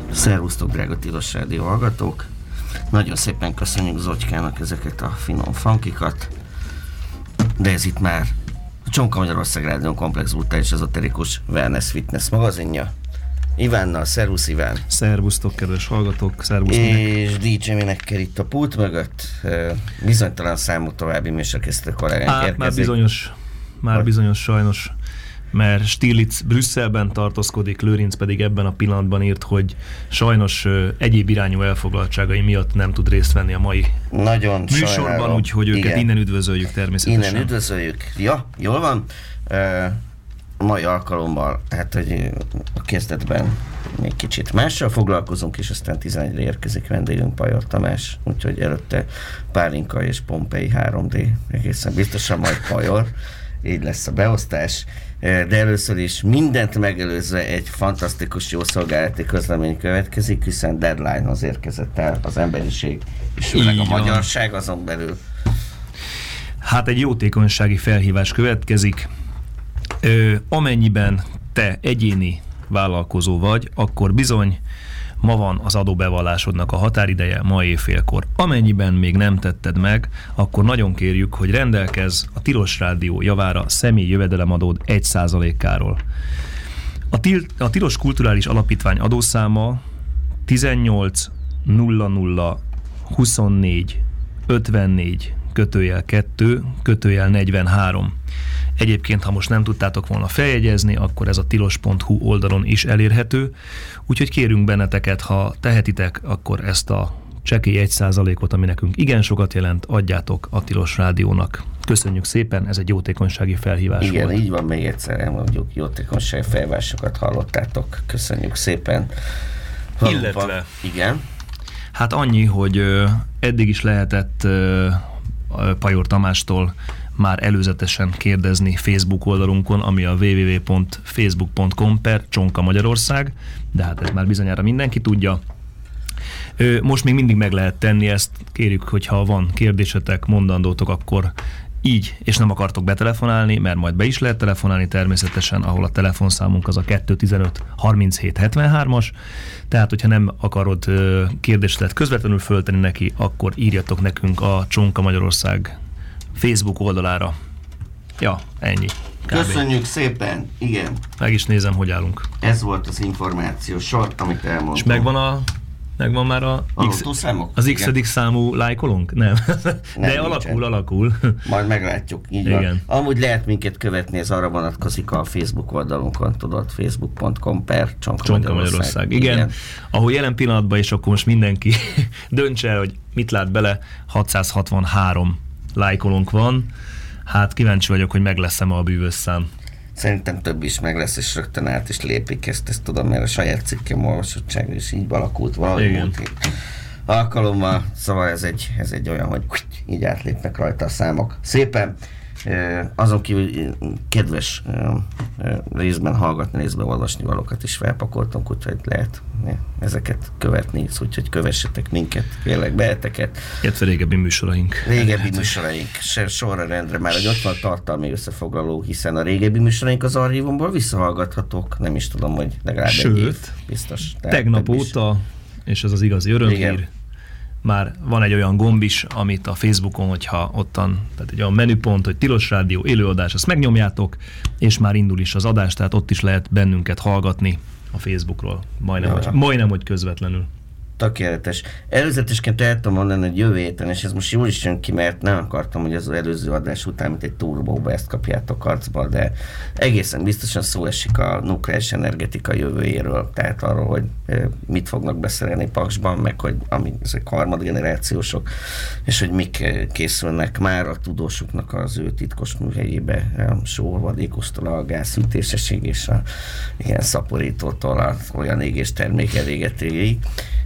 Szervusztok, drága Tilos Rádió hallgatók! Nagyon szépen köszönjük Zotykának ezeket a finom funkikat, de ez itt már a Csonka Magyarország Rádió komplex brutális ezoterikus wellness fitness magazinja. Ivánnal, szervusz Iván! Szervusztok, kedves hallgatók! Szervusz! És DJ Minekkel itt a pult mögött, bizonytalan számú további műsorkészítő kollégánk érkezik. Már bizonyos sajnos, mert Stirlitz Brüsszelben tartózkodik, Lőrinc pedig ebben a pillanatban írt, hogy sajnos egyéb irányú elfoglaltságai miatt nem tud részt venni a mai műsorban, úgyhogy őket innen üdvözöljük természetesen. Innen üdvözöljük. Ja, jól van. A mai alkalommal, hát hogy a kezdetben még kicsit mással foglalkozunk, és aztán 11-re érkezik vendégünk Pajor Tamás, úgyhogy előtte Pálinka és Pompei 3D, egészen biztosan majd Pajor. Így lesz a beosztás, de először is mindent megelőzve egy fantasztikus jó szolgálati közlemény következik, hiszen deadline-hoz érkezett el az emberiség, és főleg a magyarság azon belül. Hát egy jótékonysági felhívás következik. Amennyiben te egyéni vállalkozó vagy, akkor bizony ma van az adóbevallásodnak a határideje, ma éjfélkor. Amennyiben még nem tetted meg, akkor nagyon kérjük, hogy rendelkezz a Tilos Rádió javára személyi jövedelemadód 1%-áról. A Tilos Kulturális Alapítvány adószáma 18 00 24 54 -2 43. Egyébként, ha most nem tudtátok volna feljegyezni, akkor ez a tilos.hu oldalon is elérhető, úgyhogy kérünk benneteket, ha tehetitek, akkor ezt a csekély 1%-ot, ami nekünk igen sokat jelent, adjátok a Tilos Rádiónak. Köszönjük szépen, ez egy jótékonysági felhívás volt. Igen, így van, még egyszer elmondjuk, jótékonysági felhívásokat hallottátok. Köszönjük szépen. Valóban. Illetve, igen. Hát annyi, hogy eddig is lehetett Pajor Tamástól már előzetesen kérdezni Facebook oldalunkon, ami a www.facebook.com/Csonka Magyarország, de hát ez már bizonyára mindenki tudja. Most még mindig meg lehet tenni ezt, kérjük, hogyha van kérdésetek, mondandótok, akkor így, és nem akartok betelefonálni, mert majd be is lehet telefonálni természetesen, ahol a telefonszámunk az a 215 37 73-as, tehát hogyha nem akarod kérdésedet közvetlenül föltenni neki, akkor írjatok nekünk a Csonka Magyarország Facebook oldalára. Ja, ennyi. Köszönjük szépen, igen. Meg is nézem, hogy állunk. Ez volt az információ sor, amit elmondtam. És megvan már az x-edik számú lájkolónk? Nem. De alakul. Majd meglátjuk, így igen. Van. Amúgy lehet minket követni, ez arra vonatkozik a Facebook oldalunkon, tudod, facebook.com/Csonka Magyarország. Igen. Ahol jelen pillanatban, és akkor most mindenki döntse el, hogy mit lát bele, 663 lájkolónk van. Hát kíváncsi vagyok, hogy meg lesz-e ma a bűvös szám. Szerintem több is meg lesz, és rögtön át is lépik ezt tudom, mert a saját cikkem olvasottsága is így alakult valahogy alkalommal, szóval ez egy olyan, hogy így átlépnek rajta a számok. Szépen, azon kívül kedves részben hallgatni, részben olvasni valókat is felpakoltunk, úgyhogy lehet ezeket követni, úgyhogy kövessetek minket, kérlek beheteket. Illetve régebbi műsoraink, sorra rendre már, hogy ott van tartalmi összefoglaló, hiszen a régebbi műsoraink az archívumból visszahallgathatók, nem is tudom, hogy legalább egy év biztos. Tegnap óta, és ez az igazi örömhír, már van egy olyan gomb is, amit a Facebookon, hogyha ottan, tehát egy olyan menüpont, hogy Tilos Rádió élőadás, azt megnyomjátok, és már indul is az adás, tehát ott is lehet bennünket hallgatni a Facebookról, majdnem, hogy közvetlenül. Tökéletes. Előzetesként el tudom mondani, hogy jövő héten, és ez most jól is jön ki, mert nem akartam, hogy az előző adás után, mint egy turbóba ezt kapjátok arcba, de egészen biztosan szó esik a nukleáris energetika jövőjéről, tehát arról, hogy mit fognak beszerelni Paksban, meg hogy ezek harmadgenerációsok, és hogy mik készülnek már a tudósoknak az ő titkos műhelyébe, a sóolvadékostól a gázszűtésesig és a ilyen szaporítótól a olyan égéstermék elégetőjéig.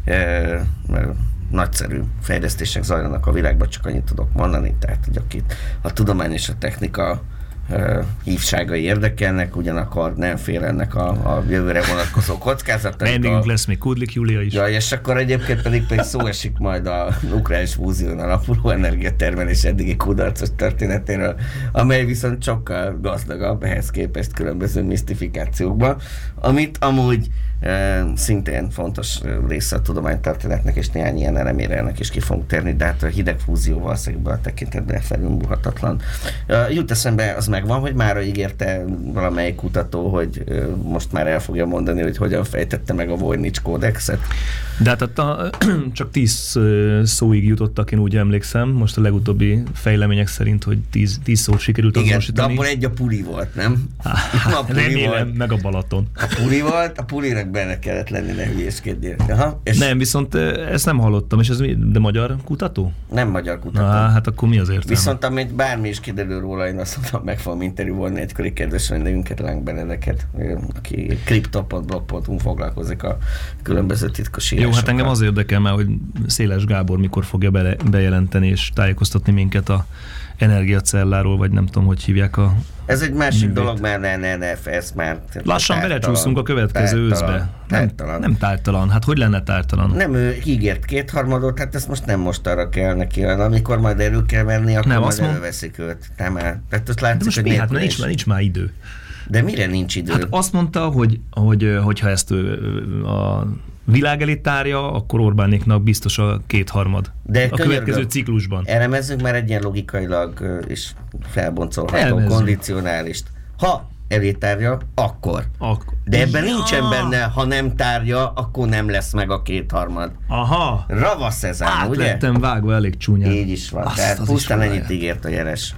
Nagyszerű fejlesztések zajlanak a világban, csak annyit tudok mondani, tehát hogy akit a tudomány és a technika hívságai érdekelnek, ugyanakkor nem fél ennek a jövőre vonatkozó kockázat. Vendégünk lesz még Kudlik Júlia is. Ja, és akkor egyébként pedig szó esik majd a nukleáris fúzión alapuló energiatermelés eddigi kudarcos történetéről, amely viszont sokkal gazdagabb ehhez képest különböző misztifikációkban, amit amúgy Szintén fontos része a tudománytörténetnek, és néhány ilyen elemére ennek is ki fogunk térni, de hát a hideg fúzióval székből a tekintetben felülmúlhatatlan. Jut eszembe, az megvan, hogy mára ígérte valamelyik kutató, hogy most már el fogja mondani, hogy hogyan fejtette meg a Voynich kódexet. De hát csak 10 szóig jutottak, én úgy emlékszem, most a legutóbbi fejlemények szerint, hogy 10 szót sikerült azonosítani. De abból egy a Puri volt, nem? Remélem, meg a Balaton. A Puri volt, a Purinak benne kellett lenni, ne hülyéskedjél. Nem, viszont ezt nem hallottam, és ez de magyar kutató? Nem magyar kutató. Hát akkor mi az értelme? Viszont amit bármi is kiderül róla, én azt mondom, meg fogom interjúvolni egykori kedves vendégünket, Láng Benedeket, aki crypto.blog.hu foglalkozik a különböző titkos írásokkal. Jó, hát engem az érdekel már, hogy Széles Gábor mikor fogja bejelenteni és tájékoztatni minket a energiacelláról, vagy nem tudom, hogy hívják a... Ez egy másik dolog, mert ez már... Lassan belecsúszunk a következő őszbe. Nem tártalan. Hát hogy lenne tártalan? Nem, ő ígért 2/3, hát ezt most nem most arra kell neki, amikor majd elő kell menni, akkor nem, majd előveszik őt. Tehát azt látszik, hogy hát nincs már idő. De mire nincs idő? Hát azt mondta, hogyha ezt a világ elé tárja, akkor Orbánéknak biztos a 2/3 a következő ciklusban. Elemezzünk már egy ilyen logikailag és felboncolható kondicionálist. Ha elé tárja, akkor. De ebben nincsen benne, ha nem tárja, akkor nem lesz meg a 2/3. Aha. Ravasz ez ám, ugye? Lettem vágva elég csúnyán. Így is van. Tehát pusztán ennyit ígért a jeles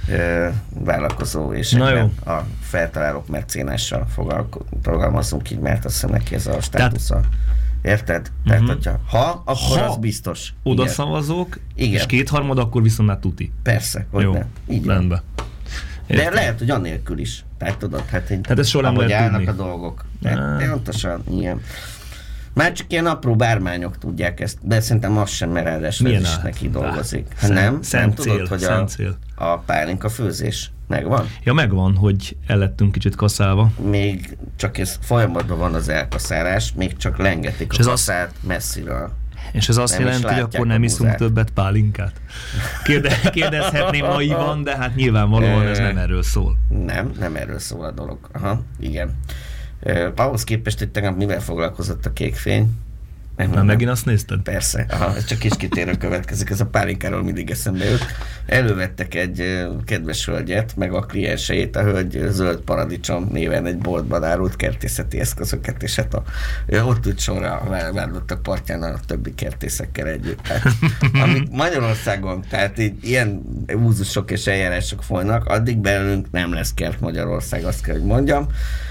vállalkozó, és a feltalálók mercénással fogalmazunk így, mert azt hiszem neki ez a státusza. Érted? Tehát, hogyha akkor az biztos. Oda szavazók, és 2/3, akkor viszont már tuti. Persze, hogy jó, nem. Így rendben. De lehet, hogy annélkül is. Tehát tudod, hát ez soha nem ahogy lehet állnak tudni. a dolgok. Pontosan ilyen. Már csak ilyen apró bármányok tudják ezt, de szerintem az sem, mert ráadásul is neki dolgozik. Nem tudod, hogy a pálinka főzés megvan? Ja, megvan, hogy el lettünk kicsit kaszálva. Még csak ez folyamatban van az elkaszálás, még csak lengetik a kaszát messziről. És ez azt jelenti, hogy akkor nem iszunk többet pálinkát? Kérdezhetném naivan, de hát nyilvánvalóan ez nem erről szól. Nem erről szól a dolog. Aha, igen. Ahhoz képest, hogy tegnap mivel foglalkozott a Kékfény? Már megint azt nézted? Persze, ez csak kis kitérő következik, ez a pálinkáról mindig eszembe jut. Elővettek egy kedves hölgyet, meg a klienseit, a hölgy Zöld Paradicsom néven egy boltban árult kertészeti eszközöket, és hát ott ült sorra a Vádlottak partján a többi kertészekkel együtt. Tehát, amik Magyarországon, tehát ilyen úzusok és eljárások folynak, addig belőlünk nem lesz kert Magyarország, azt kell, hogy mondjam.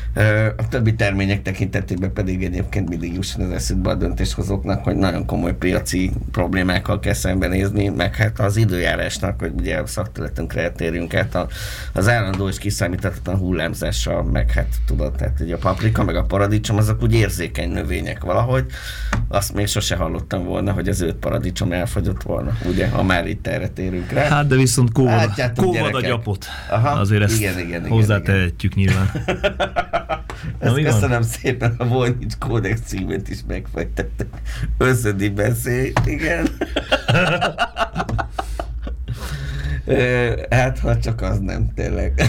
A többi termények tekintetében pedig egyébként mindig jusson az eszükbe a döntéshozóknak, hogy nagyon komoly piaci problémákkal kell szembenézni, meg hát az időjárásnak, hogy ugye a szakterületünkre eltérjünk át az állandó és kiszámíthatatlan hullámzással, meg hát tudod, tehát ugye a paprika, meg a paradicsom, azok úgy érzékeny növények valahogy. Azt még sose hallottam volna, hogy az 5 paradicsom elfogyott volna, ugye, ha már itt erre térünk rá. Hát de viszont kóvad a gyapot. Aha, azért ezt hozzátehetjük nyilván. Ezt köszönöm szépen, a Voynich Kódex címét is megfejtettek. Összödi beszéd, igen. Hát, ha csak az nem, tényleg.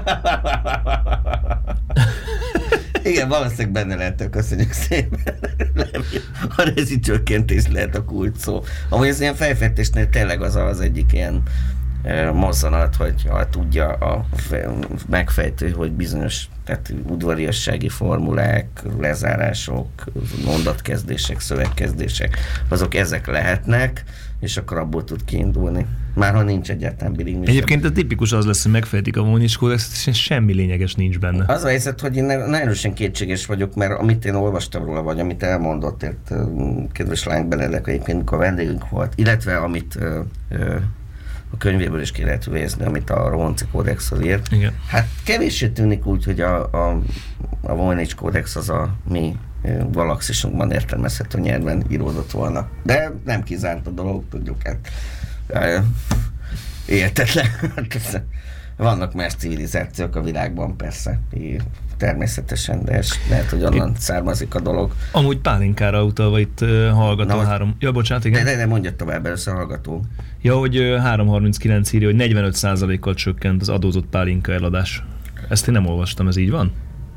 Igen, valószínűleg benne lehet, köszönjük szépen. A rezsicsökkentés lehet a kulcs szó. Amúgy az ilyen fejfejtésnél tényleg az egyik ilyen mozzanat, hogy tudja a megfejtő, hogy bizonyos tehát udvariassági formulák, lezárások, mondatkezdések, szövegkezdések, azok ezek lehetnek, és akkor abból tud kiindulni. Már ha nincs egyáltalán bilingvista. Egyébként a tipikus az lesz, hogy megfejtik a Voynich kódexet, és semmi lényeges nincs benne. Az a helyzet, hogy én nagyon erősen kétséges vagyok, mert amit én olvastam róla, vagy amit elmondott, kedves Láng Benedek, egyébként mikor vendégünk volt, illetve amit a könyvéből is ki lehet vézni, amit a Rohonci kódexről írt. Igen. Hát kevéssé tűnik úgy, hogy a Voynich kódex az a mi galaxisunkban értelmezhető nyelven íródott volna. De nem kizárt a dolog, tudjuk, hát értetlen. Vannak más civilizációk a világban, persze, természetesen, de lehet, hogy onnan származik a dolog. Amúgy pálinkára utalva itt hallgató három... Ja, bocsánat, igen. De mondjad tovább először hallgató. Ja, hogy 339 írja, hogy 45%-kal csökkent az adózott pálinka eladás. Ezt én nem olvastam, ez így van?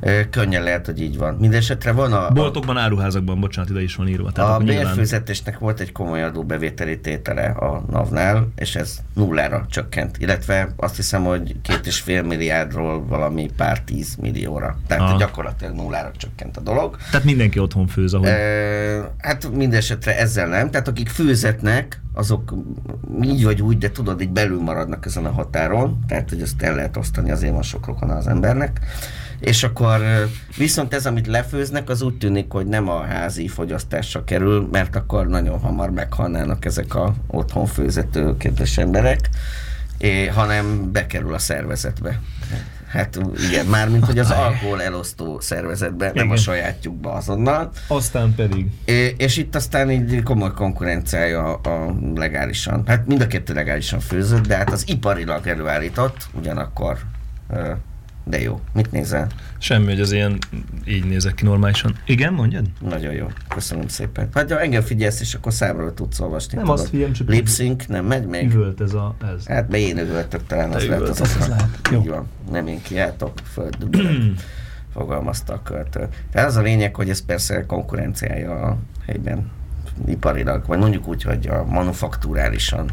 Könnyen lehet, hogy így van. Mindenesetre van a... Boltokban, áruházakban, bocsánat, ide is van írva. Tehát a bérfizetésnek volt egy komoly adóbevételi tétele a NAV-nál, és ez 0-ra csökkent. Illetve azt hiszem, hogy 2,5 milliárdról valami pár 10 millióra. Tehát gyakorlatilag 0-ra csökkent a dolog. Tehát mindenki otthon főz, ahogy... Hát mindenesetre ezzel nem. Tehát akik főzetnek, azok így vagy úgy, de tudod, így belül maradnak ezen a határon. Tehát, hogy ezt el lehet osztani, azért van sok rokona az embernek. És akkor viszont ez, amit lefőznek, az úgy tűnik, hogy nem a házi fogyasztásra kerül, mert akkor nagyon hamar meghalnának ezek a otthon főzető kedves emberek, hanem bekerül a szervezetbe. Hát igen, mármint, hogy az alkohol elosztó szervezetbe, nem a sajátjukba azonnal. Aztán pedig. És itt aztán így komoly konkurenciája a legálisan. Hát mind a kettő legálisan főzött, de hát az iparilag előállított, ugyanakkor... De jó. Mit nézel? Semmi, hogy az ilyen így nézek ki normálisan. Igen, mondjad? Nagyon jó. Köszönöm szépen. Hát ha engem figyelsz, és akkor számról tudsz olvasni. Nem azt figyelem, csak... Lip-sync, nem megy még? Üvölt ez. Hát be én üvöltök, talán az lehet az oka. Így van. Nem én kiáltok, földübben fogalmazta a költő. Tehát az a lényeg, hogy ez persze konkurenciája a helyben iparilag, vagy mondjuk úgy, hogy a manufakturálisan.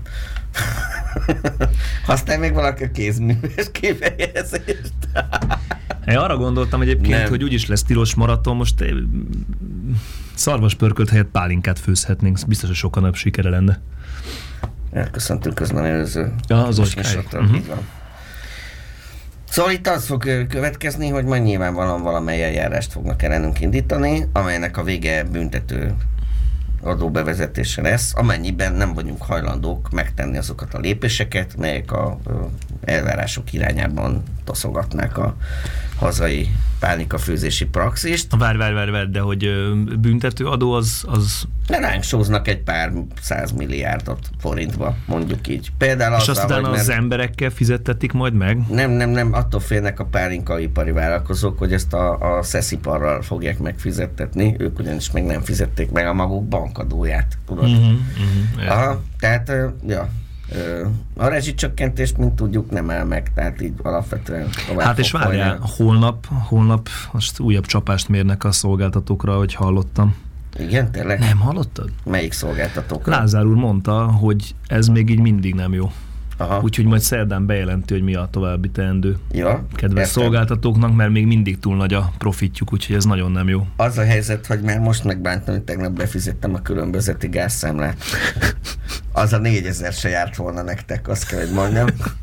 Használj még valaki a kézműves kifejezést. Én arra gondoltam egyébként, hogy úgyis lesz tilos maraton, most szarvaspörkölt helyett pálinkát főzhetnénk, biztos, hogy sokkal nagyobb sikere lenne. Elköszöntünk közben előző. Ja, az így van. Szóval itt az fog következni, hogy majd nyilvánvalóan valamely eljárást fognak ellenünk indítani, amelynek a vége büntető adóbevezetése lesz, amennyiben nem vagyunk hajlandók megtenni azokat a lépéseket, melyek a elvárások irányában toszogatnák a hazai pálinkafőzési praxist. Várj, de hogy büntető adó az... De ránk sóznak egy pár 100 milliárdot forintba, mondjuk így. Például és azt utána az emberekkel fizettetik majd meg? Nem, attól félnek a pálinkaipari vállalkozók, hogy ezt a szesziparral fogják megfizettetni, ők ugyanis még nem fizették meg a maguk bankadóját, tudod? Aha, tehát, a rezsicsökkentést, mint tudjuk, nem áll meg, tehát így alapvetően tovább. Hát és várjál, holnap most újabb csapást mérnek a szolgáltatókra, hogy hallottam. Igen, tényleg? Nem hallottad? Melyik szolgáltatókra? Lázár úr mondta, hogy ez még így mindig nem jó. Úgyhogy majd szerdán bejelenti, hogy mi a további teendő. Ja, kedves szolgáltatóknak, mert még mindig túl nagy a profitjuk, úgyhogy ez nagyon nem jó. Az a helyzet, hogy már most megbántam, hogy tegnap befizettem a különbözeti gázszámlát. Az a 4000 se járt volna nektek, azt kell, hogy mondjam.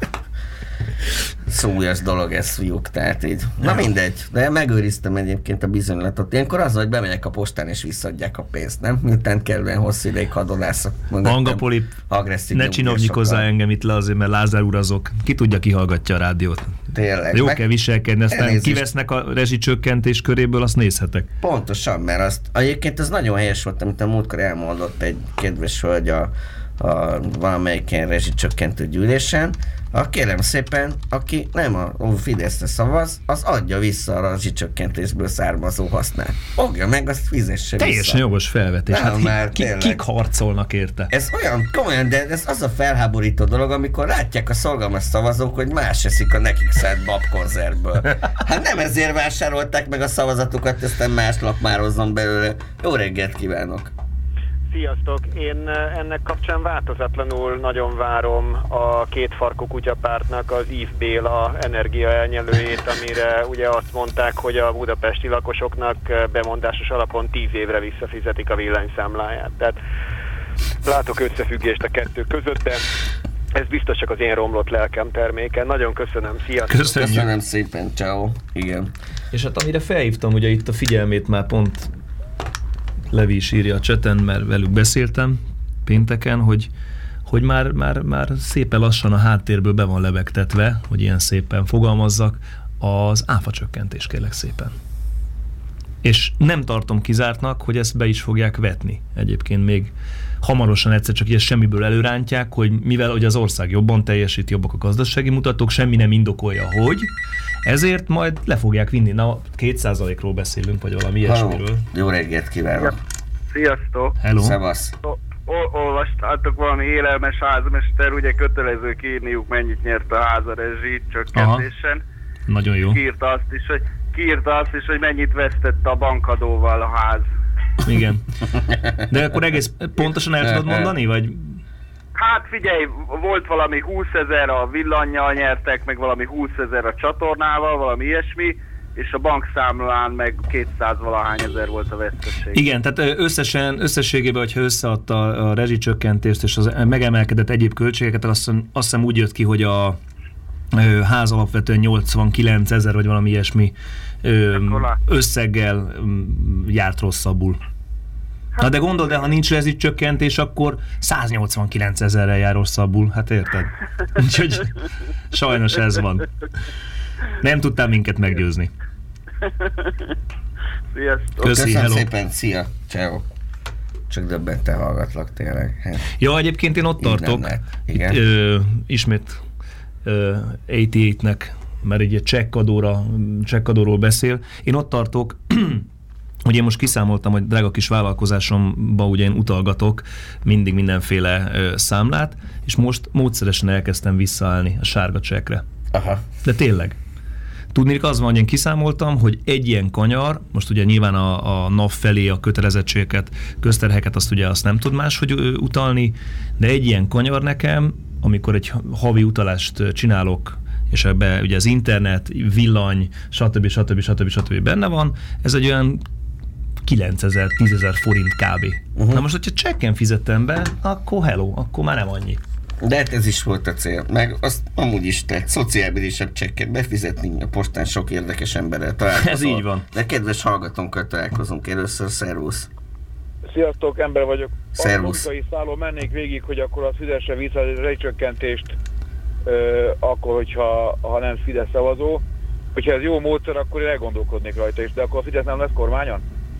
Súlyos dolog ez, fiúk, tehát így. Na mindegy, de megőriztem egyébként a bizonylatot. Ilyenkor az, hogy bemegyek a postán és visszaadják a pénzt, nem? Miután kellően hosszú ideig hadonászok. Hangapoli, ne csinovnyikozzá engem itt le azért, mert Lázár úr azok. Ki tudja, ki hallgatja a rádiót. Tényleg. Jó kell viselkedni, aztán kivesznek a rezsicsökkentés köréből, azt nézhetek. Pontosan, mert azt egyébként ez nagyon helyes volt, amit a múltkor elmondott egy kedves hölgy a valamelyik ilyen rezsicsökkentő gyűlésen. Kérem szépen, aki nem a Fideszre szavaz, az adja vissza a rezsicsökkentésből származó hasznát. Fogja meg, azt fizesse vissza. Teljesen jogos felvetés. Hát kik harcolnak érte? Ez olyan komolyan, de ez az a felháborító dolog, amikor látják a szolgalmas szavazók, hogy más eszik a nekik szánt babkonzervből. Hát nem ezért vásárolták meg a szavazatukat, aztán más lapmározzon belőle. Jó reggelt kívánok! Sziasztok! Én ennek kapcsán változatlanul nagyon várom a kétfarkú kutyapártnak az Yves Béla energiaelnyelőjét, amire ugye azt mondták, hogy a budapesti lakosoknak bemondásos alapon 10 évre visszafizetik a villanyszámláját. Tehát látok összefüggést a kettő között, de ez biztos csak az én romlott lelkem terméke. Nagyon köszönöm, sziasztok! Köszönöm szépen, ciao. Igen. És hát amire felhívtam ugye itt a figyelmét, már pont Levi is írja a cseten, mert velük beszéltem pénteken, hogy már szépen lassan a háttérből be van lebegtetve, hogy ilyen szépen fogalmazzak, az áfa csökkentés, kérlek szépen. És nem tartom kizártnak, hogy ezt be is fogják vetni. Egyébként még hamarosan egyszer csak ilyen semmiből előrántják, hogy mivel hogy az ország jobban teljesít, jobbak a gazdasági mutatók, semmi nem indokolja, hogy ezért majd le fogják vinni. Na, 2%-ról beszélünk, vagy valami ilyesmiről. Jó reggelt kívánok! Sziasztok! Hello! Szevasz! Olvastátok valami élelmes házmester, ugye kötelező kírniuk, mennyit nyert a háza rezsi csökkentésen. Nagyon jó. Írta azt is, hogy kiírta azt is, hogy mennyit vesztett a bankadóval a ház. Igen. De akkor egész pontosan el tudod mondani, vagy... Hát figyelj, volt valami 20 000 a villannyal nyertek, meg valami 20 000 a csatornával, valami ilyesmi, és a bankszámlán meg 200 valahány ezer volt a veszteség. Igen, tehát összességében, hogyha összeadta a rezsicsökkentést és az megemelkedett egyéb költségeket, azt hiszem úgy jött ki, hogy a ház alapvetően 89 000 vagy valami ilyesmi összeggel járt rosszabbul. Na de gondold el, ha nincs rezsicsökkentés, akkor 189 000-rel jár rosszabbul, hát érted? Úgyhogy sajnos ez van. Nem tudtál minket meggyőzni. Sziasztok! Köszönöm szépen, szia, ciao. Csak döbbenten hallgatlak tényleg. Hát. Ja, egyébként én ott tartok. Igen. Ismét 88-nek, mert egy csekkadóról beszél. Én ott tartok, hogy én most kiszámoltam, hogy drága kis vállalkozásomba ugye én utalgatok mindig mindenféle számlát, és most módszeresen elkezdtem visszaállni a sárga csekkre. Aha. De tényleg. Tudnék az van, hogy én kiszámoltam, hogy egy ilyen kanyar, most ugye nyilván a NAV felé a kötelezettségeket, közterheket azt ugye azt nem tud máshogy utalni, de egy ilyen kanyar nekem, amikor egy havi utalást csinálok, és ebbe ugye az internet, villany, stb. Benne van, ez egy olyan 9 000-10 000 forint kb. Na most, hogyha csekken fizettem be, akkor hello, akkor már nem annyi. De hát ez is volt a cél. Meg azt amúgy is tett, szociábilisabb csekket befizetni, a postán sok érdekes emberrel találkozol. Ez így van. De kedves hallgatónkkal találkozunk először, szervusz. Sziasztok, ember vagyok. Szervusz. A logikai szálló mennék végig, hogy akkor az fizesse vissza a rezsicsökkentést, akkor, hogyha nem Fidesz szavazó. Hogyha ez jó módszer, akkor én elgondolkodnék rajta is, de akkor a Fidesz nem lesz kormányon?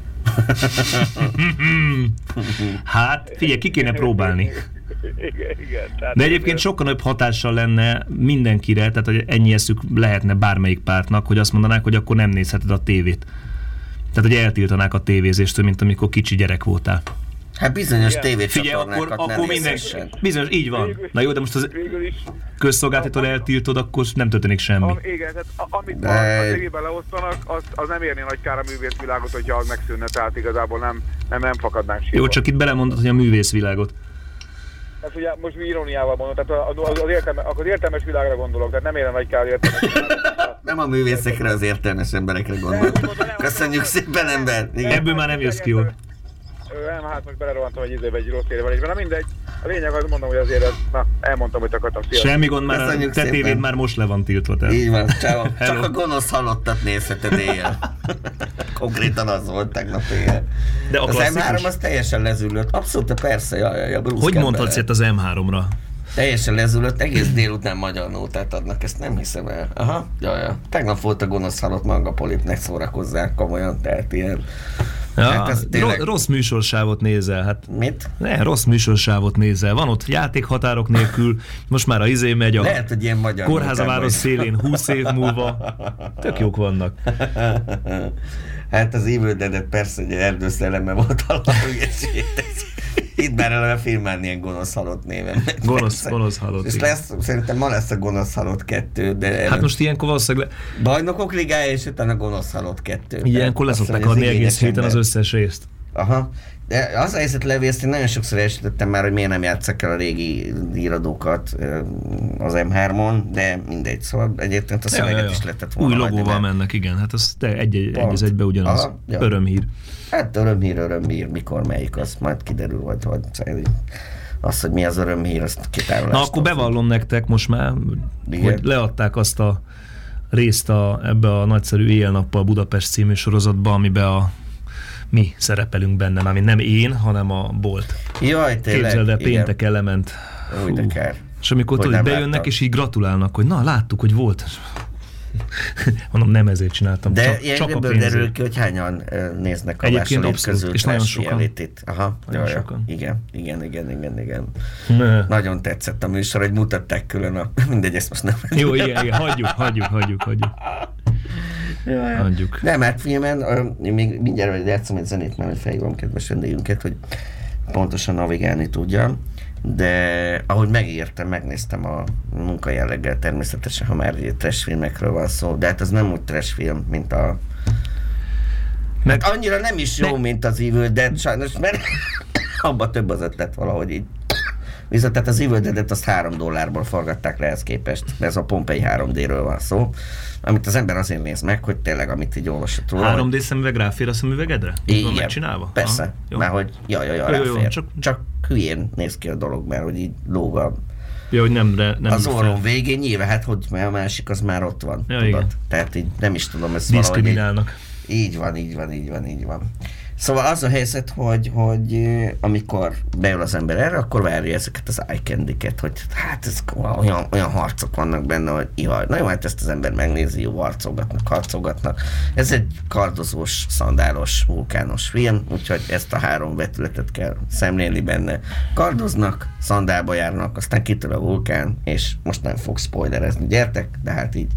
Hát, figyelj, ki kéne próbálni. Igen. De egyébként sokkal nagyobb hatással lenne mindenkire, tehát hogy ennyi eszük lehetne bármelyik pártnak, hogy azt mondanák, hogy akkor nem nézheted a tévét. Tehát, hogy eltiltanák a tévézéstől, mint amikor kicsi gyerek voltál. Hát bizonyos tévécsatornákat akkor minden, bizonyos, így van. Na jó, de most az közszolgáltatótól eltiltod, akkor nem történik semmi. Igen, tehát amit a tévében leosztanak, az nem érni nagy kár a művészvilágot, hogyha az megszűnne, tehát igazából nem fakadnánk sírva. Jó, csak itt belemondod, hogy a művészvilágot. Hát ugye most iróniával mondom, tehát az értelmes világra gondolok, tehát nem érne nagy kár értelmes világra. Nem a művészekre, az értelmes emberekre gondolok. Köszönjük szépen, ember! Igen. Ebből már nem jössz ki jól. Nem, hát most belerohantam egy rossz érvelésben. Na mindegy, a lényeg az mondom, hogy azért elmondtam, hogy akartam. Sziasztok. Semmi gond, már a te tévéd már most le van tiltva. Tehát. Így van, csak a gonosz halottat nézheted éjjel. Konkrétan az volt tegnap éjjel. De az M3 az teljesen lezűlött. Abszolút, persze. Hogy mondhatsz ilyet az M3-ra? Teljesen lezűlött, egész délután magyar nótát adnak, ezt nem hiszem el. Aha, jaj. Tegnap volt a gonosz halott Mangapolipnek, szórakozzák komolyan, tehát ilyen. Ja, hát tényleg... Rossz műsorsávot nézel. Hát mit? Ne, rossz műsorsávot nézel. Van ott játékhatárok nélkül, most már a megy a lehet, hogy ilyen magyar kórházaváros szélén 20 év múlva. Tök jók vannak. Hát az Evil Dead-et persze, hogy erdőszelleme volt alapú. Itt már eleve filmálni ilyen gonosz halott néven. Gonosz halott. És szerintem ma lesz a gonosz halott 2, de... Hát most ilyenkor valószínűleg... Bajnokok ligája, és utána a gonosz halott 2. Ilyenkor leszokták adni egész héten az összes részt. Aha. De az a helyzet levészt, én nagyon sokszor esetettem már, hogy miért nem játsszak el a régi íradókat az M3-on, de mindegy, szóval egyébként a szöveget is lehetett volna. Új logóval mennek, igen, hát az egy az egybe ugyanaz. Aha, ja. Örömhír. Hát örömhír, mikor melyik, az majd kiderül, vagy az, hogy mi az örömhír, azt kitárolást. Na akkor bevallom nektek most már, hogy leadták azt a részt ebbe a nagyszerű Éjjel-nappal Budapest című sorozatba, amiben mi szerepelünk benne, mármint nem én, hanem a Bolt. Jaj, tényleg. Képzeld el, pénteken lement. Úgy de kár. És amikor tudod, bejönnek, láttam. És így gratulálnak, hogy na, láttuk, hogy volt. Mondom, nem ezért csináltam. De csak a pénzért. Derül ki, hogy hányan néznek a második közül. És nagyon sokan. Aha, nagyon sokan. Igen. Nagyon tetszett a műsor, hogy mutatták külön mindegy, ezt most nem. Jó, igen, hagyjuk. Nem, hát filmen, még mindjárt játszom egy zenét, mert felhívom kedves vendégünket, hogy pontosan navigálni tudja, de ahogy megértem, megnéztem a munkajelleggel természetesen, ha már trash filmekről van szó, de hát az nem úgy trash film, mint a... Hát annyira nem is jó, mint az Evil Dead, sajnos, mert abban több az ötlet valahogy így. Viszont tehát az Evil Dead-et azt $3 forgatták le ehhez képest, ez a Pompeii 3D-ről van szó, amit az ember azért néz meg, hogy tényleg, amit így olvasott róla. 3D szemüveg ráfér a szemüvegedre? Így van megcsinálva? Persze, mert hogy ráfér. Csak hülyén néz ki a dolog, mert hogy így lóg a... Ja, hogy nem az orron végén nyilván, hát hogy mert a másik az már ott van, ja, tudod? Igen. Tehát így nem is tudom, ez diszkriminálnak. Így van. Szóval az a helyzet, hogy amikor bejön az ember erre, akkor várja ezeket az eye candy-ket, hogy hát ez olyan harcok vannak benne, hogy ihaj. Na jó, hát ezt az ember megnézi, jó, harcolgatnak. Ez egy kardozós, szandálos, vulkános film, úgyhogy ezt a 3 vetületet kell szemlélni benne. Kardoznak, szandálba járnak, aztán kitör a vulkán, és most nem fog spoilerezni, gyertek, de hát így.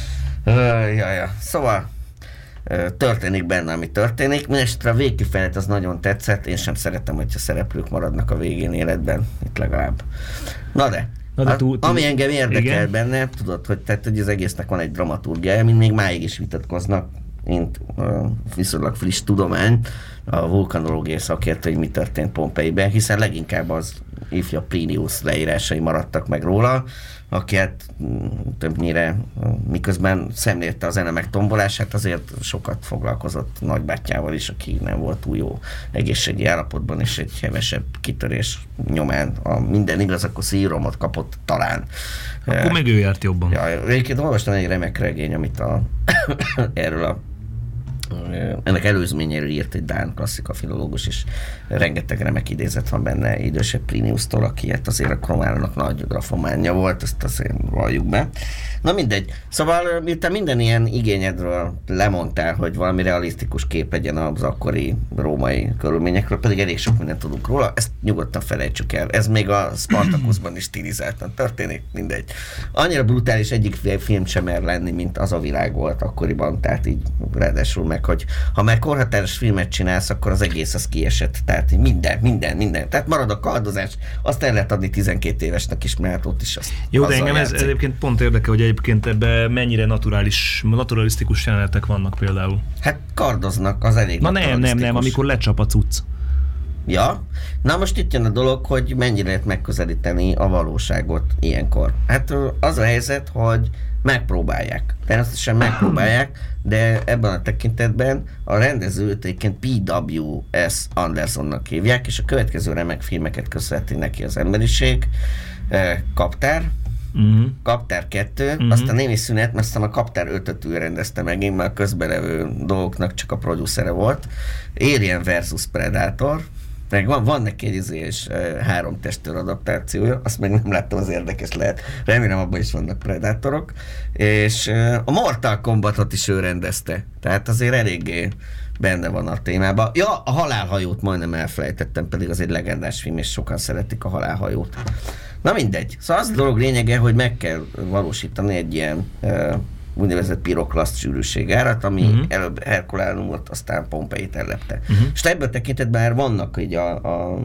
Szóval történik benne, ami történik. Mindenesetre a végkifejlet az nagyon tetszett, én sem szeretem, hogyha szereplők maradnak a végén életben, itt legalább. Na de ami engem érdekel benne, tudod, hogy az egésznek van egy dramaturgiája, mint még máig is vitatkoznak, mint viszonylag friss tudomány, a vulkanológiai szakértő, hogy mi történt Pompeiben, hiszen leginkább az ifja Plinius leírásai maradtak meg róla, aki hát többnyire miközben szemlélte a zene megtombolását, azért sokat foglalkozott nagybátyjával is, aki nem volt túl jó egészségi állapotban, és egy hevesebb kitörés nyomán, a minden igaz, akkor szíromot kapott talán. Akkor meg ő járt jobban. Ja, egyébként olvastam egy remek regény, amit erről ennek előzményéről írt egy dán klasszika filológus, és rengeteg remek idézet van benne idősebb Pliniustól, aki hát azért a Kromának nagy grafománja volt, ezt azért valljuk be. Na mindegy. Szóval miután minden ilyen igényedről lemondtál, hogy valami realisztikus kép legyen az akkori római körülményekről, pedig elég sok mindent tudunk róla, ezt nyugodtan felejtsük el. Ez még a Spartacusban is stilizáltan történik, mindegy. Annyira brutális egyik film sem mer lenni, mint az a világ volt akkoriban, tehát így ráadásul meg, hogy ha már korhatáros filmet csinálsz, akkor az egész az kiesett. Tehát minden. Tehát marad a kardozás, azt el lehet adni 12 évesnek is, mert ott is azt. Jó, de engem ez egyébként pont érdekel, hogy egyébként ebben mennyire naturalisztikus jelenetek vannak például. Hát kardoznak, az elég. Na nem, amikor lecsap a cucc. Ja, na most itt jön a dolog, hogy mennyire lehet megközelíteni a valóságot ilyenkor. Hát az a helyzet, hogy megpróbálják. Természetesen megpróbálják, de ebben a tekintetben a rendezőt egyébként P.W.S. Andersonnak hívják, és a következő remek filmeket köszönheti neki az emberiség. Kaptár, Kaptár 2, aztán némi szünet, mert aztán a Kaptár 5-öt ő rendezte megint, mert a közbelevő dolgoknak csak a producere volt. Alien versus Predator, meg van neki egy 3 testőr adaptációja, azt meg nem láttam, az érdekes lehet. Remélem abban is vannak predátorok. És a Mortal Kombatot is ő rendezte. Tehát azért eléggé benne van a témában. Ja, a Halálhajót majdnem elfelejtettem, pedig az egy legendás film, és sokan szeretik a Halálhajót. Na mindegy. Szóval az a dolog lényege, hogy meg kell valósítani egy ilyen úgynevezett piroklaszt sűrűségárat, ami előbb Herkulánumot, aztán Pompeit ellepte. És ebből tekintetben már vannak így a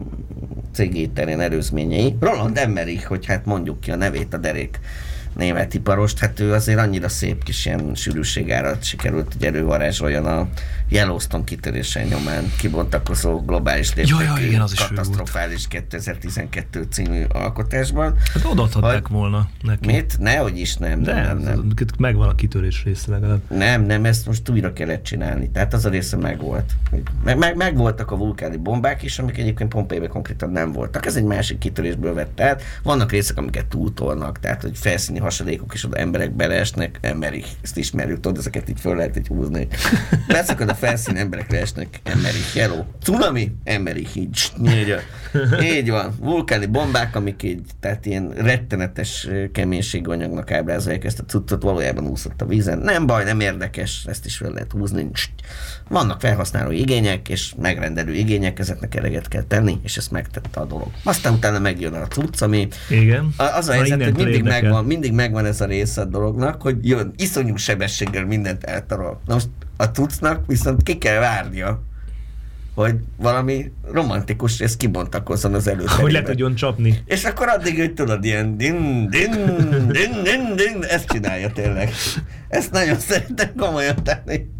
CG terén előzményei. Roland Emmerich, hogy hát mondjuk ki a nevét, a derék német iparost, hát ő azért annyira szép kis ilyen sűrűségárat sikerült, hogy elővarázsoljon a Yellowstone kitörése nyomán kibontakozó globális léptékű katasztrofális 2012 című alkotásban. Hát odaadhatták volna neki. Mit? Nehogy is nem. Megvan a kitörés része legalább. Nem, ezt most újra kellett csinálni. Tehát az a része megvolt. Megvoltak a vulkáni bombák is, amik egyébként Pompeiben konkrétan nem voltak. Ez egy másik kitörésből vett át. Vannak részek, amiket túltolnak, tehát hogy felszíni hasadékok, és oda emberek beleesnek, Emmerich, ezt ismerjük, tudod, ezeket így föl lehet így húzni. Beszakad a felszín, emberek leesnek, Emmerich, hello. Cunami, Emmerich, így van. Vulkáni bombák, amik így, tehát ilyen rettenetes keménységű anyagnak ábrázolják ezt a cuccot, valójában úszott a vízen. Nem baj, nem érdekes, ezt is fel lehet húzni. Vannak felhasználó igények, és megrendelő igények, ezeknek eleget kell tenni, és ezt megtette a dolog. Aztán utána megjön a cucc, ami igen. Az a helyzet, hogy mindig megvan ez a része a dolognak, hogy jön iszonyú sebességgel mindent eltarol. Na most a cuccnak viszont ki kell várnia, hogy valami romantikus rész kibontakozzon az előterében. Hogy le tudjon csapni. És akkor addig, hogy tudod, ilyen din, ezt csinálja tényleg. Ezt nagyon szeretem komolyan tenni.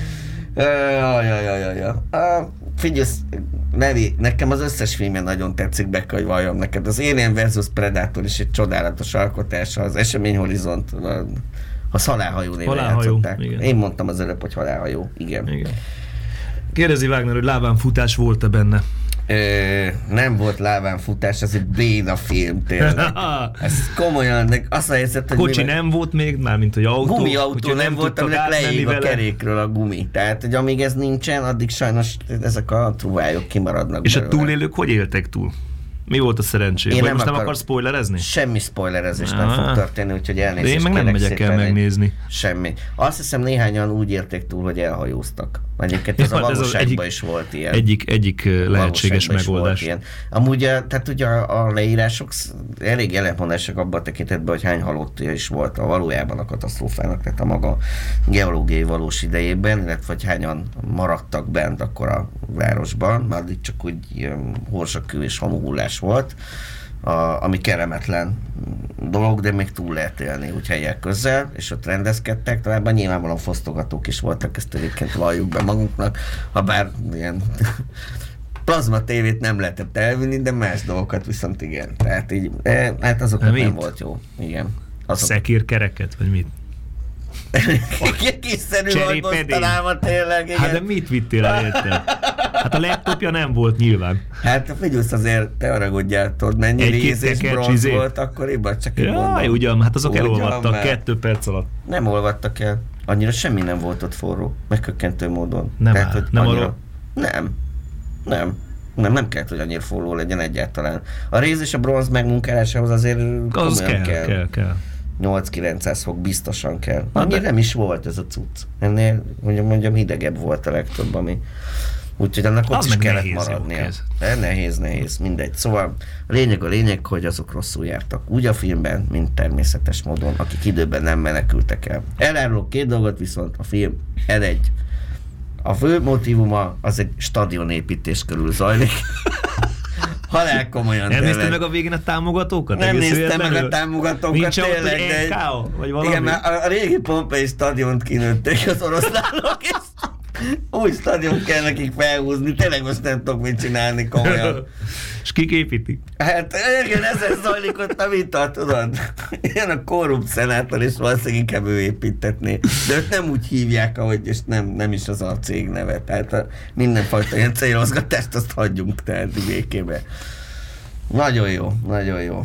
Figyelj, Nevi, nekem az összes filmje nagyon tetszik, be kell, hogy valljam neked. Az Alien vs. Predator is egy csodálatos alkotás, az Eseményhorizont, a Halálhajó néven játszották. Igen. Én mondtam az előbb, hogy Halálhajó. Igen. Kérdezi Wagner, hogy lábánfutás volt-e benne? Nem volt lábánfutás, ez egy béna film tényleg. Ez komolyan, de azt a helyzet, hogy... Kocsi nem volt még, mármint hogy autó. Gumiautó nem volt, aminek leég a kerékről a gumi. Tehát, hogy amíg ez nincsen, addig sajnos ezek a truvályok kimaradnak. És belőle. A túlélők hogy éltek túl? Mi volt a szerencsé? Vagy most nem akarsz spoilerezni? Semmi spoilerezés nem fog történni, úgyhogy elnézést. De én meg nem megyek el megnézni. Semmi. Azt hiszem néhányan úgy érték túl, hogy elhajóztak. Egyébként ez a valóságban is volt ilyen. Egyik lehetséges megoldás. Amúgy tehát ugye a leírások elég ellentmondásak abban a tekintetben, hogy hány halottja is volt a valójában a katasztrófának, tehát a maga geológiai valós idejében, illetve hogy hányan maradtak bent akkor a városban, mert addig csak úgy horsakő és hamuhullás volt, ami kellemetlen dolog, de még túl lehet élni úgy helyek közel, és ott rendezkedtek, továbbá nyilvánvalóan fosztogatók is voltak, ezt egyébként valljuk be magunknak, ha bár ilyen plazma tévét nem lehetett elvinni, de más dolgokat viszont igen. Tehát így, hát azoknak nem volt jó. Igen. Szekérkereket, vagy mit? Kiszerű vagy mostanában tényleg, igen. Hát de mit vittél el érted? Hát a laptopja nem volt nyilván. Hát figyelsz azért, te haragudjál, tudod, mennyi rész és bronz volt akkoriban, csak így mondom. Jaj, ugyan, hát azok elolvadtak 2 perc alatt. Nem olvadtak el. Annyira semmi nem volt ott forró, megkökkentő módon. Nem tehát, áll, nem annyira... Nem kellett, hogy annyira forró legyen egyáltalán. A réz és a bronz megmunkálásához azért az kell. 8-900 fok biztosan kell. Annyira nem is volt ez a cucc. Ennél mondjam hidegebb volt a legtöbb, ami... Úgyhogy annak ott is kellett maradnia. Nehéz, mindegy. Szóval a lényeg, hogy azok rosszul jártak. Úgy a filmben, mint természetes módon, akik időben nem menekültek el. Elárulok 2 dolgot, viszont a film egy. A fő motívuma az egy stadionépítés körül zajlik. Halál komolyan. Nem nézted meg a végén a támogatókat? Nem néztem meg a támogatókat. Nincs ott, hogy NK, vagy valami? Igen, mert a régi Pompei stadiont kinőtték az oroszlánok, és új stadiont kell nekik felhúzni. Tényleg most nem tudok mit csinálni komolyan. És kik építik? Hát igen, ezen zajlik ott a vita, tudod? Ilyen a korrupt szenátor, és valószínűleg inkább ő építetné. De őt nem úgy hívják, ahogy, és nem is az a cég neve. Tehát mindenfajta ilyen célozgatást azt hagyjunk tehát békébe. Nagyon jó.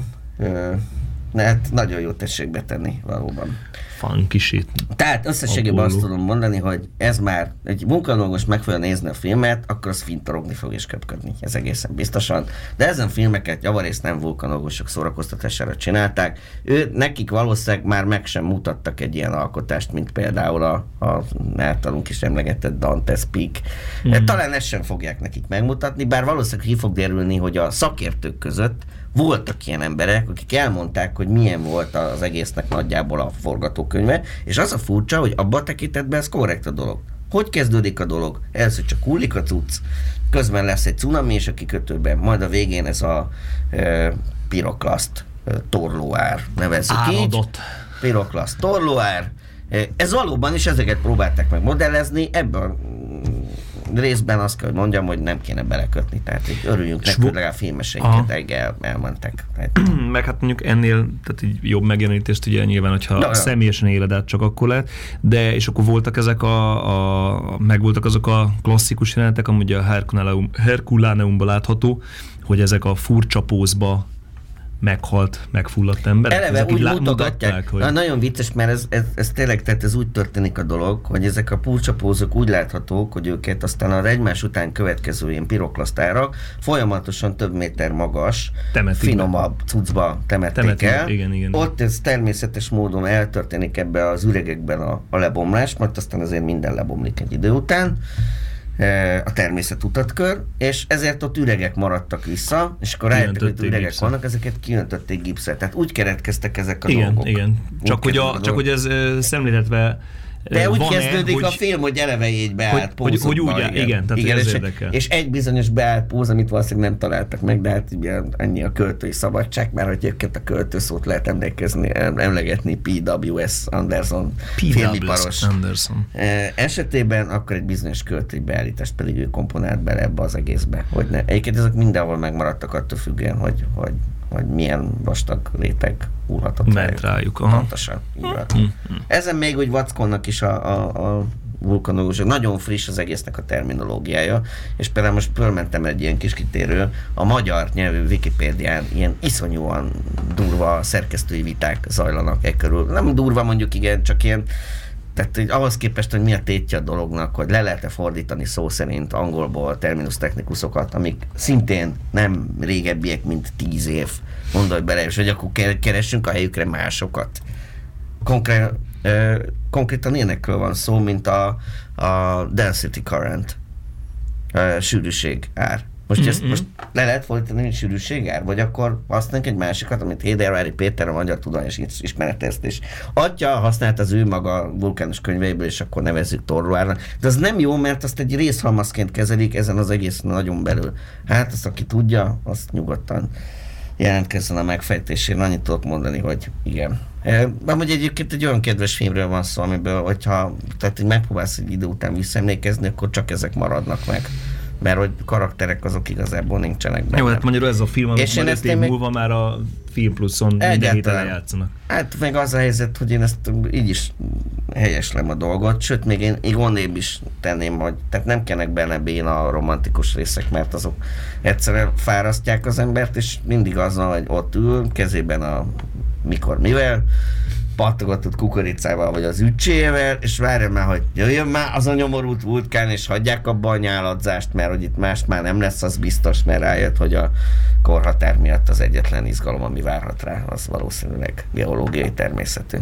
Hát nagyon jó tessék betenni valóban. Funky shit. Tehát összességében azt tudom mondani, hogy ez már egy munkadolgos meg fogja nézni a filmet, akkor az fintorogni fog és köpködni. Ez egészen biztosan. De ezen filmeket javarészt nem vulkanológusok szórakoztatására csinálták. Nekik valószínűleg már meg sem mutattak egy ilyen alkotást, mint például a általunk is emlegetett Dante's Peak. Talán ezt sem fogják nekik megmutatni, bár valószínűleg ki fog derülni, hogy a szakértők között voltak ilyen emberek, akik elmondták, hogy milyen volt az egésznek nagyjából a forgatókönyve, és az a furcsa, hogy abban a tekintetben ez korrekt a dolog. Hogy kezdődik a dolog? Először csak hullik a cucc, közben lesz egy cunami és a kikötőben, majd a végén ez a piroklaszt torlóár nevezzük így. Piroklaszt torlóár. Ez valóban is ezeket próbálták meg modellezni, ebből részben azt kell, hogy mondjam, hogy nem kéne belekötni, tehát így örüljünk neki, hogy legalább filmeseinket elmentek. Meg hát mondjuk ennél, tehát így jobb megjelenítést ugye nyilván, hogyha személyesen éled át, csak akkor lehet, de és akkor voltak ezek megvoltak azok a klasszikus jelenetek, amúgy a Herculaneumban látható, hogy ezek a furcsa pózba megfulladt emberek. Eleve ezek úgy mutogatják, hogy... nagyon vicces, mert ez tényleg, tehát ez úgy történik a dolog, hogy ezek a furcsapózok úgy láthatók, hogy őket aztán az egymás után következő ilyen piroklasztárak folyamatosan több méter magas, finomabb cuccba temették el. Igen. Ott ez természetes módon eltörténik ebbe az üregekben a lebomlás, mert aztán azért minden lebomlik egy idő után. A természet utatkör, és ezért ott üregek maradtak vissza, és akkor rájöttek, hogy üregek vannak, ezeket kiöntötték gipszre. Tehát úgy keretkeztek ezek a dolgok. Igen. Csak hogy ez szemléltetve De úgy kezdődik a film, hogy eleve így beállt pózokban. Hogy úgy, igen, tehát igen, ez érdekel. És egy bizonyos beállt póz, amit valószínűleg nem találtak meg, de hát ugye ennyi a költői szabadság, mert hogy egyébként a költőszót lehet emlegetni P.W.S. Anderson filmiparos esetében, akkor egy bizonyos költői beállítást pedig ő komponált bele ebbe az egészbe. Hogy ne. Egyébként ezek mindenhol megmaradtak attól függően, hogy milyen vastag réteg úrhatott rájuk. Pontosan. Ezen még úgy vackolnak is a vulkanológusok. Nagyon friss az egésznek a terminológiája, és például most fölmentem egy ilyen kis kitérő, a magyar nyelvű Wikipédián ilyen iszonyúan durva szerkesztői viták zajlanak e körül. Nem durva mondjuk, igen, csak ilyen, tehát ahhoz képest, hogy mi a tétje a dolognak, hogy le lehet-e fordítani szó szerint angolból terminus technikusokat, amik szintén nem régebbiek, mint 10 év. Gondolj bele, és hogy akkor keressünk a helyükre másokat. Konkrétan ilyenekről van szó, mint a density current, sűrűség ár. Most le lehet fordítani, mint sűrűségár? Vagy akkor használunk egy másikat, amit Hédervári Péter, a Magyar Tudományos Ismereteztés Atya használt az ő maga vulkános könyveiből, és akkor nevezzük torróárnak. De az nem jó, mert azt egy részhalmazként kezelik ezen az egész nagyon belül. Hát azt, aki tudja, azt nyugodtan jelentkezzen a megfejtésére. Annyit tudok mondani, hogy igen. Amúgy egyébként egy olyan kedves filmről van szó, amiből, hogyha tehát megpróbálsz egy idő után visszaemlékezni, akkor csak ezek maradnak meg. Mert hogy karakterek azok igazából nincsenek benne. Jó, hát magyarul ez a film, amit majd 5 év múlva már a Film Pluszon minden héten játszanak. Hát meg az a helyzet, hogy én ezt így is helyeslem a dolgot, sőt, még én onnébb is tenném, hogy tehát nem kellnek benne béna a romantikus részek, mert azok egyszerűen fárasztják az embert, és mindig az van, hogy ott ül, kezében a mikor mivel, pattogatott kukoricával, vagy az ücsével, és várjam már, hogy jöjjön már az a nyomorult vulkán, és hagyják abba a nyáladzást, mert hogy itt más már nem lesz, az biztos, mert rájött, hogy a korhatár miatt az egyetlen izgalom, ami várhat rá, az valószínűleg geológiai természetű.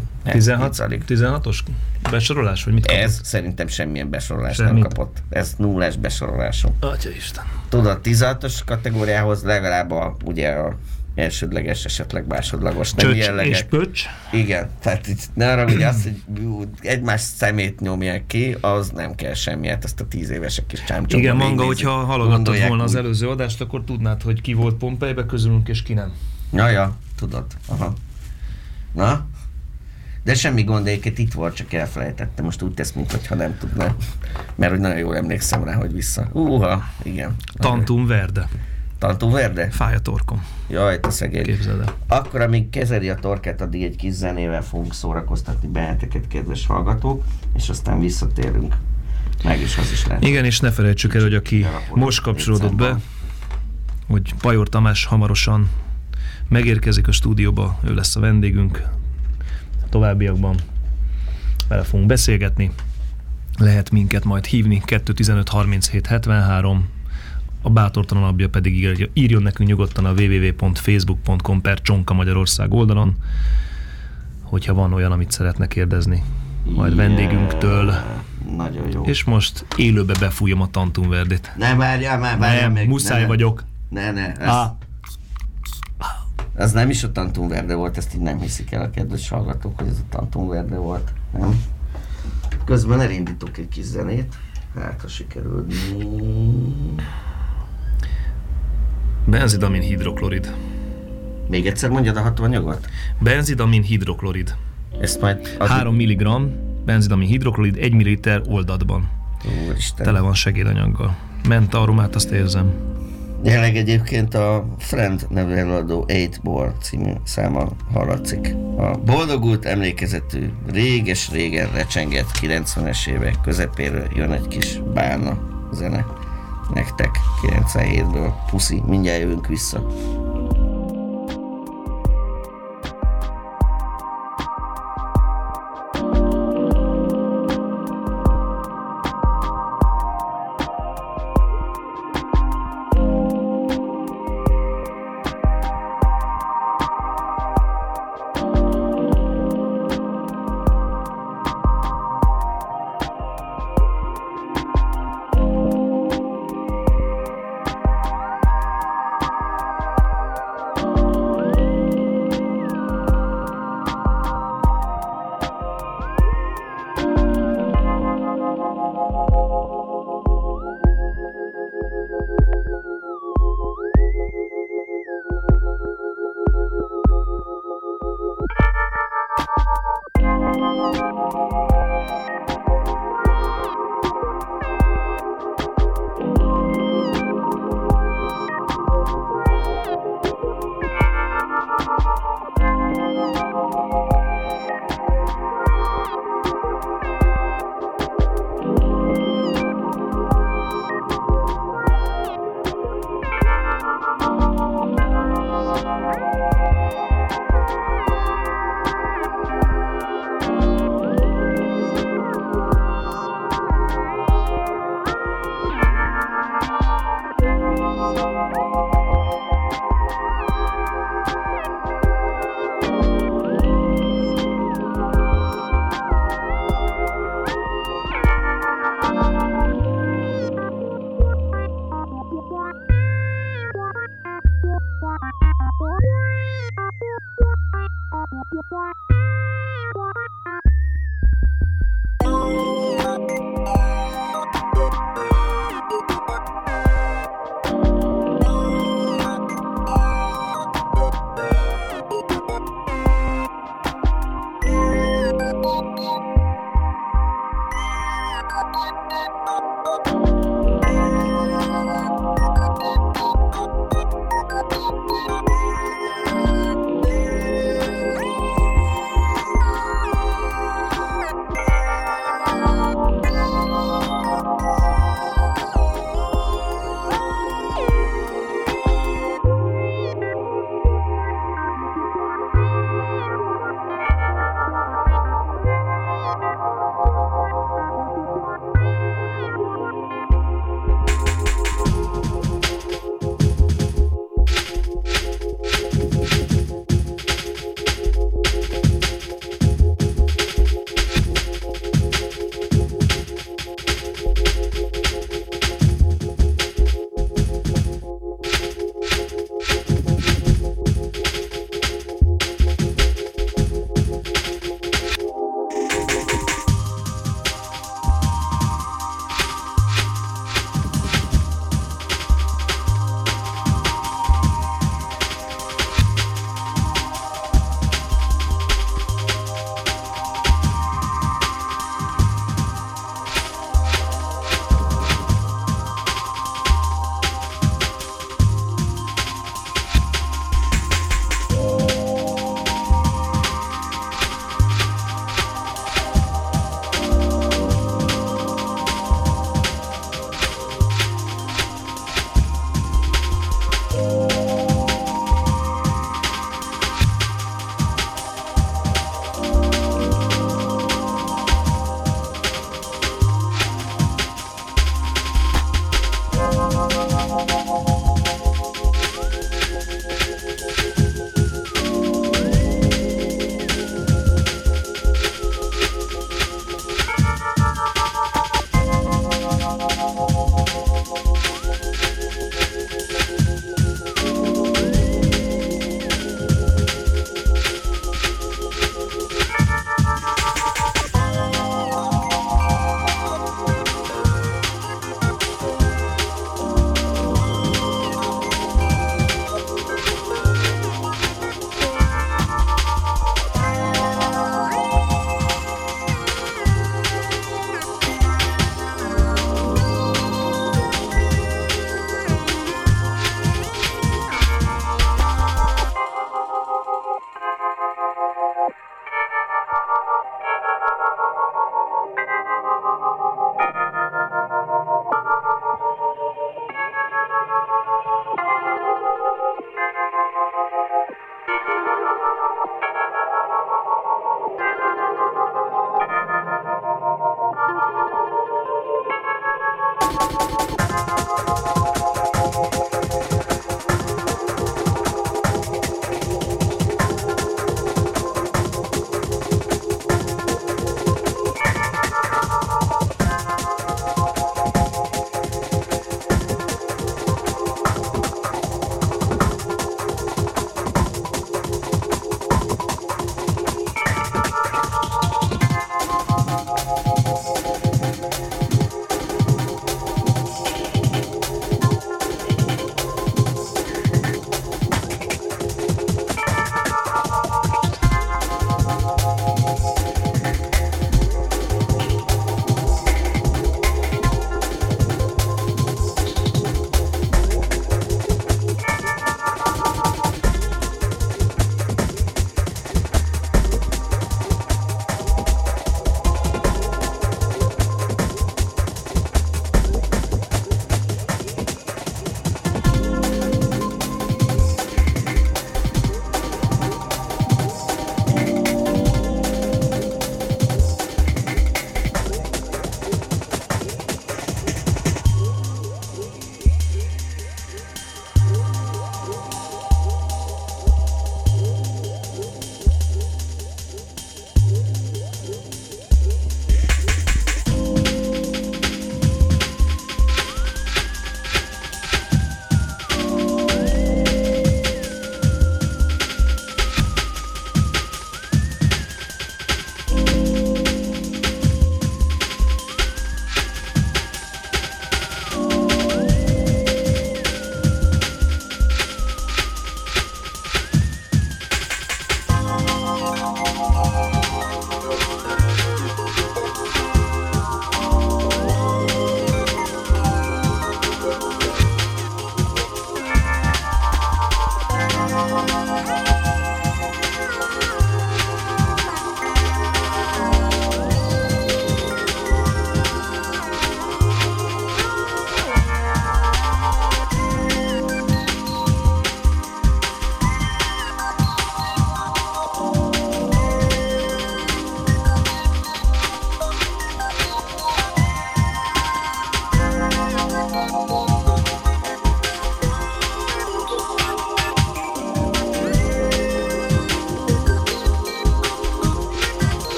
16-os besorolás, vagy mit kapott? Ez szerintem semmilyen besorolást nem kapott. Ez nullás besorolásom. Atyaisten. Tudod, 16-os kategóriához legalább ugye a elsődleges, esetleg másodlagos nem jellegek. És pöcs. Igen, tehát itt ne arra, hogy azt, hogy egymás szemét nyomják ki, az nem kell semmi, hát ezt a 10 évesek kis csámcsokban. Igen, Manga, hogyha hallgattad volna az előző adást, akkor tudnád, hogy ki volt Pompejbe közülünk, és ki nem. Ja, tudod. Aha. Na? De semmi gond, egyébként itt volt, csak elfelejtettem. Most úgy tesz, mintha nem tudná. Mert hogy nagyon jól emlékszem rá, hogy vissza. Igen. Tantum Verde. Tantum Verde? Fáj a torkom. Jaj, te szegény. Képzeld el. Akkor, amíg kezeli a torkát, addig egy kis zenével fogunk szórakoztatni benneteket, kedves hallgatók, és aztán visszatérünk. Meg is az is lehet. Igen, és ne felejtsük el, hogy aki most kapcsolódott be, hogy Pajor Tamás hamarosan megérkezik a stúdióba, ő lesz a vendégünk. A továbbiakban vele fogunk beszélgetni. Lehet minket majd hívni 215 37 73. A bátortalanabbja pedig írjon nekünk nyugodtan a www.facebook.com/Csonka Magyarország oldalon, hogyha van olyan, amit szeretne kérdezni majd vendégünktől. Nagyon jó. És most élőbe befújom a Tantum Verdét. Ne, várjál meg. Muszáj vagyok. Ne. Az nem is a Tantum Verde volt, ezt így nem hiszik el a kedves hallgatók, hogy ez a Tantum Verde volt. Nem? Közben elindítok egy kis zenét. Hát, ha sikerül. Benzidamin hidroklorid. Még egyszer mondjad a hatóanyagot? Benzidamin hidroklorid. Ezt majd 3 mg benzidamin hidroklorid 1 ml oldatban. Úristen. Tele van segédanyaggal. Ment aromát, azt érzem. Jelenleg egyébként a Friend nevű előadó 8-Ball című száma hallatszik. A boldogult emlékezetű, réges-régen recsengett 90-es évek közepéről jön egy kis bálna zene. Nektek 97-ből. Puszi, mindjárt jövünk vissza.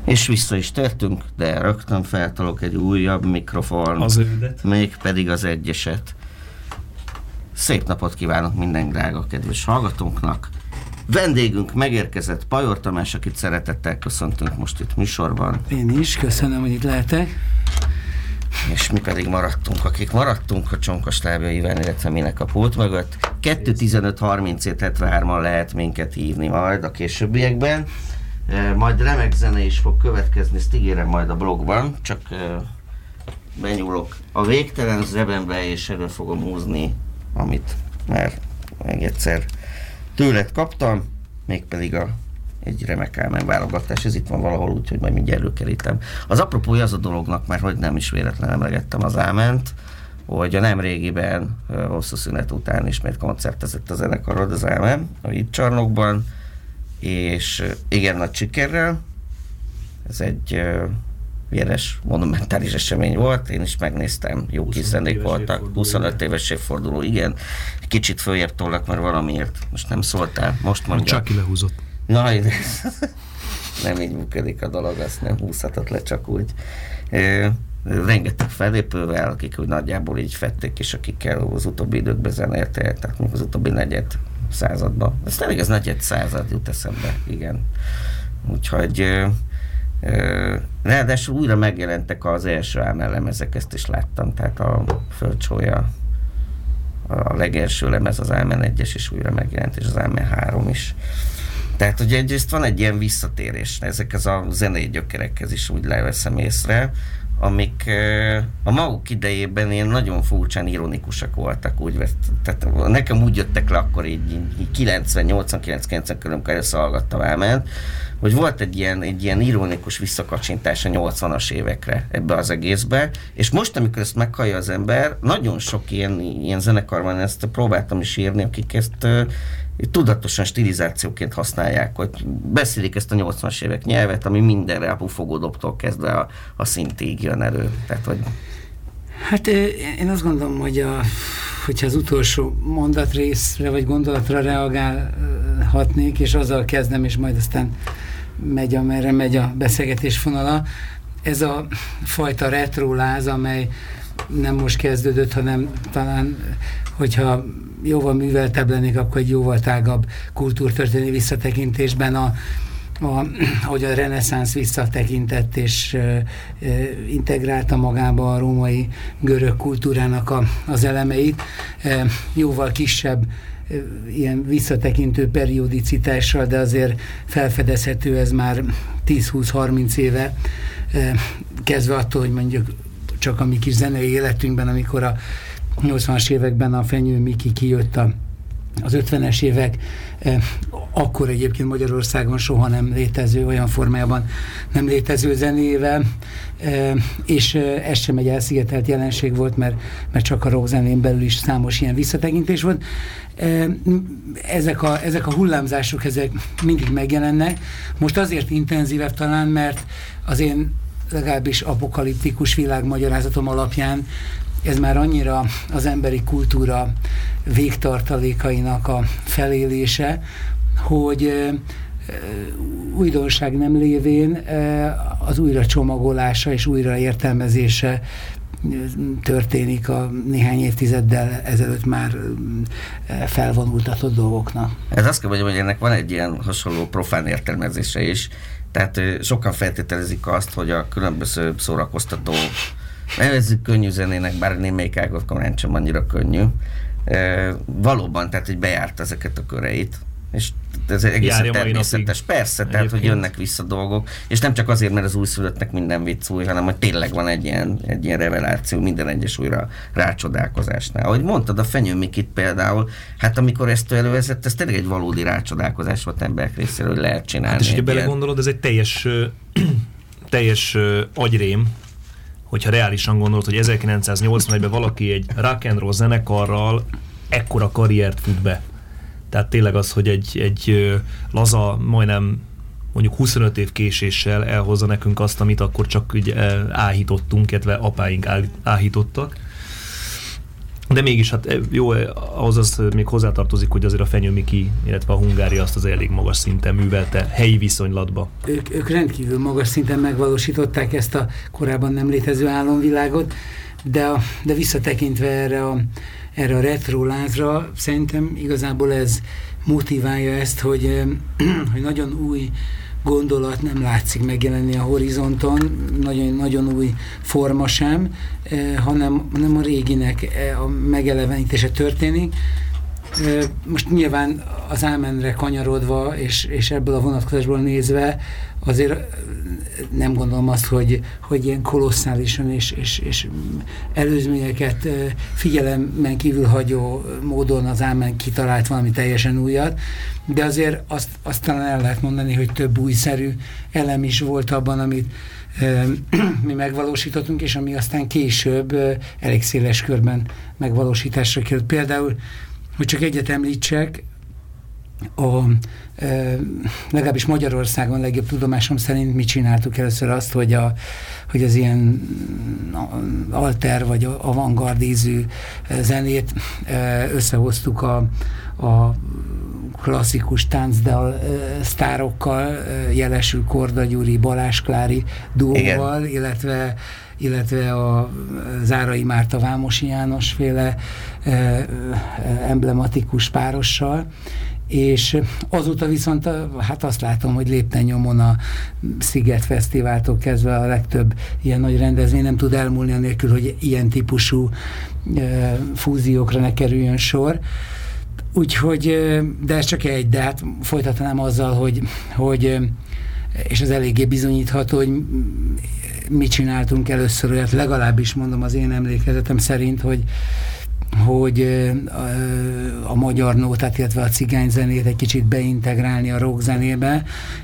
És vissza is tértünk, de rögtön feltolok egy újabb mikrofon. Az ődet. Mégpedig az egyeset. Szép napot kívánok minden drága kedves hallgatónknak. Vendégünk megérkezett, Pajor Tamás, akit szeretettel köszöntünk most itt műsorban. Én is, köszönöm, hogy itt lehetek. És mi pedig maradtunk, akik maradtunk a Csonkos Lábja Iván, illetve minek a pult mögött. 2-15-37-73-an lehet minket hívni majd a későbbiekben. Majd remek zene is fog következni, ezt ígérem majd a blogban, csak benyúlok a végtelen zsebembe, és elő fogom húzni, amit már meg egyszer tőled kaptam, mégpedig egy remek álmányválogatás, ez itt van valahol, úgyhogy majd mindjárt előkerítem. Az apropója az a dolognak, mert hogy nem is véletlenül emlegettem az Áment, hogy a nemrégiben, hosszú szünet után ismét koncertezett a zenekarod, az Ámen, a Itt Csarnokban, és igen nagy sikerrel. Ez egy véres, monumentális esemény volt, én is megnéztem, jó kis zenék voltak, 25 éves évforduló, igen, kicsit följebb tollak, mert valamiért most nem szóltál, most mondja. Csak ki lehúzott. Na, nem így működik a dolog, azt nem húzhatott le csak úgy. Rengeteg fellépővel, akik úgy nagyjából így fették, és akikkel az utóbbi időkben zenéltél, tehát még az utóbbi negyed században. Ez tényleg ez negyed század jut eszembe, igen. Úgyhogy ráadásul újra megjelentek az első álmellemezek, ezt is láttam, tehát a Földcsója, a legelső lemez, az Ámen 1-es is újra megjelent, és az Ámen 3 is. Tehát ugye egyrészt van egy ilyen visszatérés, ezekhez a zenei gyökerekhez is úgy leveszem észre, amik a maguk idejében ilyen nagyon furcsán ironikusak voltak, úgy, tehát nekem úgy jöttek le akkor így 90 körül, amikor először hallgattam Áment, hogy volt egy ilyen ironikus visszakacsintás a 80-as évekre ebbe az egészbe, és most, amikor ezt meghallja az ember, nagyon sok ilyen zenekar van, ezt próbáltam is írni, akik ezt tudatosan stilizációként használják, hogy beszélik ezt a 80-as évek nyelvet, ami mindenre a pufogódobtól kezdve a szintig jön elő. Tehát, hogy... Hát én azt gondolom, hogy hogyha az utolsó mondatrészre vagy gondolatra reagálhatnék, és azzal kezdem, és majd aztán megy, amerre megy a beszélgetés vonala. Ez a fajta retroláz, amely nem most kezdődött, hanem talán, hogyha jóval műveltebb lennék, akkor egy jóval tágabb kultúrtörténeti visszatekintésben ahogy a reneszánsz visszatekintett és integrálta magába a római görög kultúrának az elemeit, jóval kisebb ilyen visszatekintő periodicitással, de azért felfedezhető ez már 10-20-30 éve, kezdve attól, hogy mondjuk csak a mi kis zenei életünkben, amikor a 80-as években a Fenyő Miki kijött az 50-es évek, akkor egyébként Magyarországon soha nem létező, olyan formájában nem létező zenével, és ez sem egy elszigetelt jelenség volt, mert csak a rockzenén belül is számos ilyen visszatekintés volt. Ezek a hullámzások, ezek mindig megjelennek. Most azért intenzívebb talán, mert az én legalábbis apokaliptikus világmagyarázatom alapján ez már annyira az emberi kultúra végtartalékainak a felélése, hogy újdonság nem lévén az újra csomagolása és újra értelmezése történik a néhány évtizeddel ezelőtt már felvonultatott dolgoknak. Ez azt kell mondjam, hogy ennek van egy ilyen hasonló profán értelmezése is, tehát sokan feltételezik azt, hogy a különböző szórakoztató, nevezzük könnyű zenének, bár némelyik ágakon sem annyira könnyű, valóban, tehát hogy bejárt ezeket a köreit, és ez egészen természetes. Persze, tehát hogy jönnek vissza dolgok, és nem csak azért, mert az újszülöttnek minden vicc új, hanem hogy tényleg van egy ilyen reveláció minden egyes újra rácsodálkozásnál. Ahogy mondtad, a Fenyő Mikit például, hát amikor ezt elővezett, ez tényleg egy valódi rácsodálkozás volt emberek részéről, hogy lehet csinálni. Hát és hogyha belegondolod, ez egy teljes agyrém, hogyha reálisan gondolod, hogy 1981-ben valaki egy rock and roll zenekarral ekkora karriert fut be. Tehát tényleg az, hogy egy laza, majdnem mondjuk 25 év késéssel elhozza nekünk azt, amit akkor csak ugye áhítottunk, illetve apáink áhítottak. De mégis, hát jó, ahhoz az még hozzátartozik, hogy azért a Fenyő Miki, illetve a Hungária azt az elég magas szinten művelte, helyi viszonylatba. Ők rendkívül magas szinten megvalósították ezt a korábban nem létező álomvilágot, de visszatekintve erre a retro lázra, szerintem igazából ez motiválja ezt, hogy nagyon új gondolat nem látszik megjelenni a horizonton, nagyon, nagyon új forma sem, hanem a réginek a megelevenítése történik. Most nyilván az Ámenre kanyarodva, és ebből a vonatkozásból nézve, azért nem gondolom azt, hogy ilyen kolosszálisan és előzményeket figyelemben kívül hagyó módon az Ámen kitalált valami teljesen újat, de azért azt talán el lehet mondani, hogy több újszerű elem is volt abban, amit mi megvalósítottunk, és ami aztán később elég széles körben megvalósításra került. Például, hogy csak egyet említsek, legalábbis Magyarországon legjobb tudomásom szerint mi csináltuk először azt, hogy az ilyen alter vagy avantgard ízű zenét összehoztuk a klasszikus táncdal sztárokkal, Jelesül Korda Gyuri, Balázs Klári duóval, illetve a Zárai Márta Vámosi János féle emblematikus párossal, és azóta viszont hát azt látom, hogy lépten nyomon a Sziget Fesztiváltól kezdve a legtöbb ilyen nagy rendezvény nem tud elmúlni anélkül, hogy ilyen típusú fúziókra ne kerüljön sor. Úgyhogy, de ez csak egy, de hát folytatnám azzal, hogy és ez eléggé bizonyítható, hogy mit csináltunk először, olyat legalábbis mondom az én emlékezetem szerint, hogy a magyar nótát, illetve a cigányzenét egy kicsit beintegrálni a rockzenébe.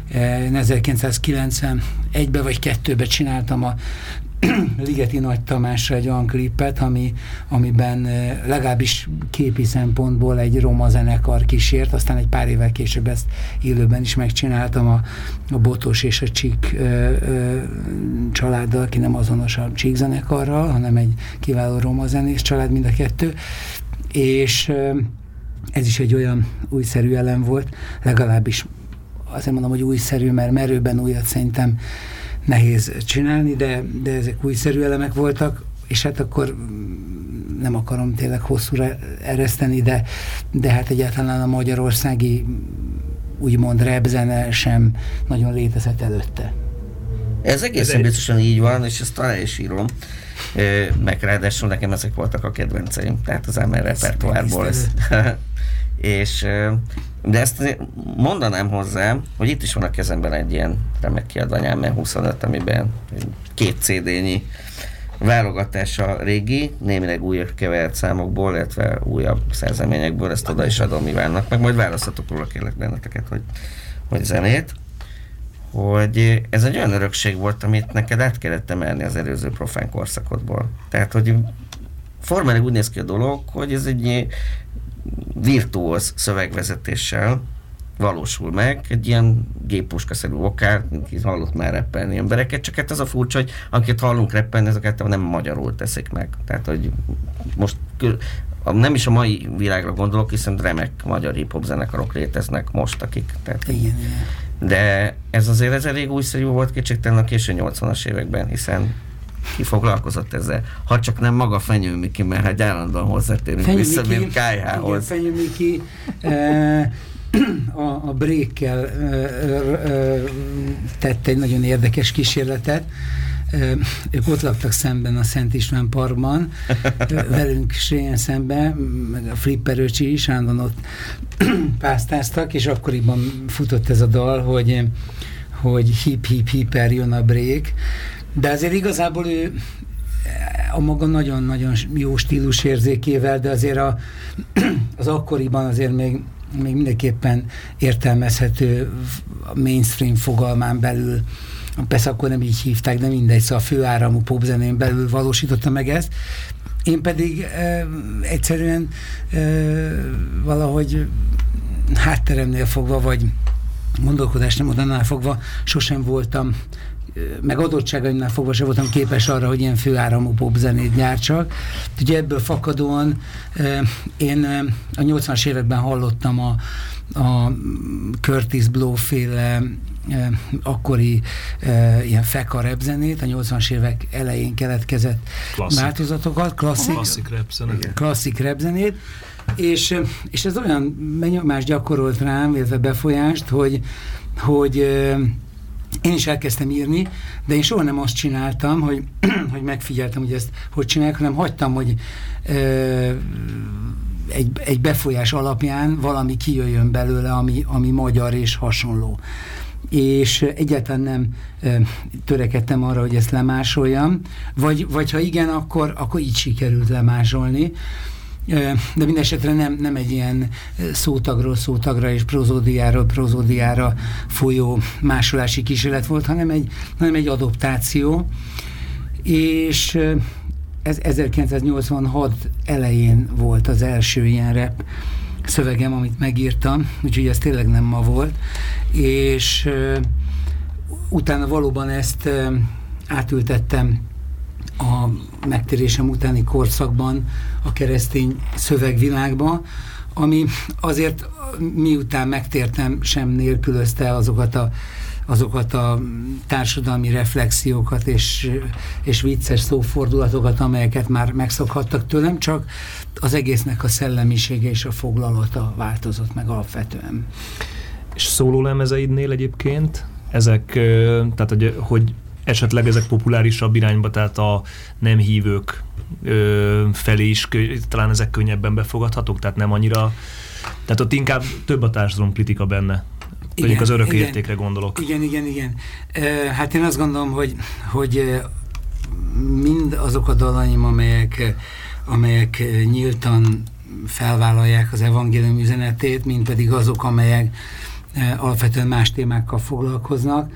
1991-ben vagy 2-ben csináltam a Ligeti Nagy Tamásra egy olyan klipet, amiben legalábbis képi szempontból egy roma zenekar kísért, aztán egy pár évvel később ezt élőben is megcsináltam a Botos és a Csík családdal, aki nem azonos a Csík zenekarral, hanem egy kiváló roma zenés család mind a kettő, és ez is egy olyan újszerű elem volt, legalábbis azért mondom, hogy újszerű, mert merőben újat szerintem nehéz csinálni, de ezek újszerű elemek voltak, és hát akkor nem akarom tényleg hosszúra ereszteni, de hát egyáltalán a magyarországi úgymond rapzene sem nagyon létezett előtte. Ez egészen biztosan így van, és ezt alá is írom. Meg ráadásul nekem ezek voltak a kedvenceim, tehát az Ámen repertoárból. De ezt mondanám hozzá, hogy itt is van a kezemben egy ilyen remek kiadvány, mert 25, amiben 2 CD-nyi válogatás a régi, némileg újabb kevert számokból, illetve újabb szerzeményekből, ezt oda is adom Ivánnak, meg majd választhatok róla, kérlek benneteket, hogy zenét, hogy ez egy olyan örökség volt, amit neked át kellett emelni az előző profán korszakodból. Tehát, hogy formálilag úgy néz ki a dolog, hogy ez egy virtuóz szövegvezetéssel valósul meg, egy ilyen géppuskaszerű vokál, mint hallott már rappelni embereket, csak hát az a furcsa, hogy akiket hallunk rappelni, ezeket nem magyarul teszik meg. Tehát, hogy most nem is a mai világra gondolok, hiszen remek magyar hip-hop zenekarok léteznek most, akik. Tehát, igen. De ez azért elég újszerű volt kétségtelen a késő 80-as években, hiszen ki foglalkozott ezzel. Ha csak nem maga Fenyő Miki, mert hát állandóan hozzátérünk vissza, mint KH-hoz. Fenyő Miki a Break-kel tett egy nagyon érdekes kísérletet. Ők ott laktak szemben a Szent István Parkban, velünk sélyen szemben, meg a Flipper öcsi is állandóan ott pásztáztak, és akkoriban futott ez a dal, hogy hip-hip-hiper jön a Break, de azért igazából ő a maga nagyon-nagyon jó stílusérzékével, de azért az akkoriban azért még mindenképpen értelmezhető a mainstream fogalmán belül, persze akkor nem így hívták, de mindegy, szóval a főáramú popzenén belül valósította meg ezt. Én pedig egyszerűen valahogy hátteremnél fogva, vagy gondolkodásnál fogva sosem voltam meg adottságaimnál fogva sem voltam képes arra, hogy ilyen főáramú popzenét gyártsak. Ugye ebből fakadóan én a 80-as években hallottam a Curtis Blow-féle akkori ilyen feka rap zenét, a 80-as évek elején keletkezett változatokat, klasszik rap zenét, és ez olyan benyomást gyakorolt rám, illetve befolyást, hogy én is elkezdtem írni, de én soha nem azt csináltam, hogy megfigyeltem, hogy ezt hogy csinálják, hanem hagytam, hogy egy befolyás alapján valami kijöjjön belőle, ami magyar és hasonló. És egyáltalán nem törekedtem arra, hogy ezt lemásoljam, vagy ha igen, akkor így sikerült lemásolni. De mindesetre nem egy ilyen szótagról szótagra és prozódiáról prozódiára folyó másolási kísérlet volt, hanem egy adoptáció. És ez 1986 elején volt az első ilyen rap szövegem, amit megírtam, úgyhogy ez tényleg nem ma volt. És utána valóban ezt átültettem a megtérésem utáni korszakban a keresztény szövegvilágba, ami azért miután megtértem sem nélkülözte azokat a társadalmi reflexiókat és vicces szófordulatokat, amelyeket már megszokhattak tőlem, csak az egésznek a szellemisége és a foglalata változott meg alapvetően. És szólólemezeidnél egyébként ezek, tehát hogy esetleg ezek populárisabb irányba, tehát a nem hívők felé is talán ezek könnyebben befogadhatók, tehát nem annyira, tehát ott inkább több a társadalomkritika benne. Mondjuk az örök értékre gondolok. Igen. Hát én azt gondolom, hogy mind azok a dalaim, amelyek nyíltan felvállalják az evangélium üzenetét, mind pedig azok, amelyek alapvetően más témákkal foglalkoznak,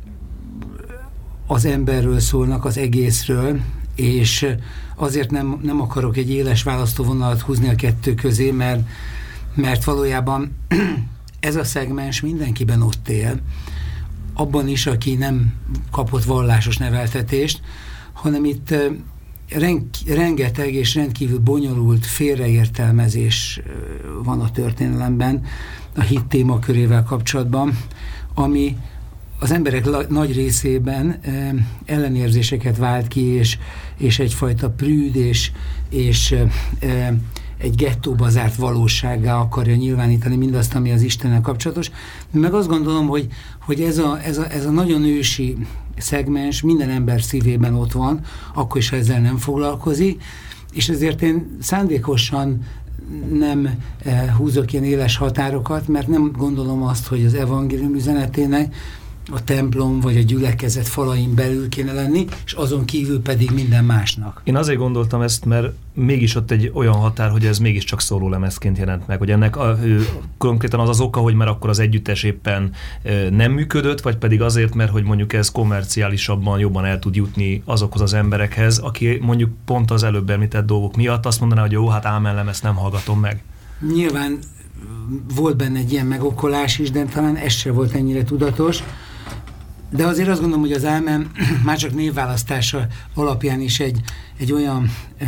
az emberről szólnak, az egészről, és azért nem akarok egy éles választóvonalat húzni a kettő közé, mert valójában ez a szegmens mindenkiben ott él, abban is, aki nem kapott vallásos neveltetést, hanem itt rengeteg és rendkívül bonyolult félreértelmezés van a történelemben a hit témakörével kapcsolatban, ami az emberek nagy részében ellenérzéseket vált ki, és egyfajta prűd és egy gettóba zárt valósággá akarja nyilvánítani mindazt, ami az Istennel kapcsolatos. Meg azt gondolom, hogy ez a nagyon ősi szegmens minden ember szívében ott van, akkor is, ha ezzel nem foglalkozik, és ezért én szándékosan nem húzok ilyen éles határokat, mert nem gondolom azt, hogy az evangélium üzenetének a templom vagy a gyülekezet falain belül kéne lenni, és azon kívül pedig minden másnak. Én azért gondoltam ezt, mert mégis ott egy olyan határ, hogy ez mégiscsak szólólemezként jelent meg, hogy ennek konkrétan az oka, hogy mert akkor az együttes éppen nem működött, vagy pedig azért, mert hogy mondjuk ez kommerciálisabban jobban el tud jutni azokhoz az emberekhez, aki mondjuk pont az előbb említett dolgok miatt azt mondaná, hogy jó, hát ámen ezt nem hallgatom meg. Nyilván volt benne egy ilyen megokolás is, de talán ez se volt ennyire tudatos. De azért azt gondolom, hogy az Ámen már csak névválasztása alapján is egy olyan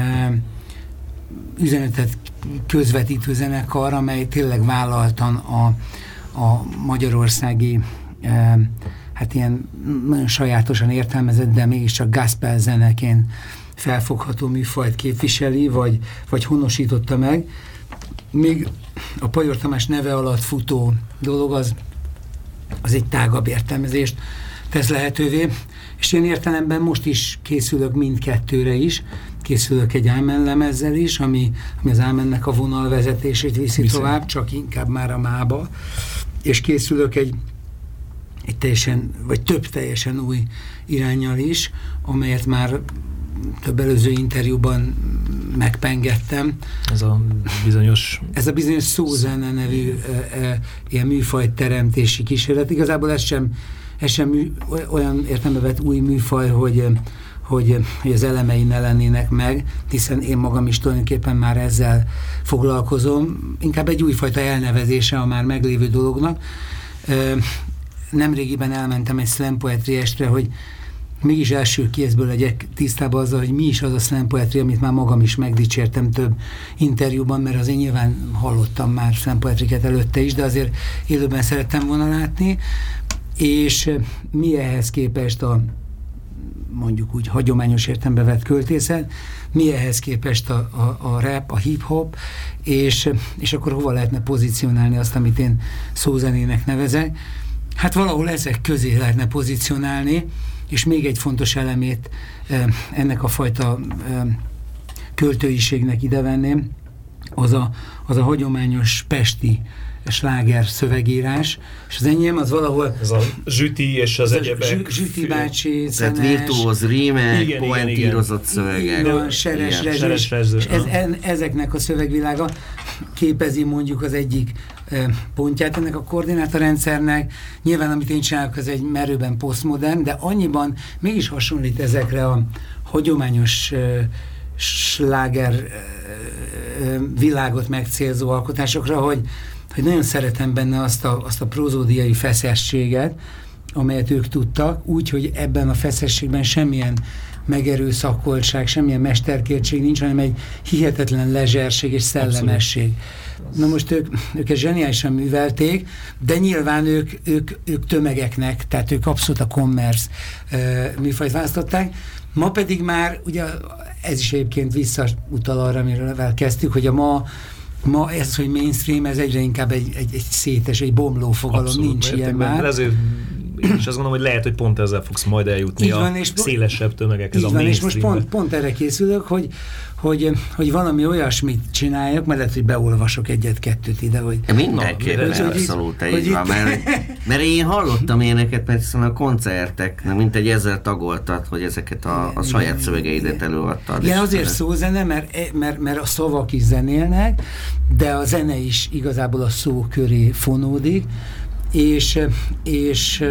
üzenetet közvetítő zenekar, amely tényleg vállaltan a magyarországi hát ilyen nagyon sajátosan értelmezett, de mégiscsak gospel zeneként felfogható műfajt képviseli, vagy honosította meg. Még a Pajor Tamás neve alatt futó dolog az egy tágabb értelmezést tesz lehetővé, és én értelemben most is készülök mindkettőre is. Készülök egy Ámen lemezzel is, ami az Ámennek a vonalvezetését viszi tovább, csak inkább már a mába, és készülök egy teljesen, vagy több teljesen új iránnyal is, amelyet már több előző interjúban megpengettem. Ez a bizonyos szózene nevű ilyen műfaj teremtési kísérlet. Igazából ez sem olyan értelemben vett új műfaj, hogy az elemei ne lennének meg, hiszen én magam is tulajdonképpen már ezzel foglalkozom. Inkább egy újfajta elnevezése a már meglévő dolognak. Nemrégiben elmentem egy slam poetry estre, hogy mégis első kézből legyek tisztában azzal, hogy mi is az a slam poetry, amit már magam is megdicsértem több interjúban, mert azért nyilván hallottam már slam poetryket előtte is, de azért élőben szerettem volna látni, és mi ehhez képest a mondjuk úgy hagyományos értelembe vett költészet, mi ehhez képest a rap, a hip-hop, és akkor hova lehetne pozícionálni azt, amit én szózenének nevezek. Hát valahol ezek közé lehetne pozícionálni, és még egy fontos elemét ennek a fajta költőiségnek idevenném, az a hagyományos pesti sláger szövegírás, és az enyém az valahol... Ez a Zsüti és az egyebek. Zsüti bácsi, tehát virtuóz rímek, poentírozott szövegek. Seres rezső. Ezeknek a szövegvilága képezi mondjuk az egyik pontját ennek a koordinátorrendszernek. Nyilván, amit én csinálok, az egy merőben posztmodern, de annyiban mégis hasonlít ezekre a hagyományos sláger világot megcélzó alkotásokra, hogy nagyon szeretem benne azt a prozódiai feszességet, amelyet ők tudtak, úgy, hogy ebben a feszességben semmilyen megerőszakoltság, semmilyen mesterkértség nincs, hanem egy hihetetlen lezserség és szellemesség. Na most ők ezt zseniálisan művelték, de nyilván ők tömegeknek, tehát ők abszolút a commerce műfajt választották. Ma pedig már, ugye ez is egyébként visszautal arra, amiről kezdtük, hogy ma ez, hogy mainstream, ez egyre inkább egy szétes, egy bomló fogalom, abszolút, nincs ilyen már. Ezért én is azt gondolom, hogy lehet, hogy pont ezzel fogsz majd eljutni van, a szélesebb tömegekhez, a mainstreambe. És most pont erre készülök, hogy valami olyasmit csináljak, mert lehet, hogy beolvasok egyet-kettőt ide, hogy... Mindenképpen abszolút így van, mert én hallottam éneket, mert hiszen a koncertek, mint egy 1000 tagoltat, hogy ezeket a saját szövegeidet előadtad. Igen, azért szózene, mert a szavak is zenélnek, de a zene is igazából a szó köré fonódik, és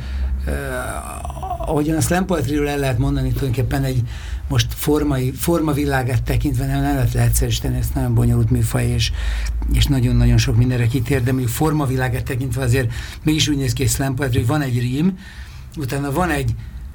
ahogyan a slam poetryről el lehet mondani, tulajdonképpen egy most formavilágát tekintve nem lehet leegyszerűsíteni, ez nagyon bonyolult műfaj, és nagyon-nagyon sok mindenre kitér, de mondjuk formavilágát tekintve azért mégis úgy néz ki, hogy slam poetry, hogy van egy rím, utána van egy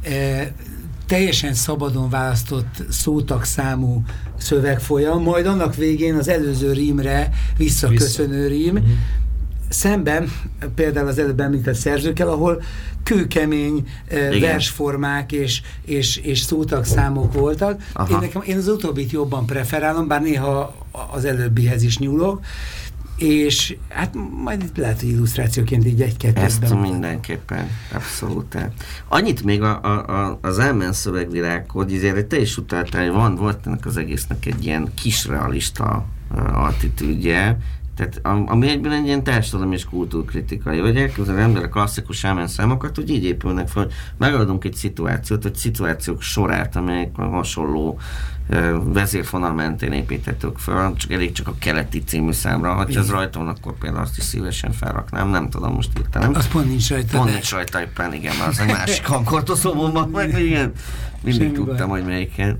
teljesen szabadon választott szótagszámú szövegfolyam, majd annak végén az előző rímre visszaköszönő rím, szemben például az előbb említett szerzőkkel, ahol kőkemény versformák és szótagszámok voltak. Én az utóbbit jobban preferálom, bár néha az előbbihez is nyúlok, és hát majd itt lehet, hogy illusztrációként így egy-kettőben. Ezt mindenképpen, abszolút. Annyit még az elmen szövegvilág, hogy azért te is utaltál, hogy volt ennek az egésznek egy ilyen kisrealista attitűdje, tehát ami egyben egy ilyen társadalmi és kultúrkritikai, hogy elképzel az ember a klasszikus elmen számokat, hogy így épülnek fel, hogy megadunk egy szituációt, vagy szituációk sorát, amelyek hasonló vezérfonal mentén építettük fel, csak a Keleti című számra, ha az rajta van, akkor például azt is szívesen felraknám, nem tudom most írtam. Az pont nincs rajta. Pont nincs rajta éppen, igen, mert az egy másik hangkortozóban, meg igen, mindig tudtam, hogy melyiken.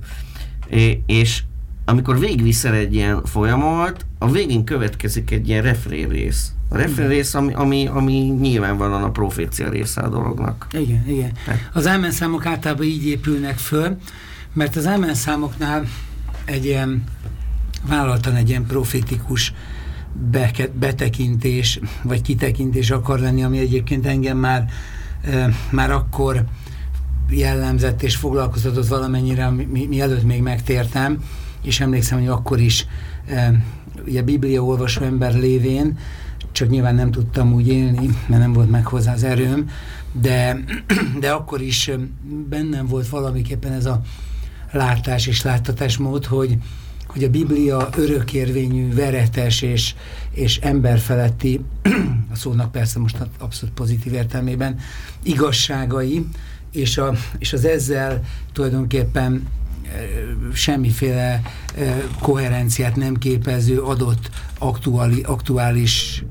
És amikor végigviszel egy ilyen folyamot, a végén következik egy ilyen refrén rész. A refrén rész, ami nyilvánvalóan a profécia része a dolognak. Igen. Az ámenszámok általában így épülnek föl, mert az ámenszámoknál vállaltan egy ilyen profétikus betekintés, vagy kitekintés akar lenni, ami egyébként engem már akkor jellemzett és foglalkoztatott valamennyire, mielőtt még megtértem, és emlékszem, hogy akkor is ugye Biblia olvasó ember lévén, csak nyilván nem tudtam úgy élni, mert nem volt meg hozzá az erőm, de akkor is bennem volt valamiképpen ez a látás és láttatásmód, hogy a Biblia örökérvényű, veretes és emberfeletti, a szónak persze most abszolút pozitív értelmében, igazságai, és az ezzel tulajdonképpen semmiféle koherenciát nem képező adott aktuális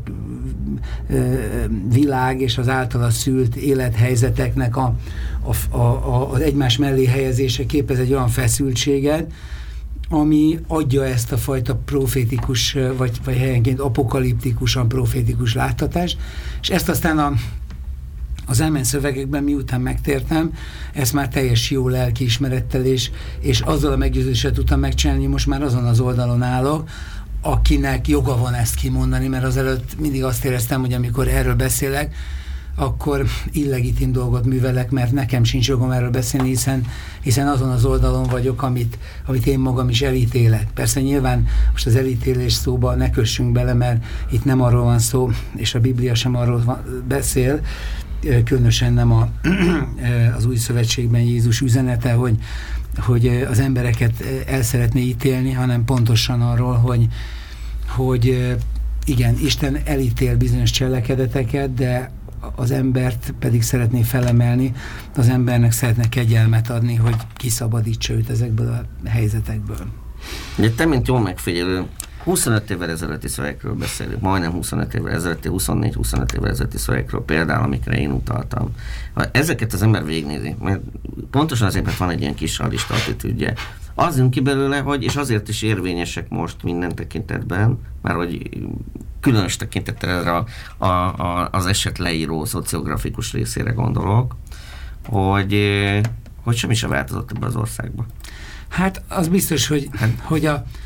világ és az általa szült élethelyzeteknek az egymás mellé helyezése képez egy olyan feszültséget, ami adja ezt a fajta profétikus, vagy helyenként apokaliptikusan profétikus láttatást, és ezt aztán Az elment szövegekben, miután megtértem, ezt már teljes jó lelkiismerettel és azzal a meggyőzéssel tudtam megcsinálni, most már azon az oldalon állok, akinek joga van ezt kimondani, mert azelőtt mindig azt éreztem, hogy amikor erről beszélek, akkor illegitim dolgot művelek, mert nekem sincs jogom erről beszélni, hiszen azon az oldalon vagyok, amit én magam is elítélek. Persze nyilván most az elítélés szóba ne kössünk bele, mert itt nem arról van szó, és a Biblia sem arról beszél, különösen nem az Új Szövetségben Jézus üzenete, hogy az embereket el szeretné ítélni, hanem pontosan arról, hogy igen, Isten elítél bizonyos cselekedeteket, de az embert pedig szeretné felemelni, az embernek szeretne kegyelmet adni, hogy kiszabadítsa őt ezekből a helyzetekből. Ugye te, mint jól megfigyelő, 25 évvel ezelőtti szövegekről beszélünk, majdnem 25 évvel ezelőtti, 24-25 évvel ezelőtti szövegekről például, amikre én utaltam. Ha ezeket az ember végignézi, mert pontosan azért, mert van egy ilyen kis realista attitűdje, az jön ki belőle, hogy, és azért is érvényesek most minden tekintetben, mert hogy különös tekintettel erre az eset leíró szociografikus részére gondolok, hogy semmi sem változott ebben az országban. Hát az biztos, hogy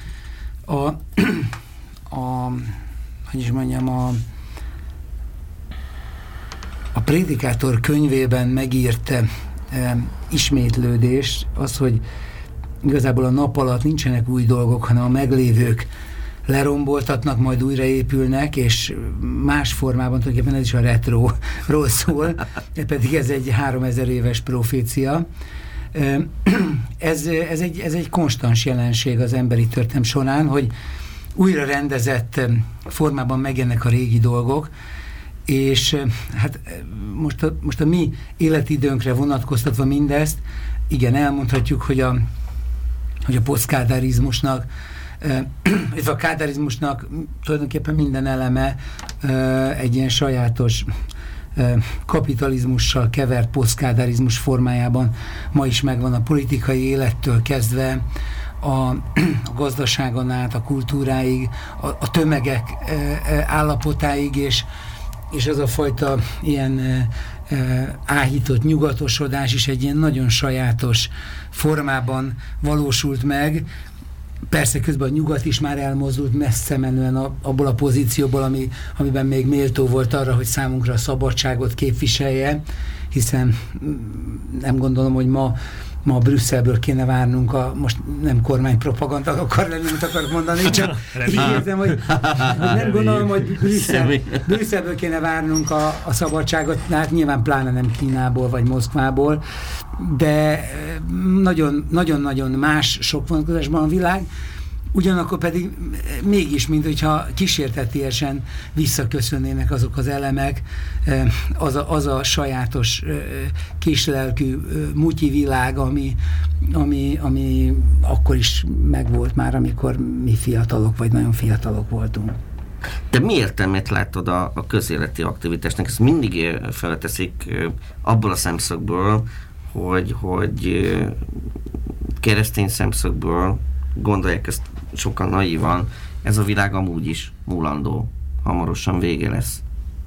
hogy is mondjam, a Prédikátor könyvében megírt ismétlődés, az, hogy igazából a nap alatt nincsenek új dolgok, hanem a meglévők leromboltatnak, majd újraépülnek, és más formában tulajdonképpen ez is a retroról szól, pedig ez egy 3000 éves profécia. Ez egy konstans jelenség az emberi történelem során, hogy újra rendezett formában megjelennek a régi dolgok, és hát most a mi életidőnkre vonatkoztatva mindezt, igen, elmondhatjuk, hogy a posztkádárizmusnak, ez a kádárizmusnak tulajdonképpen minden eleme egy ilyen sajátos kapitalizmussal kevert posztkádárizmus formájában ma is megvan a politikai élettől kezdve, a gazdaságon át, a kultúráig, a tömegek állapotáig, és az a fajta ilyen áhított nyugatosodás is egy ilyen nagyon sajátos formában valósult meg. Persze közben a nyugat is már elmozdult messze menően abból a pozícióból, amiben még méltó volt arra, hogy számunkra a szabadságot képviselje, hiszen nem gondolom, hogy ma Brüsszelből kéne várnunk, most nem kormánypropaganda akar lenni, amit akarok mondani, csak így értem, hogy nem gondolom, hogy Brüsszelből kéne várnunk a szabadságot, hát nyilván pláne nem Kínából vagy Moszkvából, de nagyon-nagyon más sok vonatkozásban a világ, ugyanakkor pedig mégis, mint hogyha kísértetiesen visszaköszönnének azok az elemek, az a sajátos kislelkű mutyi világ, ami akkor is megvolt már, amikor mi fiatalok, vagy nagyon fiatalok voltunk. De mi értelmét látod a közéleti aktivitásnak? Ezt mindig felteszik abból a szemszögből, hogy keresztény szemszögből gondolják ezt sokan naívan, ez a világ amúgy is mulandó, hamarosan vége lesz.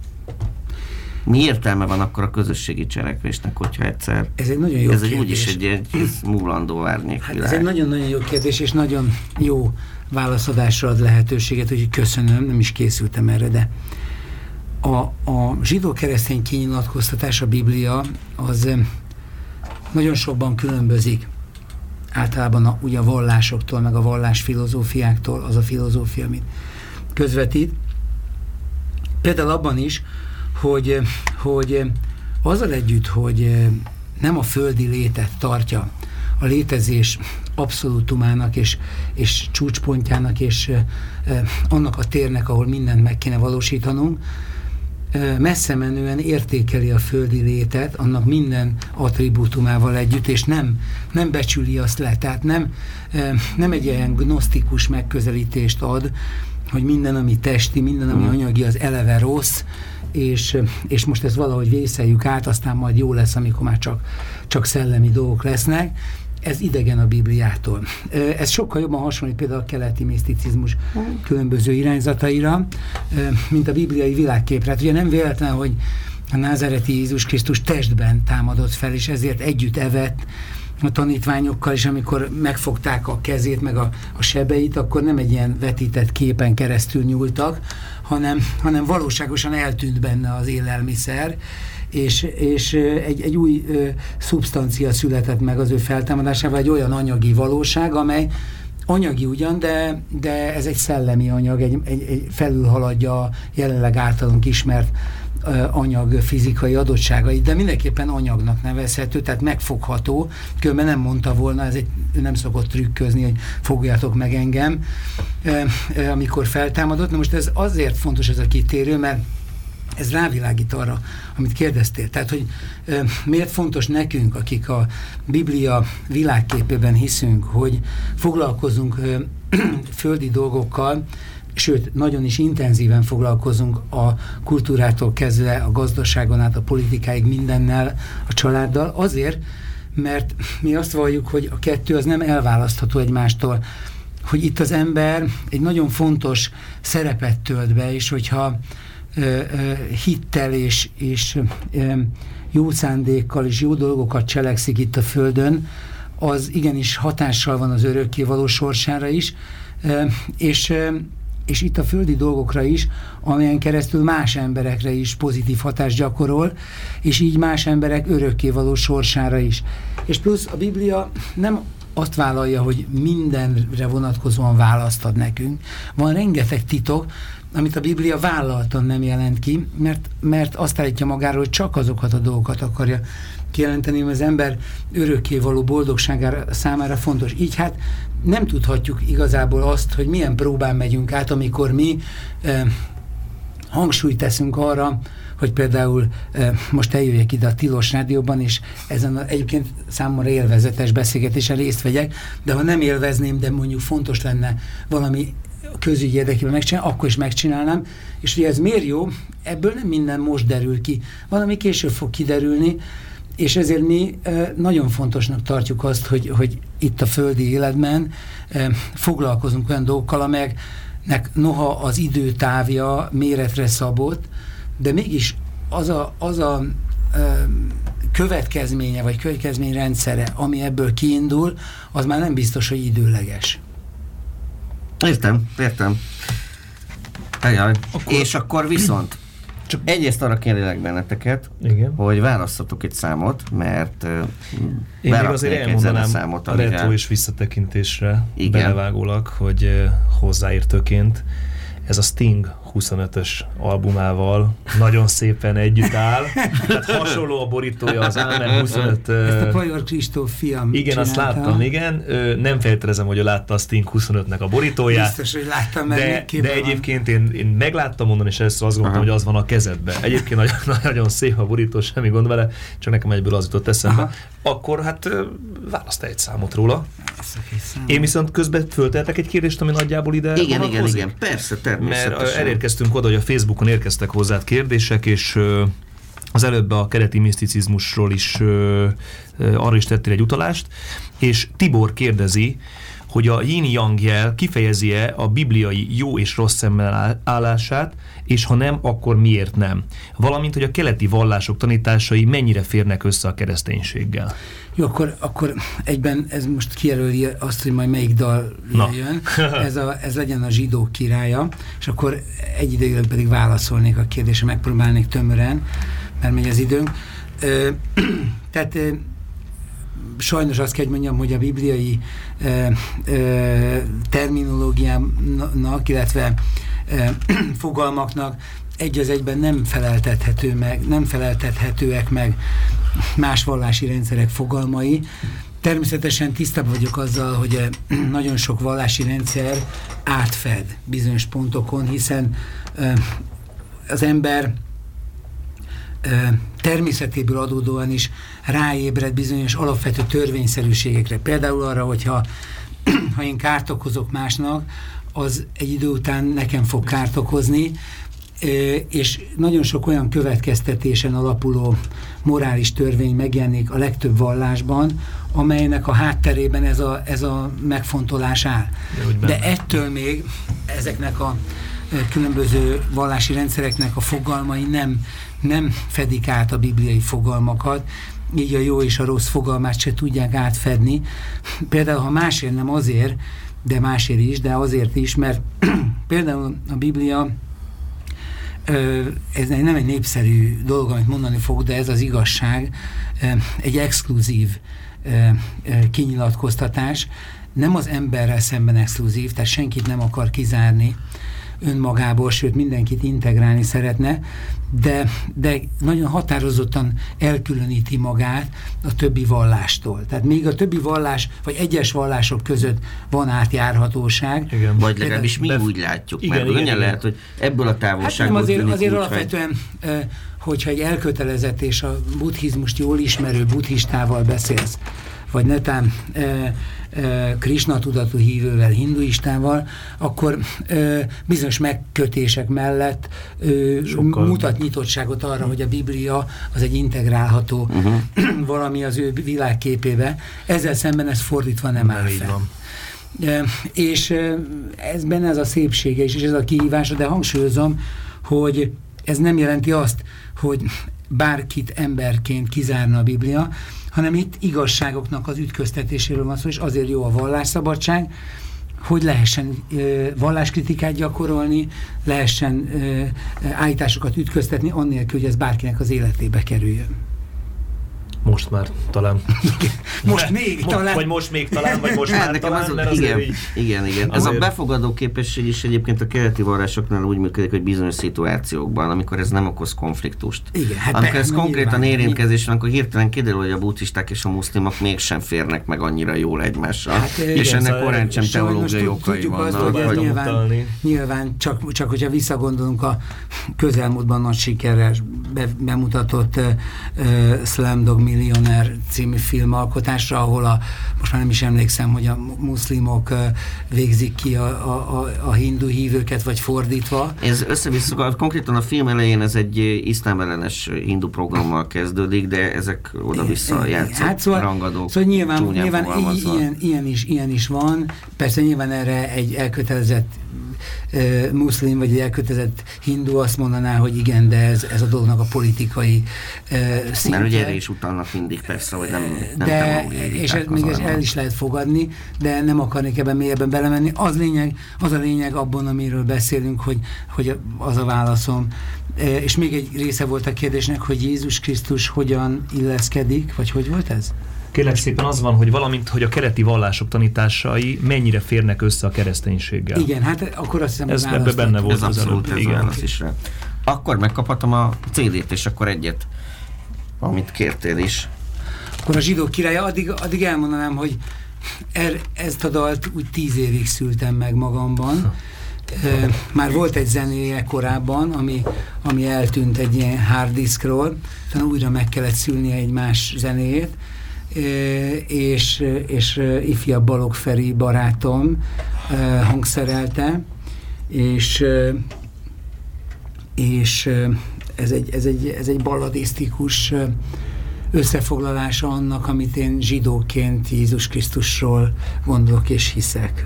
Mi értelme van akkor a közösségi cselekvésnek, hogyha egyszer... Ez egy nagyon jó kérdés. Ez úgyis egy mulandó árnyékvilág. Hát ez egy nagyon-nagyon jó kérdés, és nagyon jó válaszadásra ad lehetőséget, hogy köszönöm, nem is készültem erre, de a zsidó-keresztény kinyilatkoztatás, a Biblia, az nagyon sokban különbözik általában ugye a vallásoktól, meg a vallásfilozófiáktól, az a filozófia, amit közvetít. Például abban is, hogy azzal együtt, hogy nem a földi létet tartja a létezés abszolútumának és csúcspontjának, és annak a térnek, ahol mindent meg kéne valósítanunk, messze menően értékeli a földi létet, annak minden attribútumával együtt, és nem becsüli azt le. Tehát nem egy ilyen gnosztikus megközelítést ad, hogy minden, ami testi, minden, ami anyagi, az eleve rossz, és most ezt valahogy vészeljük át, aztán majd jó lesz, amikor már csak szellemi dolgok lesznek. Ez idegen a Bibliától. Ez sokkal jobban hasonlít például a keleti miszticizmus különböző irányzataira, mint a bibliai világképre. Hát ugye nem véletlen, a názáreti Jézus Krisztus testben támadott fel, és ezért együtt evett a tanítványokkal, és amikor megfogták a kezét, meg a sebeit, akkor nem egy ilyen vetített képen keresztül nyúltak, hanem valóságosan eltűnt benne az élelmiszer, és egy új szubstancia született meg az ő feltámadásával, egy olyan anyagi valóság, amely anyagi ugyan, de ez egy szellemi anyag, egy felülhaladja a jelenleg általunk ismert anyag fizikai adottságait, de mindenképpen anyagnak nevezhető, tehát megfogható, különben nem mondta volna, ő nem szokott trükközni, hogy fogjátok meg engem, amikor feltámadott. Na most ez azért fontos ez a kitérő, mert ez rávilágít arra, amit kérdeztél. Tehát, hogy miért fontos nekünk, akik a Biblia világképében hiszünk, hogy foglalkozunk földi dolgokkal, sőt, nagyon is intenzíven foglalkozunk a kultúrától kezdve, a gazdaságon át, a politikáig, mindennel, a családdal, azért, mert mi azt valljuk, hogy a kettő az nem elválasztható egymástól, hogy itt az ember egy nagyon fontos szerepet tölt be, és hogyha hittel és jó szándékkal és jó dolgokat cselekszik itt a Földön, az igenis hatással van az örökkévaló sorsára is, és itt a földi dolgokra is, amelyen keresztül más emberekre is pozitív hatást gyakorol, és így más emberek örökkévaló sorsára is. És plusz a Biblia nem azt vállalja, hogy mindenre vonatkozóan választ ad nekünk. Van rengeteg titok, amit a Biblia vállaltan nem jelent ki, mert azt állítja magáról, hogy csak azokat a dolgokat akarja kijelenteni, hogy az ember örökkévaló boldogságára számára fontos. Így hát nem tudhatjuk igazából azt, hogy milyen próbán megyünk át, amikor mi hangsúlyt teszünk arra, hogy például most eljöjjek ide a Tilos Rádióban, és ezen egyébként számomra élvezetes beszélgetésen részt vegyek, de ha nem élvezném, de mondjuk fontos lenne valami közügy érdekében megcsinálni, akkor is megcsinálnám, és ugye ez miért jó? Ebből nem minden most derül ki. Valami később fog kiderülni, és ezért mi nagyon fontosnak tartjuk azt, hogy itt a földi életben foglalkozunk olyan dolgokkal, amelyeknek noha az időtávja méretre szabott, de mégis az a következménye, vagy következményrendszere, ami ebből kiindul, az már nem biztos, hogy időleges. Értem. És akkor viszont csak egyrészt arra kérlek benneteket, igen, hogy választatok egy számot, mert én még azért elmondanám a retro és visszatekintésre belevágólag, hogy hozzáértőként ez a Sting 25-ös albumával nagyon szépen együtt áll. Tehát hasonló a borítója az Ámen 25... Ezt a Pajor Kristóf fiam igen, csinálta. Azt láttam, igen. Nem feltételezem, hogy ő látta a Sting 25-nek a borítóját. Biztos, hogy láttam, mert de egyébként én megláttam mondani, és először azt gondoltam, hogy az van a kezedben. Egyébként nagyon szép a borító, semmi gond vele, csak nekem egyből az jutott eszembe. Aha. Akkor hát választ egy számot róla. Én viszont közben fölteltek egy kérdést, ami nagyjából ide vonatkozik. Igen, persze, természetesen. Mert elérkeztünk oda, hogy a Facebookon érkeztek hozzád kérdések, és az előbb a kereti miszticizmusról is arra is tettél egy utalást, és Tibor kérdezi, hogy a yin-yang jel kifejezi-e a bibliai jó és rossz szemmel állását, és ha nem, akkor miért nem? Valamint, hogy a keleti vallások tanításai mennyire férnek össze a kereszténységgel. Jó, akkor egyben ez most kijelöli azt, hogy majd melyik dal jön. Ez legyen a Zsidók királya, és akkor egyidejűleg pedig válaszolnék a kérdésre, megpróbálnék tömören, mert megy az időnk. Tehát sajnos azt kell, hogy mondjam, hogy a bibliai terminológiának, illetve fogalmaknak egy az egyben nem feleltethetőek meg más vallási rendszerek fogalmai. Természetesen tisztában vagyok azzal, hogy nagyon sok vallási rendszer átfed bizonyos pontokon, hiszen az ember természetéből adódóan is ráébred bizonyos alapvető törvényszerűségekre. Például arra, hogyha én kárt okozok másnak, az egy idő után nekem fog kárt okozni, és nagyon sok olyan következtetésen alapuló morális törvény megjelenik a legtöbb vallásban, amelynek a hátterében ez a megfontolás áll. De ettől még ezeknek a különböző vallási rendszereknek a fogalmai nem fedik át a bibliai fogalmakat, így a jó és a rossz fogalmát se tudják átfedni. Például, ha másért nem azért, de másért is, de azért is, mert például a Biblia, ez nem egy népszerű dolog, amit mondani fog, de ez az igazság, egy exkluzív kinyilatkoztatás, nem az emberrel szemben exkluzív, tehát senkit nem akar kizárni önmagából, sőt mindenkit integrálni szeretne, de nagyon határozottan elkülöníti magát a többi vallástól. Tehát még a többi vallás, vagy egyes vallások között van átjárhatóság. Igen. Vagy legalábbis mi úgy látjuk, igen, mert igen, lehet, hogy ebből a távolságból tűnik azért úgy, alapvetően, hogyha egy elkötelezett és a buddhizmust jól ismerő buddhistával beszélsz, vagy netán Krisna tudatú hívővel, hinduistával, akkor bizonyos megkötések mellett mutat nyitottságot arra, hogy a Biblia az egy integrálható valami az ő világképébe. Ezzel szemben ez fordítva nem áll fel. És ez benne ez a szépsége is, és ez a kihívása, de hangsúlyozom, hogy ez nem jelenti azt, hogy bárkit emberként kizárna a Biblia, hanem itt igazságoknak az ütköztetéséről van szó, és azért jó a vallásszabadság, hogy lehessen valláskritikát gyakorolni, lehessen állításokat ütköztetni, annélkül, hogy ez bárkinek az életébe kerüljön. Most már talán. Most még talán. Vagy most még talán, vagy most már talán. Igen. Ez a befogadó képesség is egyébként a keleti vallásoknál úgy működik, hogy bizonyos szituációkban, amikor ez nem okoz konfliktust. Igen, hát amikor ez konkrétan érintkezés van, akkor hirtelen kiderül, hogy a buddhisták és a muszlimok mégsem férnek meg annyira jól egymással. Hát, és ennek korán sem teológiai okai vannak. Nyilván csak hogyha visszagondolunk a közelmúltban nagy sikerrel bemutatott Slumdog Millionaire című filmalkotásra, ahol most már nem is emlékszem, hogy a muszlimok végzik ki a hindu hívőket, vagy fordítva. Ez össze-vissza, konkrétan a film elején ez egy iszlám ellenes hindu programmal kezdődik, de ezek oda-vissza játszott rangadók. Szóval nyilván ilyen is van. Persze nyilván erre egy elkötelezett muszlim, vagy egy elkötelezett hindu azt mondaná, hogy igen, de ez a dolognak a politikai szintje. Mert ugye erre is utalnak mindig persze, hogy nem és még el is lehet fogadni, de nem akarnék ebben mélyebben belemenni. Az a lényeg abban, amiről beszélünk, hogy az a válaszom. És még egy része volt a kérdésnek, hogy Jézus Krisztus hogyan illeszkedik, vagy hogy volt ez? Kérlek szépen az van, hogy valamint, hogy a keleti vallások tanításai mennyire férnek össze a kereszténységgel. Igen, hát akkor azt hiszem, ez ebben benne volt az előbb. Igen. Akkor megkaphatom a CD-t, és akkor egyet, amit kértél is. Akkor a Zsidók királya, addig elmondanám, hogy ezt a dalt úgy 10 évig szültem meg magamban. Már volt egy zenéje korábban, ami eltűnt egy ilyen hard diskról, utána újra meg kellett szülnie egy más zenéjét, és ifjabb Balogh Feri barátom hangszerelte, és ez egy balladisztikus összefoglalása annak, amit én zsidóként Jézus Krisztusról gondolok és hiszek.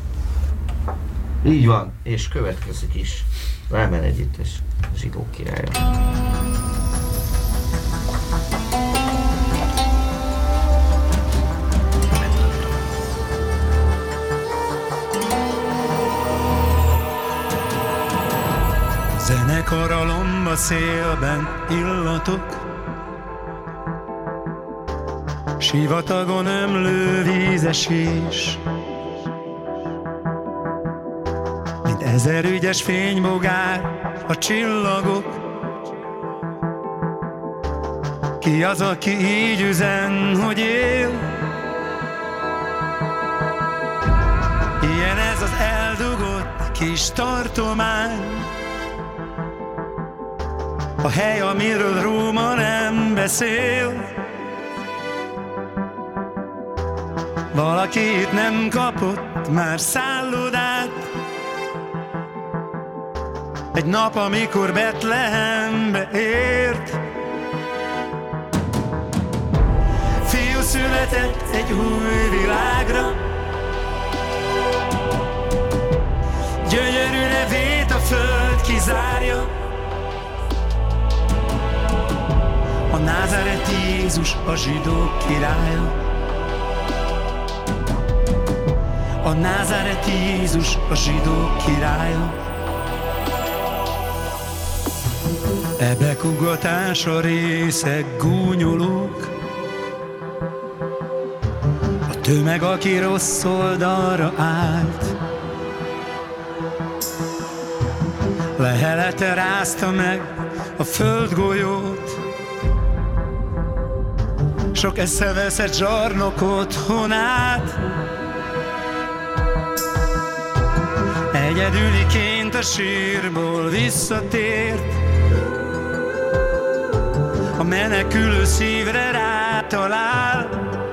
Így van, és következik is Rámen együttes Zsidók királya. Zenekar a lomba szélben illatok, sivatagon ömlő vízesés, mint 1000 ügyes fénybogár a csillagok. Ki az, aki így üzen, hogy él? Ilyen ez az eldugott kis tartomány, a hely, amiről Róma nem beszél. Valaki itt nem kapott már szállodát, egy nap, amikor Betlehembe ért. Fiú született egy új világra, gyönyörű nevét a föld kizárja. názáreti Jézus a zsidók királya. A názáreti Jézus a zsidók királya. Ebekugatás a részek gúnyolók, a tömeg, aki rossz oldalra állt. Lehelete rázta meg a földgolyót, sok eszeveszett zsarnokot honát. Egyedüliként a sírból visszatért, a menekülő szívre rátalál.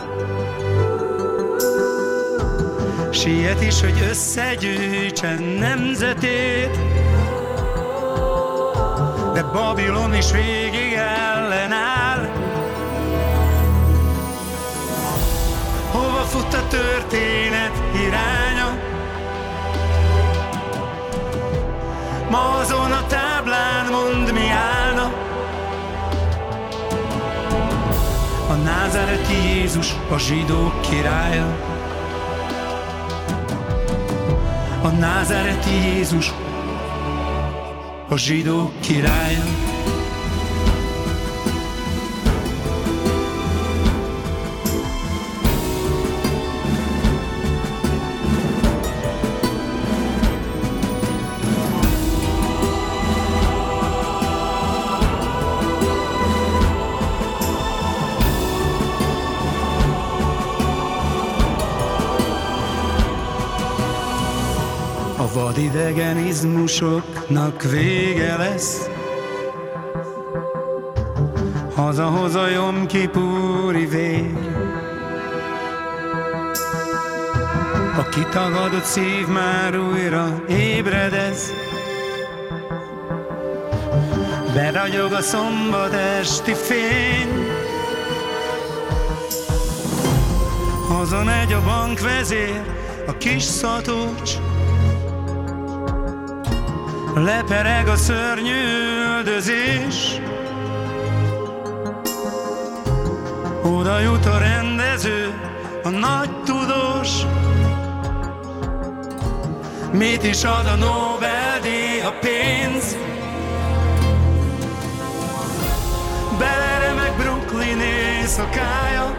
Siet is, hogy összegyűjtsen nemzetét, de Babilon is végig ellenáll. Hova fut a történet iránya? Ma azon a táblán mondd, mi állna. A názáreti Jézus a zsidók királya. A názáreti Jézus a zsidók királya. A vadidegenizmusoknak vége lesz, hazahoz a Jom Kipúri vég. A kitagadott szív már újra ébredez, beragyog a szombat esti fény. Hazamegy a bankvezér, a kis szatócs, lepereg a szörnyű üldözés. Oda jut a rendező, a nagy tudós. Mit is ad a Nobel-díj, a pénz? Beleremeg Brooklyn éjszakája.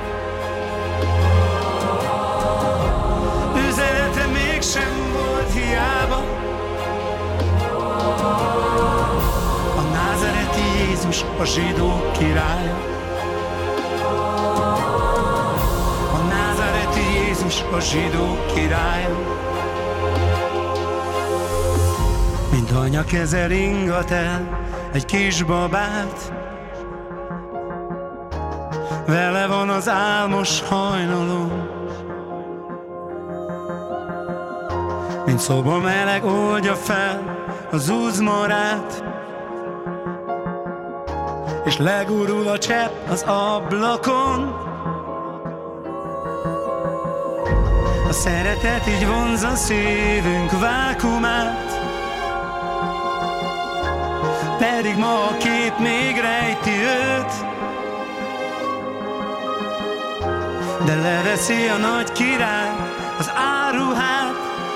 Üzenete mégsem volt hiába. A názáreti Jézus a zsidók királya. A názáreti Jézus a zsidók királya. Mint anya keze ringat el egy kis babát, vele van az álmos hajnalom. Mint szoba meleg oldja fel az uzmorát, és legurul a csepp az ablakon. A szeretet így vonzza szívünk vákumát, pedig ma a kép még rejti őt. De leveszi a nagy király az áruhát,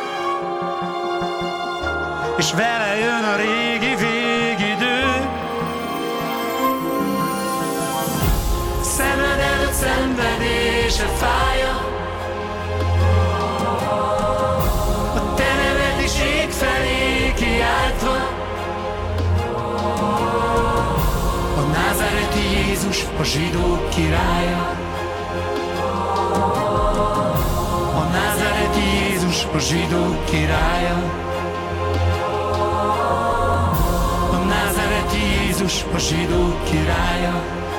és vele jön a régi végidő. Szemed előtt szenvedése fája, a te neved is ég felé kiáltva. A názáreti Jézus a zsidók királya. A názáreti Jézus a zsidók királya. A názáreti Jézus a zsidók királya.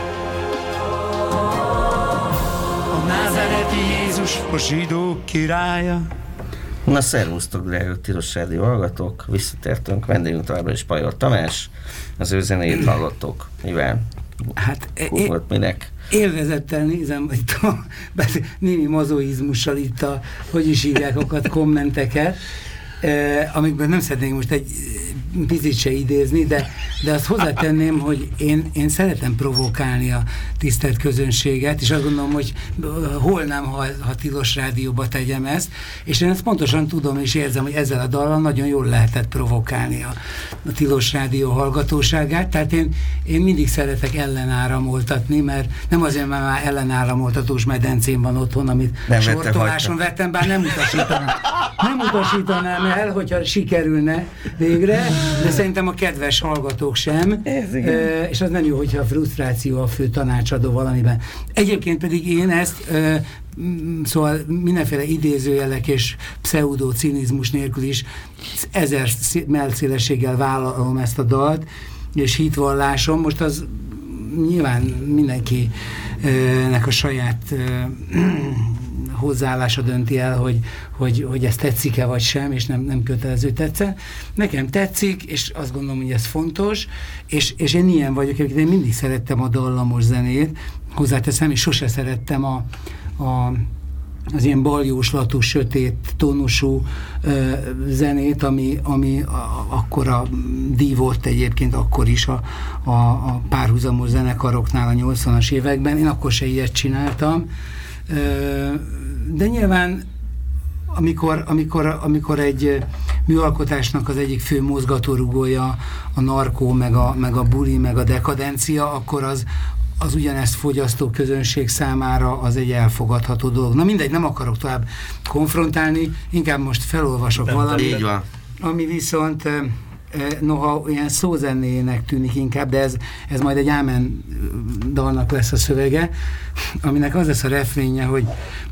A názáreti Jézus a zsidók királya. Na, szervusztok, drága Tilos Rádió hallgatók, visszatértünk, vendégünk továbbra is Pajor Tamás, az ő zenéjét hallottok. Mivel? Hát volt minek? Élvezettel nézem itt a némi mazoizmussal itt hogy is hívják okat, kommenteket, amikben nem szeretnék most egy picit se idézni, de azt hozzátenném, hogy én szeretem provokálni a tisztelt közönséget, és azt gondolom, hogy hol nem, ha Tilos Rádióba tegyem ezt, és én ezt pontosan tudom és érzem, hogy ezzel a dallal nagyon jól lehetett provokálni a Tilos Rádió hallgatóságát, tehát én mindig szeretek ellenáramoltatni, mert nem azért, mert már ellenáramoltatós medencén van otthon, amit sortoláson vettem, bár nem utasítanám el, hogyha sikerülne végre, de szerintem a kedves hallgatók sem, és az nem jó, hogyha a frusztráció a fő tanácsadó valamiben. Egyébként pedig én ezt szóval mindenféle idézőjelek és pseudo-cinizmus nélkül is 1000 mellszélességgel vállalom ezt a dalt, és hitvallásom. Most az nyilván mindenkinek a saját hozzáállása dönti el, hogy ez tetszik-e vagy sem, és nem kötelező tetszeni. Nekem tetszik, és azt gondolom, hogy ez fontos, és én ilyen vagyok, én mindig szerettem a dallamos zenét, hozzáteszem, és sose szerettem az ilyen baljóslatú, sötét tónusú zenét, ami akkora dívott egyébként akkor is a párhuzamos zenekaroknál a 80-as években. Én akkor se ilyet csináltam. De nyilván amikor egy műalkotásnak az egyik fő mozgatórugója a narkó, meg a buli, meg a dekadencia, akkor az ugyanezt fogyasztó közönség számára az egy elfogadható dolog. Na mindegy, nem akarok tovább konfrontálni, inkább most felolvasok valamit, ami viszont noha olyan szózenének tűnik inkább, de ez majd egy ámen dalnak lesz a szövege, aminek az lesz a refrénje, hogy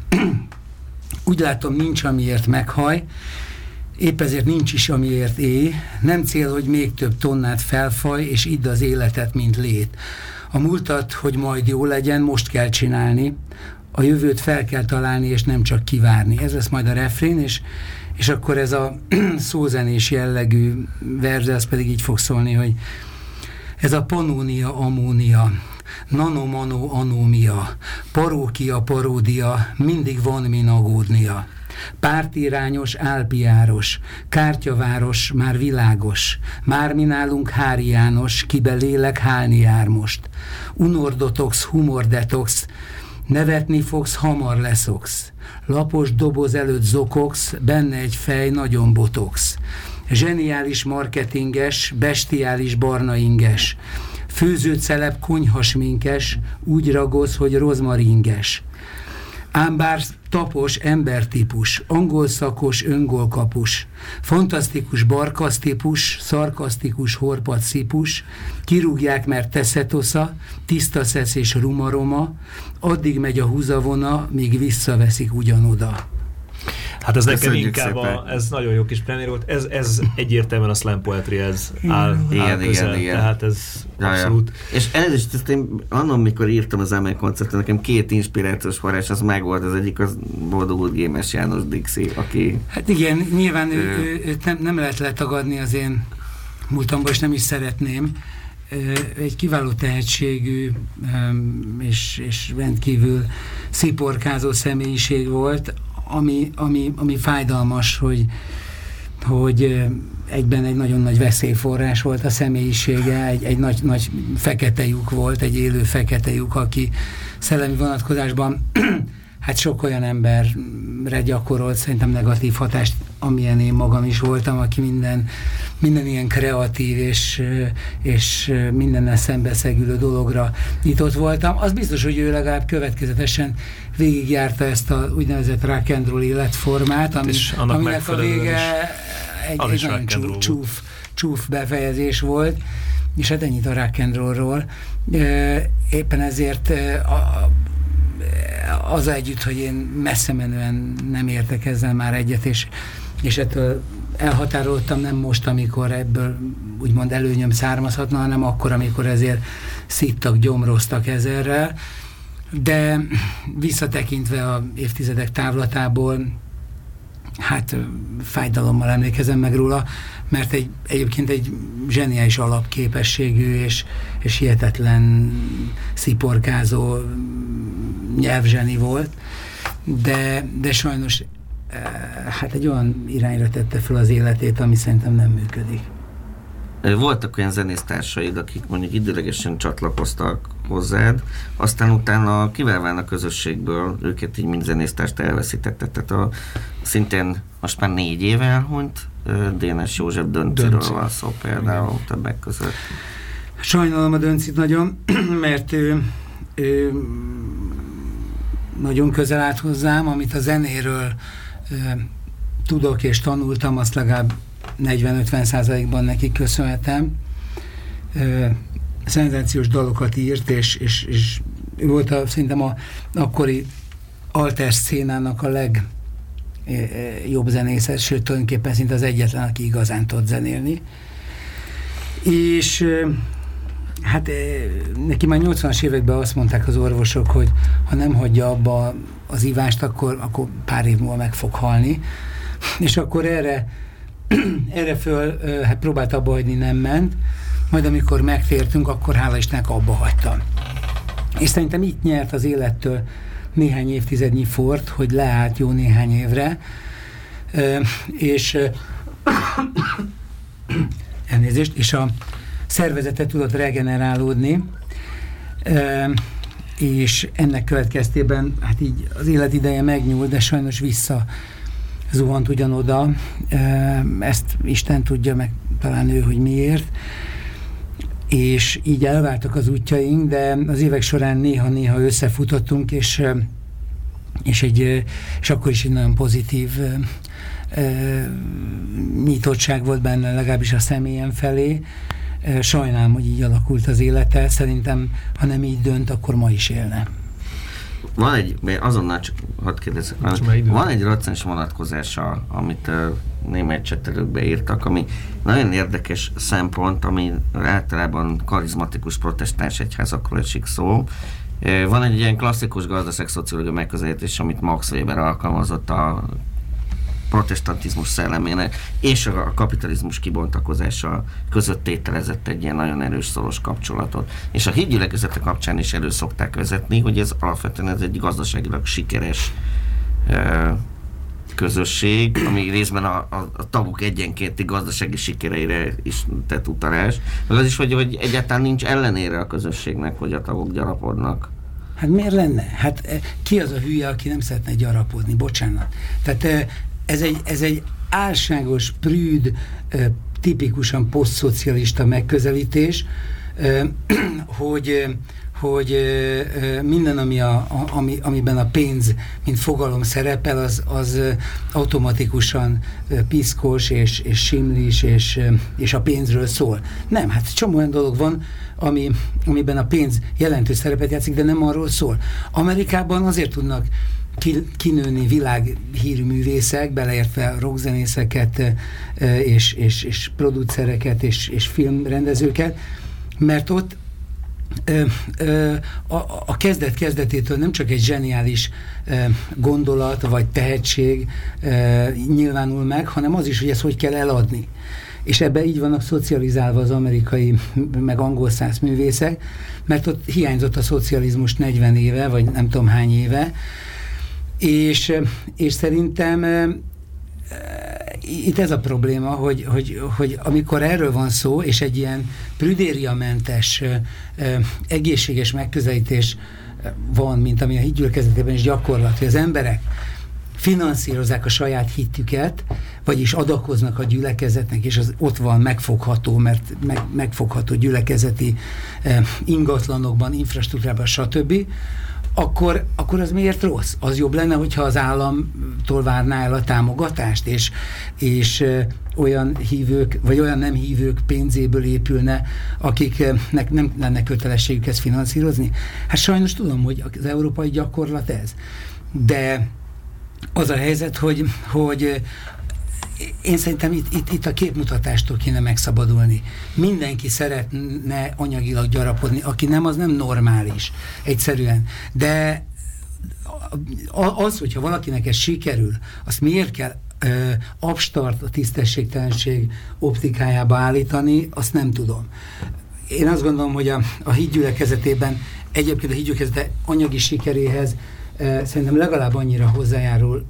úgy látom, nincs, amiért meghaj, épp ezért nincs is, amiért éj, nem cél, hogy még több tonnát felfaj, és idd az életet, mint lét. A múltat, hogy majd jó legyen, most kell csinálni, a jövőt fel kell találni, és nem csak kivárni. Ez lesz majd a refrén, és akkor ez a szózenés jellegű verze, az pedig így fog szólni, hogy ez a panónia, amónia, nanomano, anómia, parókia, paródia, mindig van min aggódnia. Pártirányos, álpiáros, kártyaváros, már világos, már mi nálunk Hári János, kibe lélek hálni jár most. Unordotox, humordetox, nevetni fogsz, hamar leszoksz. Lapos doboz előtt zokogsz, benne egy fej, nagyon botox. Zseniális marketinges, bestiális barna inges. Főzőceleb konyhasminkes, úgy ragoz, hogy rozmaringes. Ám bár tapos embertípus, angol szakos öngolkapus, fantasztikus barkasztípus, szarkasztikus horpadszipus, kirúgják, mert teszetosza, tiszta szesz és rumaroma, addig megy a húzavona, míg visszaveszik ugyanoda. Hát ez nekem inkább ez nagyon jó kis premier volt, ez egyértelműen a slam poetryhez áll közel, tehát ez abszolút. És elnézést, ezt én annak, mikor írtam az Ámen koncerten, nekem 2 inspirációs forrás, az megvolt, az egyik az Boldogult Gémes János Dixi, aki... Hát igen, nyilván őt nem lehet letagadni az én múltamból, és nem is szeretném. Egy kiváló tehetségű és rendkívül sziporkázó személyiség volt, ami fájdalmas, hogy egyben egy nagyon nagy veszélyforrás volt a személyisége, egy nagy fekete lyuk volt, egy élő fekete lyuk, aki szellemi vonatkozásban hát sok olyan emberre gyakorolt szerintem negatív hatást, amilyen én magam is voltam, aki minden ilyen kreatív és mindennel szembeszegülő dologra nyitott voltam. Az biztos, hogy ő legalább következetesen végigjárta ezt a úgynevezett rock and roll életformát, aminek a vége egy nagyon csúf befejezés volt, és hát ennyit a rock and rollról. Éppen ezért az együtt, hogy én messze menően nem értek ezzel már egyet, és ettől elhatároltam, nem most, amikor ebből úgymond előnyöm származhatna, hanem akkor, amikor ezért szittak, gyomroztak ezerrel. De visszatekintve a évtizedek távlatából, hát fájdalommal emlékezem meg róla, mert egyébként egy zseniális alapképességű és hihetetlen sziporkázó nyelvzseni volt, de sajnos hát egy olyan irányra tette fel az életét, ami szerintem nem működik. voltak olyan zenésztársaid, akik mondjuk időlegesen csatlakoztak hozzád, aztán utána kivel a közösségből, őket így mind zenésztárst elveszítetted. Tehát szintén most már 4 éve elhunyt Dénes József Dönciről van szó például többek között. Sajnálom a Döncit nagyon, mert ő nagyon közel állt hozzám, amit a zenéről tudok és tanultam, azt legalább 40-50%-ban neki köszönhetem. Szenzációs dalokat írt, és ő volt szerintem a akkori alter szcénának a legjobb zenésze, sőt tulajdonképpen szinte az egyetlen, aki igazán tud zenélni. És hát neki már 80-as években azt mondták az orvosok, hogy ha nem hagyja abba az ívást, akkor pár év múlva meg fog halni. És akkor erre föl hát próbált abba hagyni, nem ment. Majd amikor megtértünk, akkor hála Istennek abba hagytam. És szerintem itt nyert az élettől néhány évtizednyi fort, hogy leállt jó néhány évre. És elnézést, és a szervezete tudott regenerálódni, és ennek következtében hát így az életideje megnyúlt, de sajnos vissza zuhant ugyanoda. Ezt Isten tudja, meg talán ő, hogy miért. És így elváltak az útjaink, de az évek során néha-néha összefutottunk, és akkor is egy nagyon pozitív nyitottság volt benne, legalábbis a személyem felé. Sajnálom, hogy így alakult az élete. Szerintem, ha nem így dönt, akkor ma is élne. Van azonnal csak hadd kérdezzek, van egy recens vonatkozása, amit német csetelőkbe írtak, ami nagyon érdekes szempont, ami általában karizmatikus protestáns egyházakról esik szó. Van egy ilyen klasszikus gazdaságszociológiai megközelítés, amit Max Weber alkalmazott a protestantizmus szellemének és a kapitalizmus kibontakozása között tételezett egy ilyen nagyon erős szoros kapcsolatot. És a hídgyülekezete kapcsán is elő szokták vezetni, hogy ez alapvetően ez egy gazdaságilag sikeres közösség, ami részben a tagok egyenkénti gazdasági sikereire is tett utalás. Meg az is, hogy egyáltalán nincs ellenére a közösségnek, hogy a tagok gyarapodnak. Hát miért lenne? Hát ki az a hülye, aki nem szeretne gyarapodni? Bocsánat. Tehát ez egy álságos, prűd, tipikusan posztszocialista megközelítés, hogy minden, amiben a pénz, mint fogalom szerepel, az automatikusan piszkos és simlis, és a pénzről szól. Nem, hát csomó olyan dolog van, amiben a pénz jelentős szerepet játszik, de nem arról szól. Amerikában azért tudnak kinőni világhírű művészek, beleértve rockzenészeket, és producereket, és filmrendezőket, mert ott a kezdet-kezdetétől nem csak egy zseniális gondolat vagy tehetség nyilvánul meg, hanem az is, hogy ezt hogy kell eladni. És ebbe így vannak szocializálva az amerikai, meg angol száz művészek, mert ott hiányzott a szocializmus 40 éve, vagy nem tudom hány éve, és szerintem itt ez a probléma, hogy amikor erről van szó, és egy ilyen prüdériamentes, egészséges megközelítés van, mint ami a hídgyülekezetében is gyakorlat, hogy az emberek finanszírozzák a saját hitüket, vagyis adakoznak a gyülekezetnek, és az ott van megfogható, mert megfogható gyülekezeti ingatlanokban, infrastruktúrában, stb., akkor az miért rossz? Az jobb lenne, hogyha az államtól várná el a támogatást, és olyan hívők, vagy olyan nem hívők pénzéből épülne, akiknek nem lenne kötelességük ezt finanszírozni. Hát sajnos tudom, hogy az európai gyakorlat ez. De az a helyzet, hogy én szerintem itt a képmutatástól kéne megszabadulni. Mindenki szeretne anyagilag gyarapodni, aki nem, az nem normális, egyszerűen. De az, hogyha valakinek ez sikerül, azt miért kell abstart a tisztességtelenség optikájába állítani, azt nem tudom. Én azt gondolom, hogy a hídgyülekezetében, egyébként a hídgyülekezete anyagi sikeréhez szerintem legalább annyira hozzájárul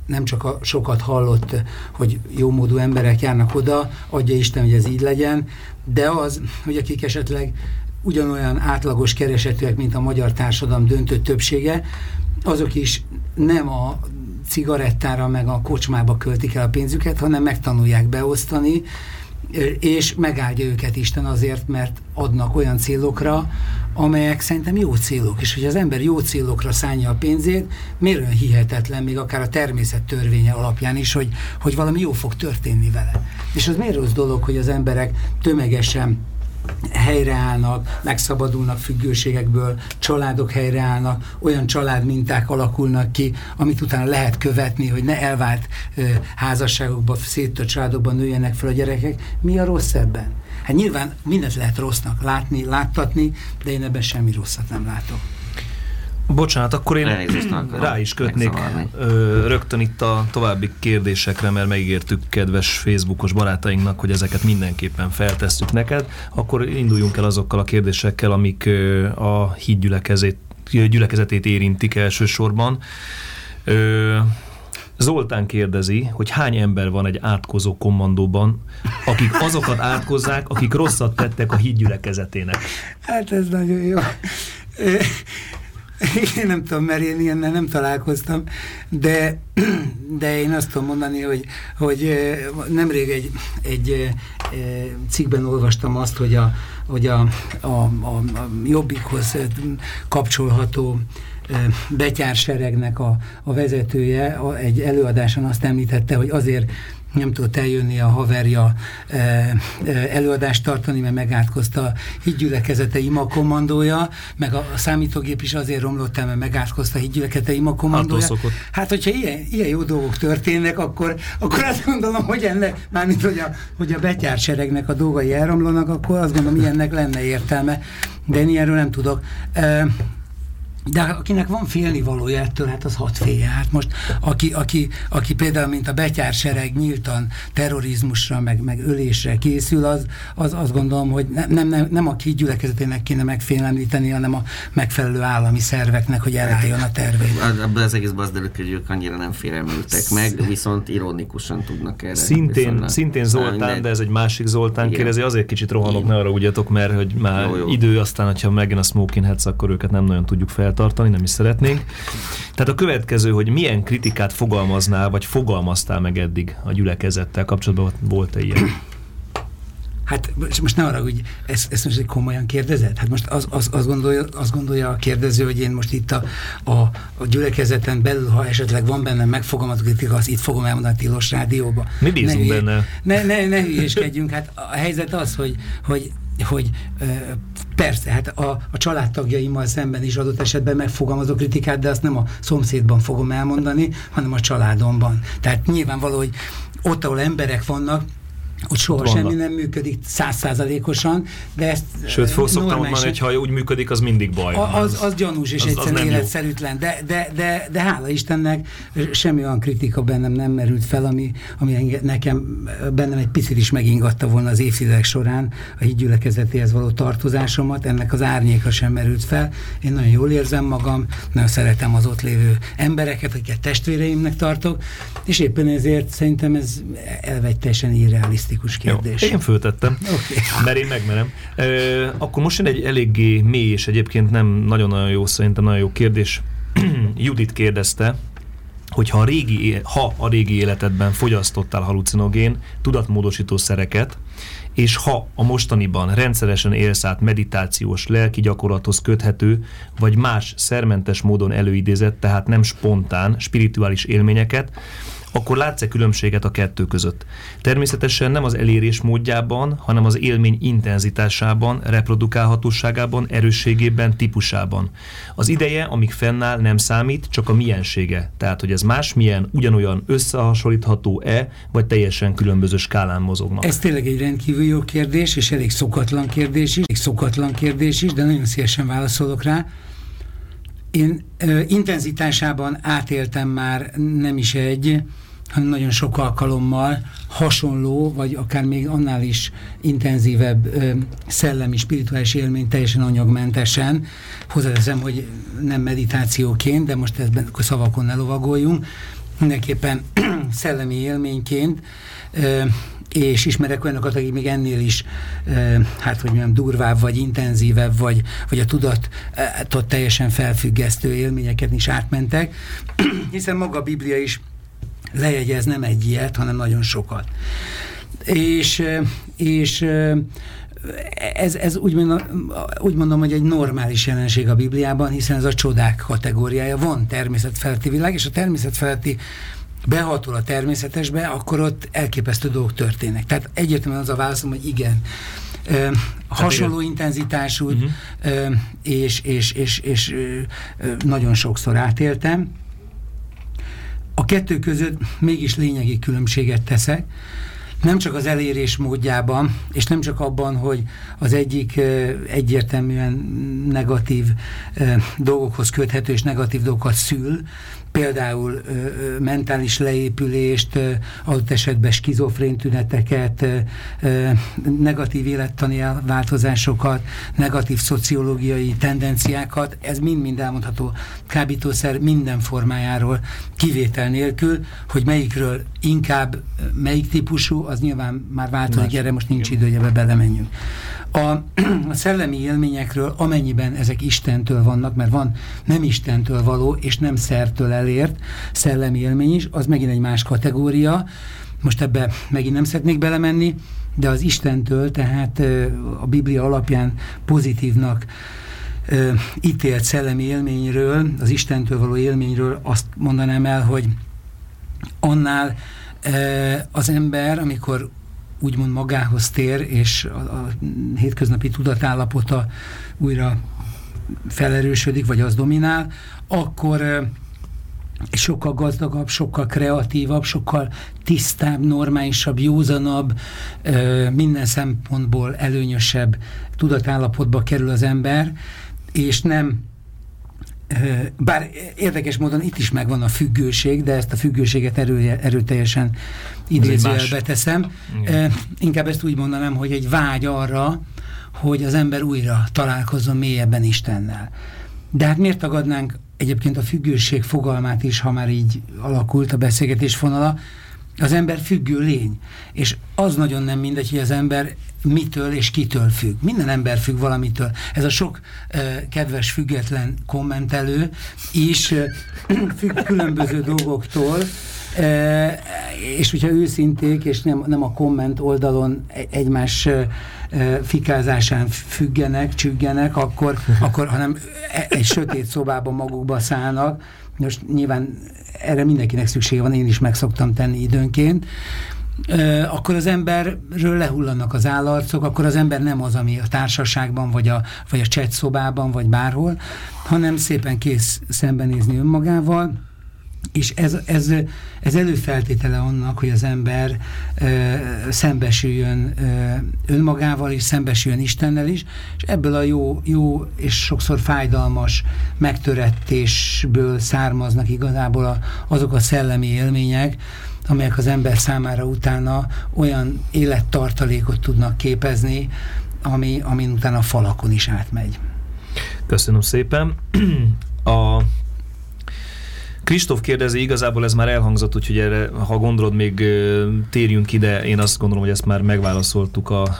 nem csak a sokat hallott, hogy jómódú emberek járnak oda, adja Isten, hogy ez így legyen, de az, hogy akik esetleg ugyanolyan átlagos keresetűek, mint a magyar társadalom döntő többsége, azok is nem a cigarettára meg a kocsmába költik el a pénzüket, hanem megtanulják beosztani, és megáldja őket Isten azért, mert adnak olyan célokra, amelyek szerintem jó célok, és hogy az ember jó célokra szánja a pénzét, miért olyan hihetetlen, még akár a természet törvénye alapján is, hogy valami jó fog történni vele. És az miért rossz dolog, hogy az emberek tömegesen helyreállnak, megszabadulnak függőségekből, családok helyreállnak, olyan családminták alakulnak ki, amit utána lehet követni, hogy ne elvált házasságokban, széttört családokban nőjenek fel a gyerekek. Mi a rossz ebben? Hát nyilván mindent lehet rossznak látni, láttatni, de én ebben semmi rosszat nem látok. Bocsánat, akkor én rá is kötnék rögtön itt a további kérdésekre, mert megígértük kedves Facebookos barátainknak, hogy ezeket mindenképpen feltesszük neked. Akkor induljunk el azokkal a kérdésekkel, amik a híd gyülekezetét érintik elsősorban. Zoltán kérdezi, hogy hány ember van egy átkozó kommandóban, akik azokat átkozzák, akik rosszat tettek a híd gyülekezetének. Hát ez nagyon jó. Én nem tudom, mert én ilyennel nem találkoztam, de én azt tudom mondani, hogy nemrég egy cikkben olvastam azt, hogy a Jobbikhoz kapcsolható betyárseregnek a vezetője egy előadáson azt említette, hogy azért nem tudott eljönni a haverja előadást tartani, mert megátkozta a hídgyülekezete imakommandója, meg a számítógép is azért romlott el, mert megátkozta a hídgyülekezete imakommandója. Hát, hogyha ilyen jó dolgok történnek, akkor azt gondolom, hogy ennek, mármint hogy a betyárseregnek a dolgai elromlanak, akkor azt gondolom, ilyennek lenne értelme, de én ilyenről nem tudok. De akinek van félnivalója ettől, hát az hadd félje. Hát most, aki például, mint a betyársereg nyíltan terrorizmusra, meg ölésre készül, az azt gondolom, hogy nem a hídgyülekezetének kéne megfélemlíteni, hanem a megfelelő állami szerveknek, hogy elálljon a tervét. Abban az egészben az derült, hogy ők annyira nem félemlítek meg, viszont ironikusan tudnak erre. Szintén Zoltán, de ez egy másik Zoltán kérdezi, azért kicsit rohanok, ne arra ugyatok, mert hogy már jó. Idő, aztán, hogyha megjön a Smoking Heads, akkor őket nem nagyon tudjuk feltartani, nem is szeretnénk. Tehát a következő, hogy milyen kritikát fogalmaznál, vagy fogalmaztál meg eddig a gyülekezettel kapcsolatban, volt-e ilyen? Hát most ne arra, hogy ezt most komolyan kérdezed? Hát most azt gondolja a kérdező, hogy én most itt a gyülekezeten belül, ha esetleg van bennem megfogalmazott kritika, azt itt fogom elmondani a Tilos Rádióba. Mi bízunk benne? Ne hülyéskedjünk. Hát a helyzet az, hogy persze, hát a családtagjaimmal szemben is adott esetben megfogalmazok kritikát, de azt nem a szomszédban fogom elmondani, hanem a családomban. Tehát nyilvánvaló, hogy ott, ahol emberek vannak, ott soha semmi nem működik 100%-osan, de ezt sőt, szoktam mondani, hogy ha úgy működik, az mindig baj. Az gyanús és egyszerűen életszerűtlen, de hála Istennek semmi olyan kritika bennem nem merült fel, ami nekem bennem egy picit is megingatta volna az évtizedek során a hídgyülekezetéhez való tartozásomat, ennek az árnyéka sem merült fel. Én nagyon jól érzem magam, nagyon szeretem az ott lévő embereket, akiket testvéreimnek tartok, és éppen ezért szerintem ez elvegy teljesen irrealisztikus kérdés. Jó, én föltettem, mert én megmerem. Akkor most jön egy eléggé mély, és egyébként nem nagyon jó, szerintem nagyon jó kérdés. Judit kérdezte, hogy ha a régi életedben fogyasztottál halucinogén, tudatmódosító szereket, és ha a mostaniban rendszeresen élsz át meditációs, lelki gyakorlathoz köthető, vagy más szermentes módon előidézett, tehát nem spontán, spirituális élményeket, akkor látsz-e különbséget a kettő között? Természetesen nem az elérés módjában, hanem az élmény intenzitásában, reprodukálhatóságában, erősségében, típusában. Az ideje, amíg fennáll, nem számít, csak a miensége. Tehát, hogy ez másmilyen, ugyanolyan összehasonlítható-e, vagy teljesen különböző skálán mozognak. Ez tényleg egy rendkívül jó kérdés, és elég szokatlan kérdés is, de nagyon szívesen válaszolok rá. Én intenzitásában átéltem már nem is hanem nagyon sok alkalommal hasonló, vagy akár még annál is intenzívebb szellemi, spirituális élmény teljesen anyagmentesen. Hozzáteszem, hogy nem meditációként, de most ebben szavakon ne lovagoljunk. mindenképpen szellemi élményként, és ismerek olyanokat, akik még ennél is, hát hogy mondjam, durvább, vagy intenzívebb, vagy a tudatot teljesen felfüggesztő élményeket is átmentek, hiszen maga a Biblia is lejegyez nem egy ilyet, hanem nagyon sokat. És ez úgy mondom, hogy egy normális jelenség a Bibliában, hiszen ez a csodák kategóriája. Van természetfeletti világ, és a természetfeletti behatol a természetesbe, akkor ott elképesztő dolgok történnek. Tehát egyértelműen az a válaszom, hogy igen. Hasonló intenzitású, és nagyon sokszor átéltem. A kettő között mégis lényegi különbséget teszek. Nem csak az elérés módjában, és nem csak abban, hogy az egyik egyértelműen negatív dolgokhoz köthető, és negatív dolgokat szül, például mentális leépülést, adott esetben skizofrén tüneteket, negatív élettani változásokat, negatív szociológiai tendenciákat, ez mind-mind elmondható kábítószer minden formájáról, kivétel nélkül, hogy melyikről inkább melyik típusú, az nyilván már változik, erre most nincs idő, hogy ebbe belemenjünk. A szellemi élményekről, amennyiben ezek Istentől vannak, mert van nem Istentől való, és nem szertől elért szellemi élmény is, az megint egy más kategória. Most ebbe megint nem szeretnék belemenni, de az Istentől, tehát a Biblia alapján pozitívnak ítélt szellemi élményről, az Istentől való élményről azt mondanám el, hogy annál az ember, amikor úgymond magához tér, és a hétköznapi tudatállapota újra felerősödik, vagy az dominál, akkor sokkal gazdagabb, sokkal kreatívabb, sokkal tisztább, normálisabb, józanabb, minden szempontból előnyösebb tudatállapotba kerül az ember, és nem bár érdekes módon itt is megvan a függőség, de ezt a függőséget erőteljesen idézőjelbe teszem. Inkább ezt úgy mondanám, hogy egy vágy arra, hogy az ember újra találkozzon mélyebben Istennel. De hát miért tagadnánk egyébként a függőség fogalmát is, ha már így alakult a beszélgetés fonala? Az ember függő lény, és az nagyon nem mindegy, hogy az ember mitől és kitől függ. Minden ember függ valamitől. Ez a sok kedves független kommentelő is függ különböző dolgoktól, és hogyha őszinték, és nem a komment oldalon egymás fikázásán függenek, csüggenek, akkor hanem egy sötét szobában magukba szállnak. Most nyilván erre mindenkinek szüksége van, én is meg szoktam tenni időnként, akkor az emberről lehullanak az állarcok, akkor az ember nem az, ami a társaságban, vagy a chat szobában, vagy bárhol, hanem szépen kész szembenézni önmagával, és ez előfeltétele annak, hogy az ember szembesüljön önmagával is, szembesüljön Istennel is, és ebből a jó és sokszor fájdalmas megtöretésből származnak igazából azok a szellemi élmények, amelyek az ember számára utána olyan élettartalékot tudnak képezni, amin utána a falakon is átmegy. Köszönöm szépen. A Kristóf kérdezi, igazából ez már elhangzott, úgyhogy erre, ha gondolod, még térjünk ide, én azt gondolom, hogy ezt már megválaszoltuk a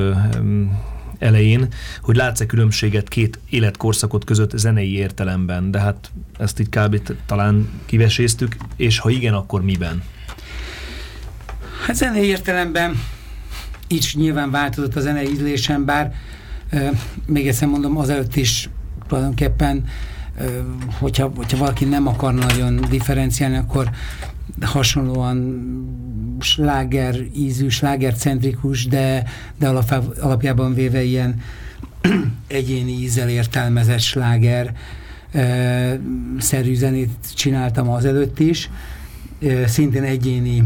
elején, hogy látsz-e különbséget két életkorszakot között zenei értelemben, de hát ezt így kb. Talán kiveséztük, és ha igen, akkor miben? Hát zenei értelemben így nyilván változott a zenei ízlésem, bár még egyszer mondom, azelőtt is tulajdonképpen hogyha valaki nem akar nagyon differenciálni, akkor hasonlóan sláger ízű, slágercentrikus, de alapjában véve ilyen egyéni ízzel értelmezett sláger szerű zenét csináltam azelőtt is, szintén egyéni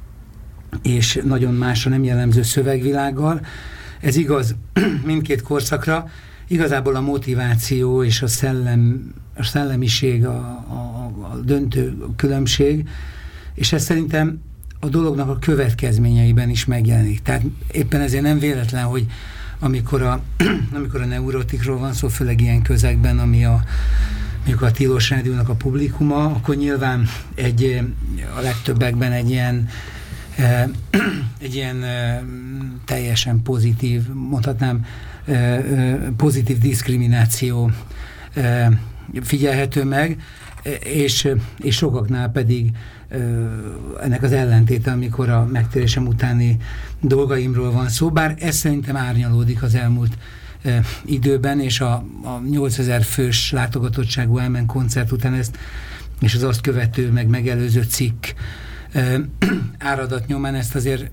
és nagyon másra nem jellemző szövegvilággal. Ez igaz mindkét korszakra. Igazából a motiváció és a szellemiség a döntő különbség, és ez szerintem a dolognak a következményeiben is megjelenik. Tehát éppen ezért nem véletlen, hogy amikor a neurotikról van szó, főleg ilyen közegben, ami mondjuk a Tilos Rádiónak a publikuma, akkor nyilván a legtöbbekben egy ilyen teljesen pozitív, mondhatnám, pozitív diszkrimináció figyelhető meg, és sokaknál pedig ennek az ellentéte, amikor a megtérésem utáni dolgaimról van szó, bár ez szerintem árnyalódik az elmúlt időben, és a 8000 fős látogatottságú Ámen koncert után ezt, és az azt követő, meg megelőző cikk áradat nyomán ezt azért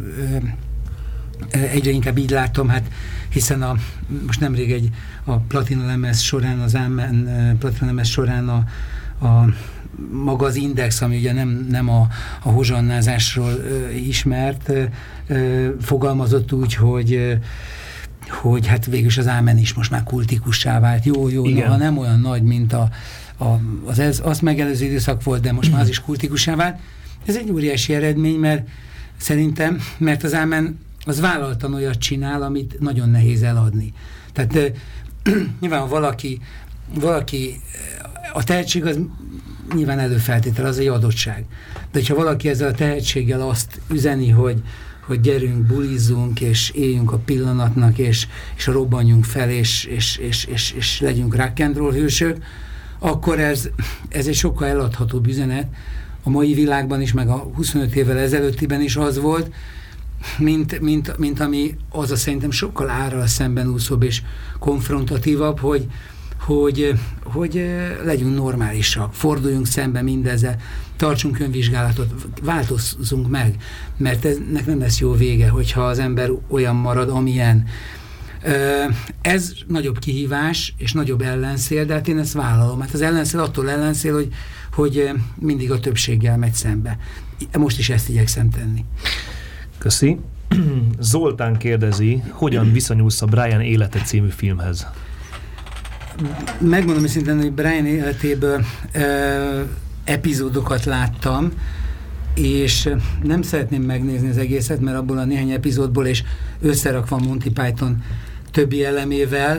egyre inkább így látom, hát hiszen most nemrég a Platina lemez során, az Ámen Platina lemez során a maga az Index, ami ugye nem a hozsannázásról ismert, fogalmazott úgy, hogy hát végülis az Ámen is most már kultikussá vált. Jó, noha nem olyan nagy, mint azt megelőző időszak volt, de most már az is kultikussá vált. Ez egy óriási eredmény, mert szerintem, mert az Ámen az vállaltan olyat csinál, amit nagyon nehéz eladni. Tehát nyilván, ha valaki a tehetség az nyilván előfeltétel, az egy adottság. De hogyha valaki ezzel a tehetséggel azt üzeni, hogy gyerünk, bulizzunk, és éljünk a pillanatnak, és robbanjunk fel, és legyünk rock and roll hősök, akkor ez egy sokkal eladhatóbb üzenet. A mai világban is, meg a 25 évvel ezelőttiben is az volt, mint ami az a szerintem sokkal árral szemben úszóbb és konfrontatívabb, hogy legyünk normálisak, forduljunk szembe mindezzel, tartsunk önvizsgálatot, változzunk meg, mert ennek nem lesz jó vége, hogyha az ember olyan marad, amilyen. Ez nagyobb kihívás, és nagyobb ellenszél, de hát én ezt vállalom. Hát az ellenszél attól ellenszél, hogy mindig a többséggel megy szembe. Most is ezt igyekszem tenni. Köszi. Zoltán kérdezi, hogyan viszonyulsz a Brian élete című filmhez? Megmondom őszintén, hogy Brian életéből epizódokat láttam, és nem szeretném megnézni az egészet, mert abból a néhány epizódból, és összerakva Monty Python többi elemével,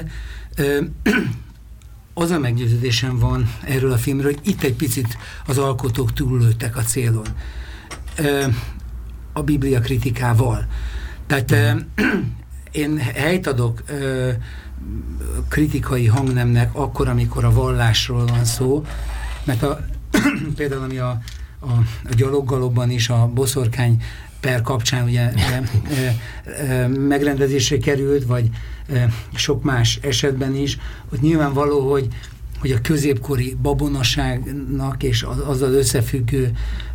az a meggyőződésem van erről a filmről, hogy itt egy picit az alkotók túllőttek a célon. A Biblia kritikával. Tehát én helyt adok kritikai hangnemnek akkor, amikor a vallásról van szó, mert például ami a gyaloggalobban is a boszorkány per kapcsán ugye megrendezésre került, vagy sok más esetben is, hogy nyilvánvaló, hogy a középkori babonaságnak és azzal összefüggő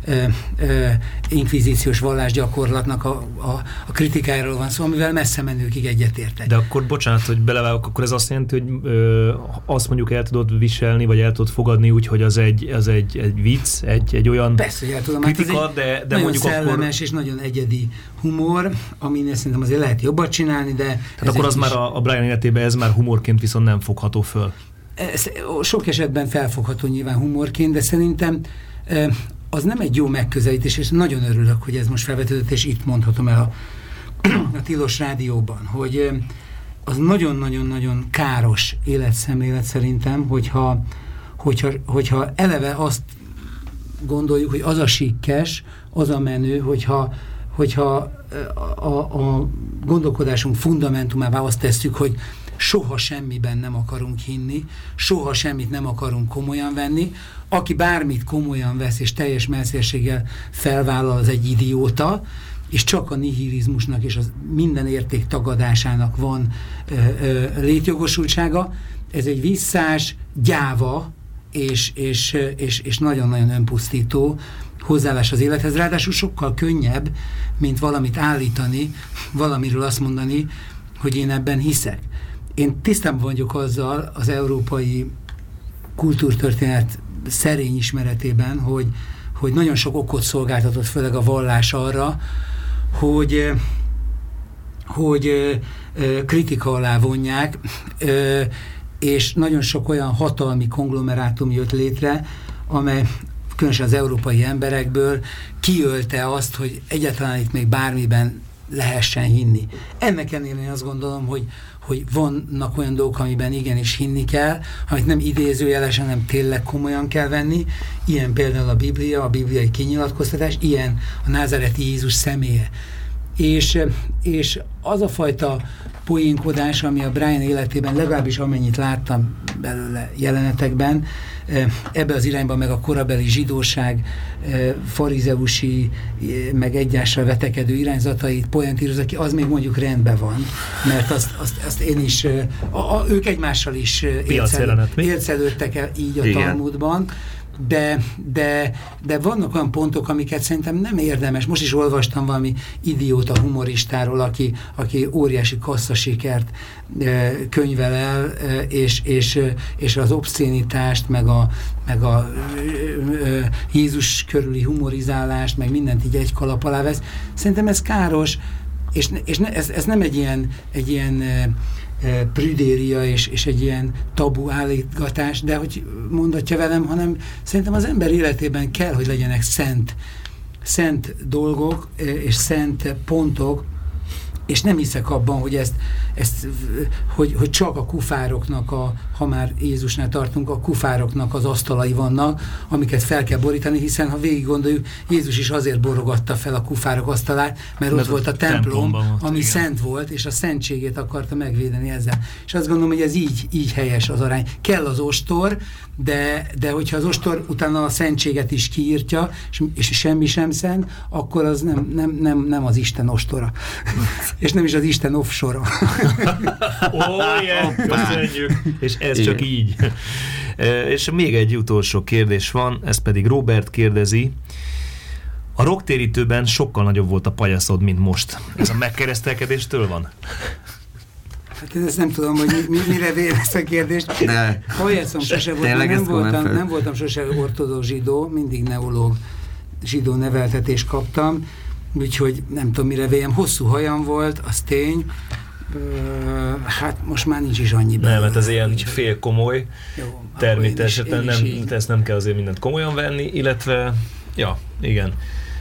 inkvizíciós vallásgyakorlatnak a kritikájáról van szó, amivel messze menőkig egyetértek. De akkor, bocsánat, hogy belevágok, akkor ez azt jelenti, hogy azt mondjuk el tudod viselni, vagy el tudod fogadni úgy, hogy az egy vicc, egy olyan persze, hogy el tudom, kritika, hát de nagyon mondjuk szellemes akkor... és nagyon egyedi humor, aminél szerintem azért lehet jobbat csinálni, de... Tehát akkor az már a Brian életében ez már humorként viszont nem fogható föl. Sok esetben felfogható nyilván humorként, de szerintem az nem egy jó megközelítés, és nagyon örülök, hogy ez most felvetődött, és itt mondhatom el a Tilos Rádióban, hogy az nagyon-nagyon-nagyon káros életszemlélet szerintem, hogyha eleve azt gondoljuk, hogy az a sikkes, az a menő, hogyha a gondolkodásunk fundamentumává azt tesszük, hogy soha semmiben nem akarunk hinni, soha semmit nem akarunk komolyan venni. Aki bármit komolyan vesz és teljes messzérséggel felvállal, az egy idióta, és csak a nihilizmusnak és az minden érték tagadásának van létjogosultsága. Ez egy visszás, gyáva és nagyon-nagyon önpusztító hozzáállás az élethez. Ráadásul sokkal könnyebb, mint valamit állítani, valamiről azt mondani, hogy én ebben hiszek. Én tisztában vagyok azzal az európai kultúrtörténet szerény ismeretében, hogy nagyon sok okot szolgáltatott, főleg a vallás arra, hogy kritika alá vonják, és nagyon sok olyan hatalmi konglomerátum jött létre, amely különösen az európai emberekből kiölte azt, hogy egyáltalán itt még bármiben lehessen hinni. Ennek ellenére én azt gondolom, hogy vannak olyan dolgok, amiben igenis hinni kell, amit nem idézőjelesen, hanem tényleg komolyan kell venni. Ilyen például a Biblia, a bibliai kinyilatkoztatás, ilyen a názáreti Jézus személye. És az a fajta poénkodás, ami a Brian életében, legalábbis amennyit láttam belőle jelenetekben, ebbe az irányba meg a korabeli zsidóság, farizeusi, meg egyással vetekedő irányzatait poéntírozza ki, az még mondjuk rendben van, mert azt én is, ők egymással is élcelődtek el így a Talmudban, de vannak olyan pontok, amiket szerintem nem érdemes. Most is olvastam valami idióta humoristáról, aki óriási kasszasikert könyvel el, és az obszénitást, meg a Jézus körüli humorizálást, meg mindent így egy kalap alá vesz. Szerintem ez káros, és ez nem egy ilyen prüdéria és egy ilyen tabu állítgatás, de hogy mondatja velem, hanem szerintem az ember életében kell, hogy legyenek szent dolgok és szent pontok, és nem hiszek abban, hogy hogy csak a kufároknak, ha már Jézusnál tartunk, a kufároknak az asztalai vannak, amiket fel kell borítani, hiszen ha végig gondoljuk, Jézus is azért borogatta fel a kufárok asztalát, mert ott volt a templom, ami igen, szent volt, és a szentségét akarta megvédeni ezzel. És azt gondolom, hogy ez így helyes az arány. Kell az ostor, de hogyha az ostor utána a szentséget is kiírtja, és semmi sem szent, akkor az nem az Isten ostora. És nem is az Isten offshore-a. Köszönjük! És ez igen, csak így. És még egy utolsó kérdés van, ez pedig Robert kérdezi. A rocktérítőben sokkal nagyobb volt a pajaszod, mint most. Ez a megkeresztelkedéstől van? Hát én ezt nem tudom, hogy mire vél ezt a kérdést. Pajaszom sose volt, nem voltam sose ortodox zsidó, mindig neológ zsidó neveltetést kaptam, úgyhogy nem tudom, mire véljem. Hosszú hajam volt, az tény. Hát most már nincs is annyi belőle. Nem, hát ez ilyen fél komoly. Jó, természetesen ezt nem kell azért mindent komolyan venni, illetve, ja, igen.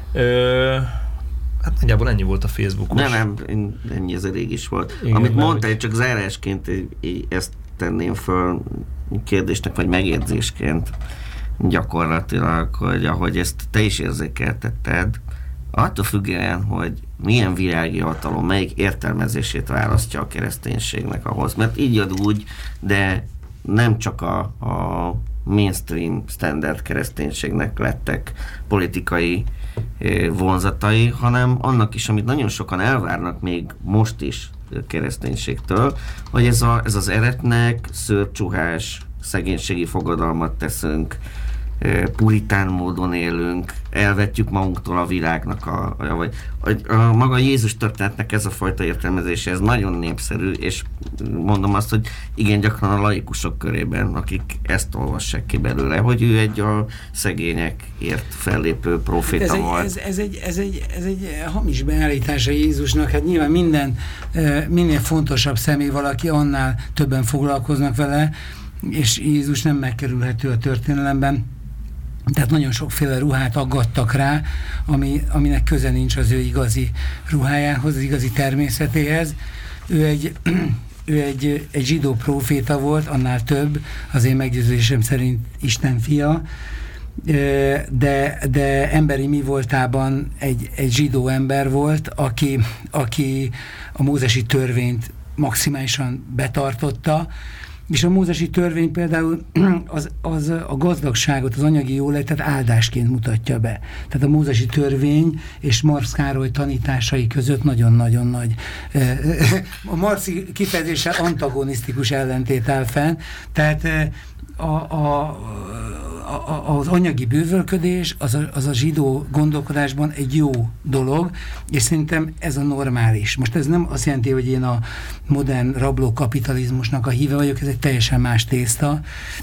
Hát nagyjából ennyi volt a Facebookos. Nem, ennyi ez elég is volt. Igen, amit mondtál, csak zárásként ezt tenném föl kérdésnek, vagy megjegyzésként gyakorlatilag, hogy ahogy ezt te is érzékeltetted, attól függően, hogy milyen világi hatalom, melyik értelmezését választja a kereszténységnek ahhoz. Mert így ad úgy, de nem csak a mainstream standard kereszténységnek lettek politikai vonzatai, hanem annak is, amit nagyon sokan elvárnak még most is kereszténységtől, hogy ez az eretnek szőrcsuhás, szegénységi fogadalmat teszünk, puritán módon élünk, elvetjük magunktól a világnak a maga Jézus történetnek ez a fajta értelmezése, ez nagyon népszerű, és mondom azt, hogy igen gyakran a laikusok körében, akik ezt olvassák ki belőle, hogy ő egy a szegényekért fellépő proféta volt. Ez egy hamis beállítása Jézusnak, hát nyilván minél fontosabb személy valaki, annál többen foglalkoznak vele, és Jézus nem megkerülhető a történelemben. Tehát nagyon sokféle ruhát aggattak rá, aminek köze nincs az ő igazi ruhájához, az igazi természetéhez. Ő egy zsidó próféta volt, annál több, az én meggyőződésem szerint Isten fia, de emberi mi voltában egy zsidó ember volt, aki a mózesi törvényt maximálisan betartotta, és a mózesi törvény például az a gazdagságot, az anyagi jólétet áldásként mutatja be. Tehát a mózesi törvény és Marx Károly tanításai között nagyon-nagyon nagy a marxi kifejezéssel antagonisztikus ellentét áll fenn. Tehát az anyagi bővölködés az a zsidó gondolkodásban egy jó dolog, és szerintem ez a normális. Most ez nem azt jelenti, hogy én a modern rabló kapitalizmusnak a híve vagyok, ez egy teljesen más tészta,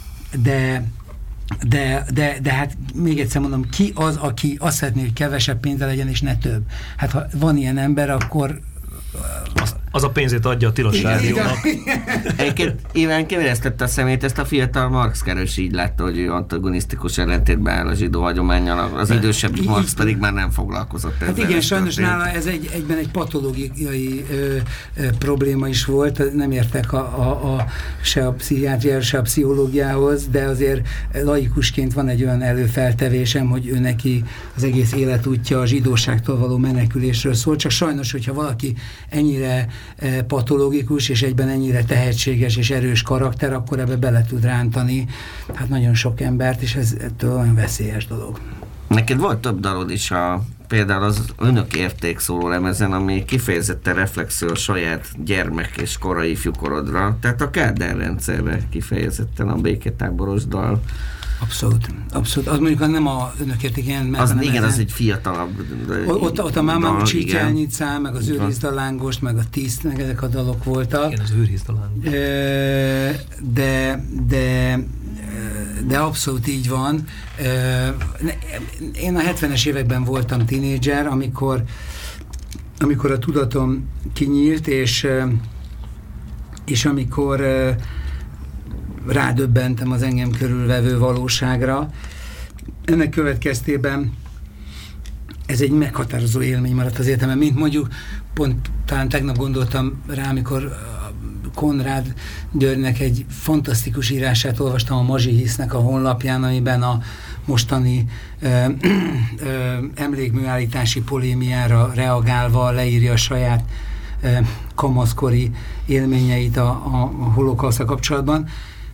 de hát még egyszer mondom, ki az, aki azt szeretné, hogy kevesebb pénze legyen, és ne több. Hát ha van ilyen ember, akkor Az a pénzét adja a Tilos Rádiónak. Egyébként Iván kivéreztette a szemét, ezt a fiatal Marx keres így látta, hogy ő antagonisztikus ellentétben áll a zsidó hagyománnyal, az idősebb Marx pedig már nem foglalkozott ezzel. Hát igen, sajnos nála ez egyben egy patológiai probléma is volt, nem értek se a pszichiátriához, se a pszichológiához, de azért laikusként van egy olyan előfeltevésem, hogy ő neki az egész életútja a zsidóságtól való menekülésről szól, csak sajnos, hogyha valaki ennyire patológikus, és egyben ennyire tehetséges és erős karakter, akkor ebbe bele tud rántani hát nagyon sok embert, és ez ettől olyan veszélyes dolog. Neked volt több dalod is, például az Önök érték szóló lemezen, ami kifejezetten reflexió a saját gyermek és korai ifjúkorodra, tehát a Kádár rendszerre kifejezetten a béketáboros dal. Abszolút, abszolút. Az mondjuk nem a Önök érték ilyen, mert az, igen, az egy fiatalabb ott a Máma Csítyelnyicá, meg az Őrizd a lángost, meg a Tiszt, meg ezek a dalok voltak. Igen, az Őrizd a lángost. De abszolút így van. Én a 70-es években voltam tínédzser, amikor a tudatom kinyílt, és amikor rádöbbentem az engem körülvevő valóságra. Ennek következtében ez egy meghatározó élmény maradt az életemben, mint mondjuk pont talán tegnap gondoltam rá, amikor Konrád Györgynek egy fantasztikus írását olvastam a Mazsihisznek a honlapján, amiben a mostani emlékműállítási polémiára reagálva leírja a saját kamaszkori élményeit a holokauszttal kapcsolatban,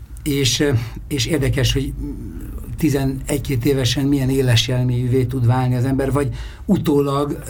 és érdekes, hogy 11-2 évesen milyen éles jelményűvé tud válni az ember, vagy utólag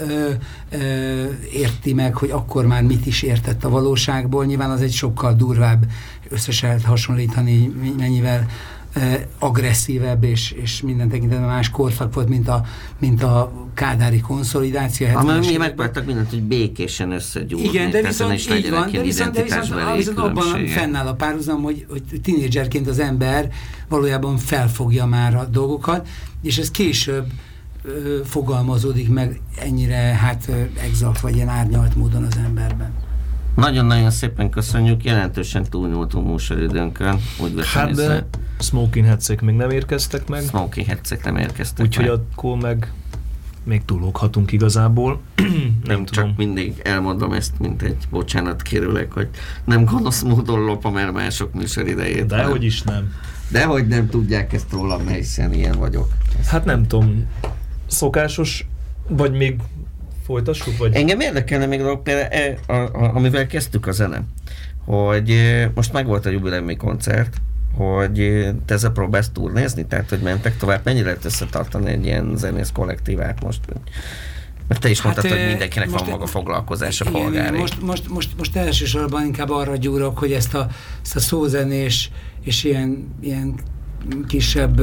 érti meg, hogy akkor már mit is értett a valóságból. Nyilván az egy sokkal durvább, össze se lehet hasonlítani, mennyivel agresszívebb és minden tekintetben más korszak volt, mint a kádári konszolidáció. Mi megpróbáltak mindent, hogy békésen összegyúrni. Igen, de viszont így van, de viszont abban fennáll a párhuzam, hogy tínédzserként az ember valójában felfogja már a dolgokat, és ez később fogalmazódik meg ennyire exakt vagy ilyen árnyalt módon az emberben. Nagyon-nagyon szépen köszönjük, jelentősen túlnyúltunk műsoridőnkön, úgy veszem észre. De Smoking Headsek még nem érkeztek meg. Smoking Headsek nem érkeztek úgyhogy akkor meg még túlóghatunk igazából. nem csak tudom. Mindig elmondom ezt, mint egy bocsánat kérőleg, hogy nem gonosz módon lopom el mások műsoridejét. Dehogy is nem. Dehogy nem tudják ezt rólam, hiszen ilyen vagyok. Hát nem tudom, szokásos, vagy még folytassuk? Vagy? Engem érdekelne még például, amivel kezdtük a zene, hogy most meg volt a jubileumi koncert, hogy te ezzel próbálsz turnézni? Tehát, hogy mentek tovább? Mennyire lehet összetartani egy ilyen zenész kollektívát most? Mert te is mondtad, hogy mindenkinek van maga foglalkozása polgári. Most elsősorban inkább arra gyúrok, hogy ezt a szózenés és ilyen kisebb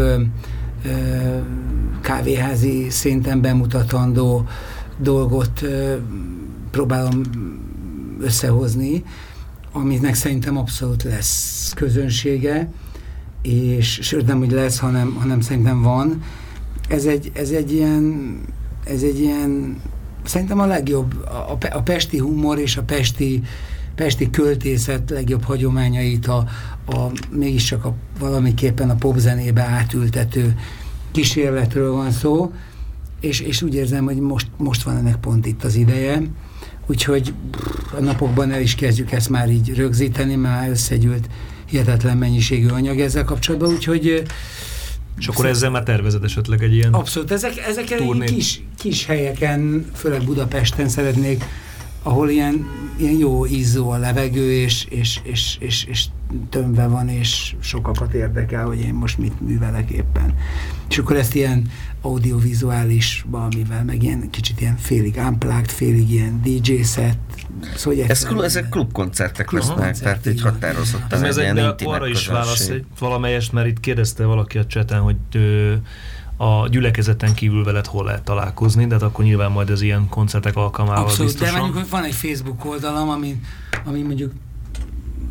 kávéházi szinten bemutatandó dolgot próbálom összehozni, aminek szerintem abszolút lesz közönsége, és sőt nem úgy lesz, hanem szerintem van. Ez egy ilyen szerintem a legjobb, a pesti humor és a pesti költészet legjobb hagyományait mégiscsak valamiképpen a popzenébe átültető kísérletről van szó, és úgy érzem, hogy most van ennek pont itt az ideje. Úgyhogy a napokban el is kezdjük ezt már így rögzíteni, már összegyűlt hihetetlen mennyiségű anyag ezzel kapcsolatban, úgyhogy... És akkor ezzel már tervezed esetleg egy ilyen... Abszolút, ezeken kis helyeken, főleg Budapesten szeretnék, ahol ilyen jó ízó a levegő, és tömve van, és sokakat érdekel, hogy én most mit művelek éppen. És akkor ezt ilyen audiovizuális valamivel, meg ilyen kicsit ilyen félig unplugged, félig ilyen DJ set. Szóval ezek klubkoncertek lesznek, tehát így határozottan egy ilyen intimek arra is válasz valamelyest, mert itt kérdezte valaki a chaten, hogy a gyülekezeten kívül veled hol lehet találkozni, de hát akkor nyilván majd az ilyen koncertek alkalmával abszolút, biztosan. De mondjuk van egy Facebook oldalam, ami mondjuk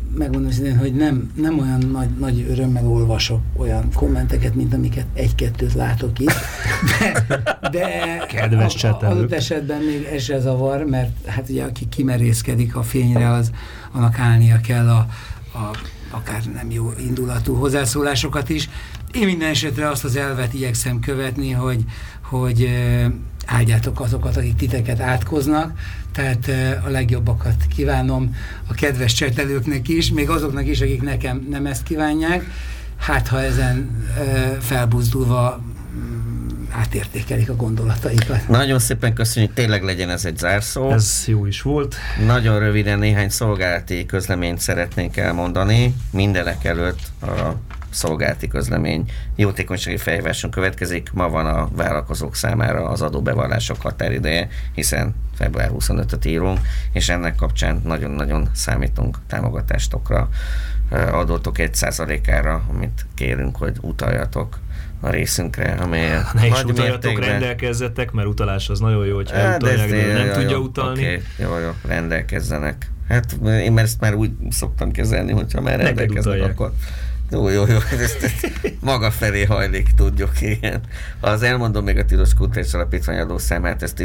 megmondom szintén, hogy nem olyan nagy örömmel olvasok olyan kommenteket, mint amiket egy-kettőt látok itt, de kedves csetelők. Adott esetben még ez se zavar, mert hát ugye aki kimerészkedik a fényre, az annak állnia kell akár nem jó indulatú hozzászólásokat is. Én minden esetre azt az elvet igyekszem követni, hogy áldjátok azokat, akik titeket átkoznak, tehát a legjobbakat kívánom a kedves csetelőknek is, még azoknak is, akik nekem nem ezt kívánják, hát ha ezen felbuzdulva átértékelik a gondolataikat. Nagyon szépen köszönjük, tényleg legyen ez egy zárszó. Ez jó is volt. Nagyon röviden néhány szolgálati közleményt szeretnénk elmondani. Mindenek előtt a szolgálati közlemény jótékonysági felhíváson következik. Ma van a vállalkozók számára az adóbevallások határideje, hiszen február 25-öt írunk, és ennek kapcsán nagyon-nagyon számítunk támogatástokra, adótok 1%-ára, amit kérünk, hogy utaljatok a részünkre, amely ne is utaljatok, rendelkezzetek, mert utalás az nagyon jó, hogyha elutalják, de nem tudja utalni. Okay, jó, rendelkezzenek. Hát én ezt már úgy szoktam kezelni, hogyha már rendelkeznek, akkor jó, ezt maga felé hajlik, tudjuk, igen. Az elmondom még a Tilos Kulturális Alapítvány adószámát, ez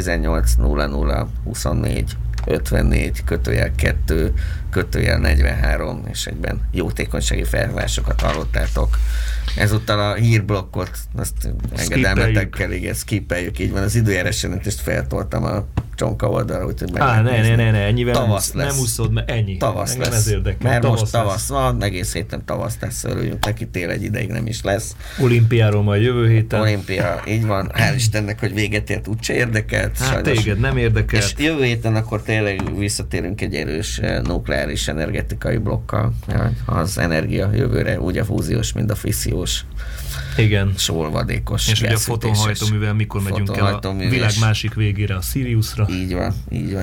18.00.24/2/43 és egyben jótékonysági felhívásokat hallottátok. Ezúttal a hírblokkot, azt engedelmetekkel, igen, skippeljük, így van. Az időjárás jelentést feltoltam a csonka oldalra, úgyhogy ne, ennyivel tavasz nem úszod, mert ennyi. Tavasz engem lesz. Ez érdekel. Mert most tavasz van, egész héten tavasz lesz, örüljünk neki, tél egy ideig nem is lesz. Olimpiáról majd jövő héten. Olimpia, így van. Hál' Istennek, hogy véget ért, úgyse érdekelt. Hát sajnos. Téged nem érdekelt. És jövő héten akkor tényleg visszatérünk egy erős nukleáris energetikai blokkal. Az energia jövőre úgy a fúziós, mint a fissziós. Igen. Solvadékos. És ugye a fotonhajtóművel mikor megyünk el a világ másik végére, a Siriusra. Így van.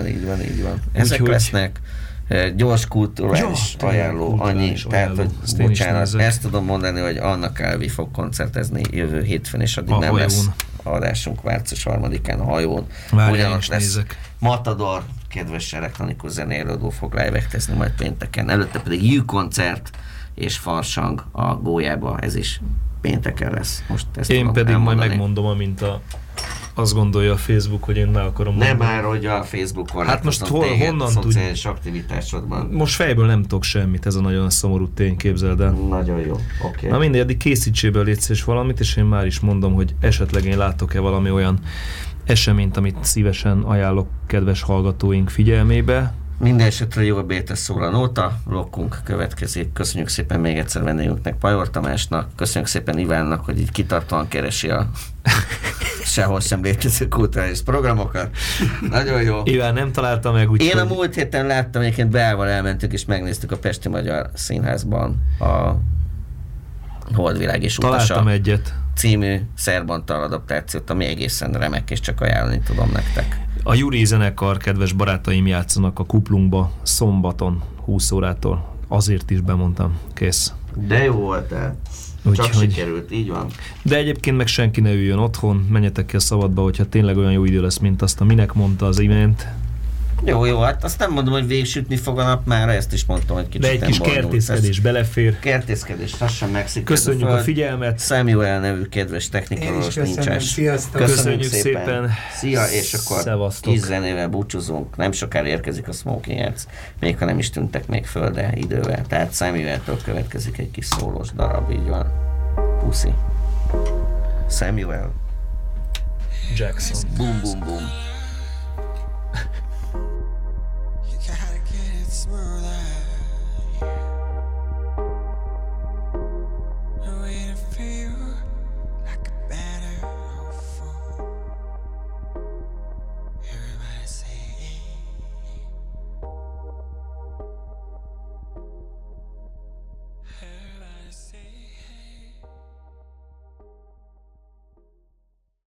Ezek lesznek. Gyors kulturális ajánló, annyi. Tehát, hogy bocsánat, ezt tudom mondani, hogy Anna Calvi fog koncertezni jövő hétfőn, és addig nem lesz adásunk március 3-án a hajón. Ugyanos lesz nézek. Matador, kedves elektronikus zenélődő fog live-ektezni majd pénteken. Előtte pedig U-koncert és farsang a Gólyába, ez is pénteken lesz. Most ezt én pedig elmondani. Majd megmondom, amint azt gondolja a Facebook, hogy én meg akarom mondani. Nem már, hogy a Facebookon hát most honnan szociális aktivitásodban. Most fejből nem tudok semmit, ez a nagyon szomorú tény, képzeld el. Nagyon jó, oké. Na mindegy, addig készítséből létszés valamit, és én már is mondom, hogy esetleg én látok-e valami olyan eseményt, amit szívesen ajánlok kedves hallgatóink figyelmébe. Minden esetre jó a BTS szól a nóta, blokkunk következik. Köszönjük szépen még egyszer vendégünknek, Pajor Tamásnak, köszönjük szépen Ivánnak, hogy így kitartóan keresi a sehol sem létező kulturális programokat. Nagyon jó. Iván nem találta meg, úgyhogy... Én a múlt héten láttam, egyébként Beával elmentünk és megnéztük a Pesti Magyar Színházban a Holdvilág és Utasa. Találtam egyet. Című Szerbantal adaptációt, ami egészen remek, és csak ajánlani tudom nektek. A Juri zenekar, kedves barátaim, játszanak a Kuplunkba szombaton 20 órától. Azért is bemondtam. Kész. De jó voltál. Csak sikerült, így van. De egyébként meg senki ne üljön otthon, menjetek ki a szabadba, hogyha tényleg olyan jó idő lesz, mint azt, minek mondta az imént. Jó, hát azt nem mondom, hogy végsütni fog a nap, már ezt is mondtam, hogy kicsit. De egy kis kertészkedés belefér. Kertészkedés, lassan megszikad. Köszönjük a figyelmet. Samuel nevű kedves technikolós nincs. Köszönjük szépen. Szia, és akkor kis zenével búcsúzunk. Nem sokára érkezik a Smoking Heads, még ha nem is tűntek még föl, de idővel. Tehát Samueltől következik egy kis szólós darab, így van. Puszi. Samuel Jackson. Boom, boom, boom.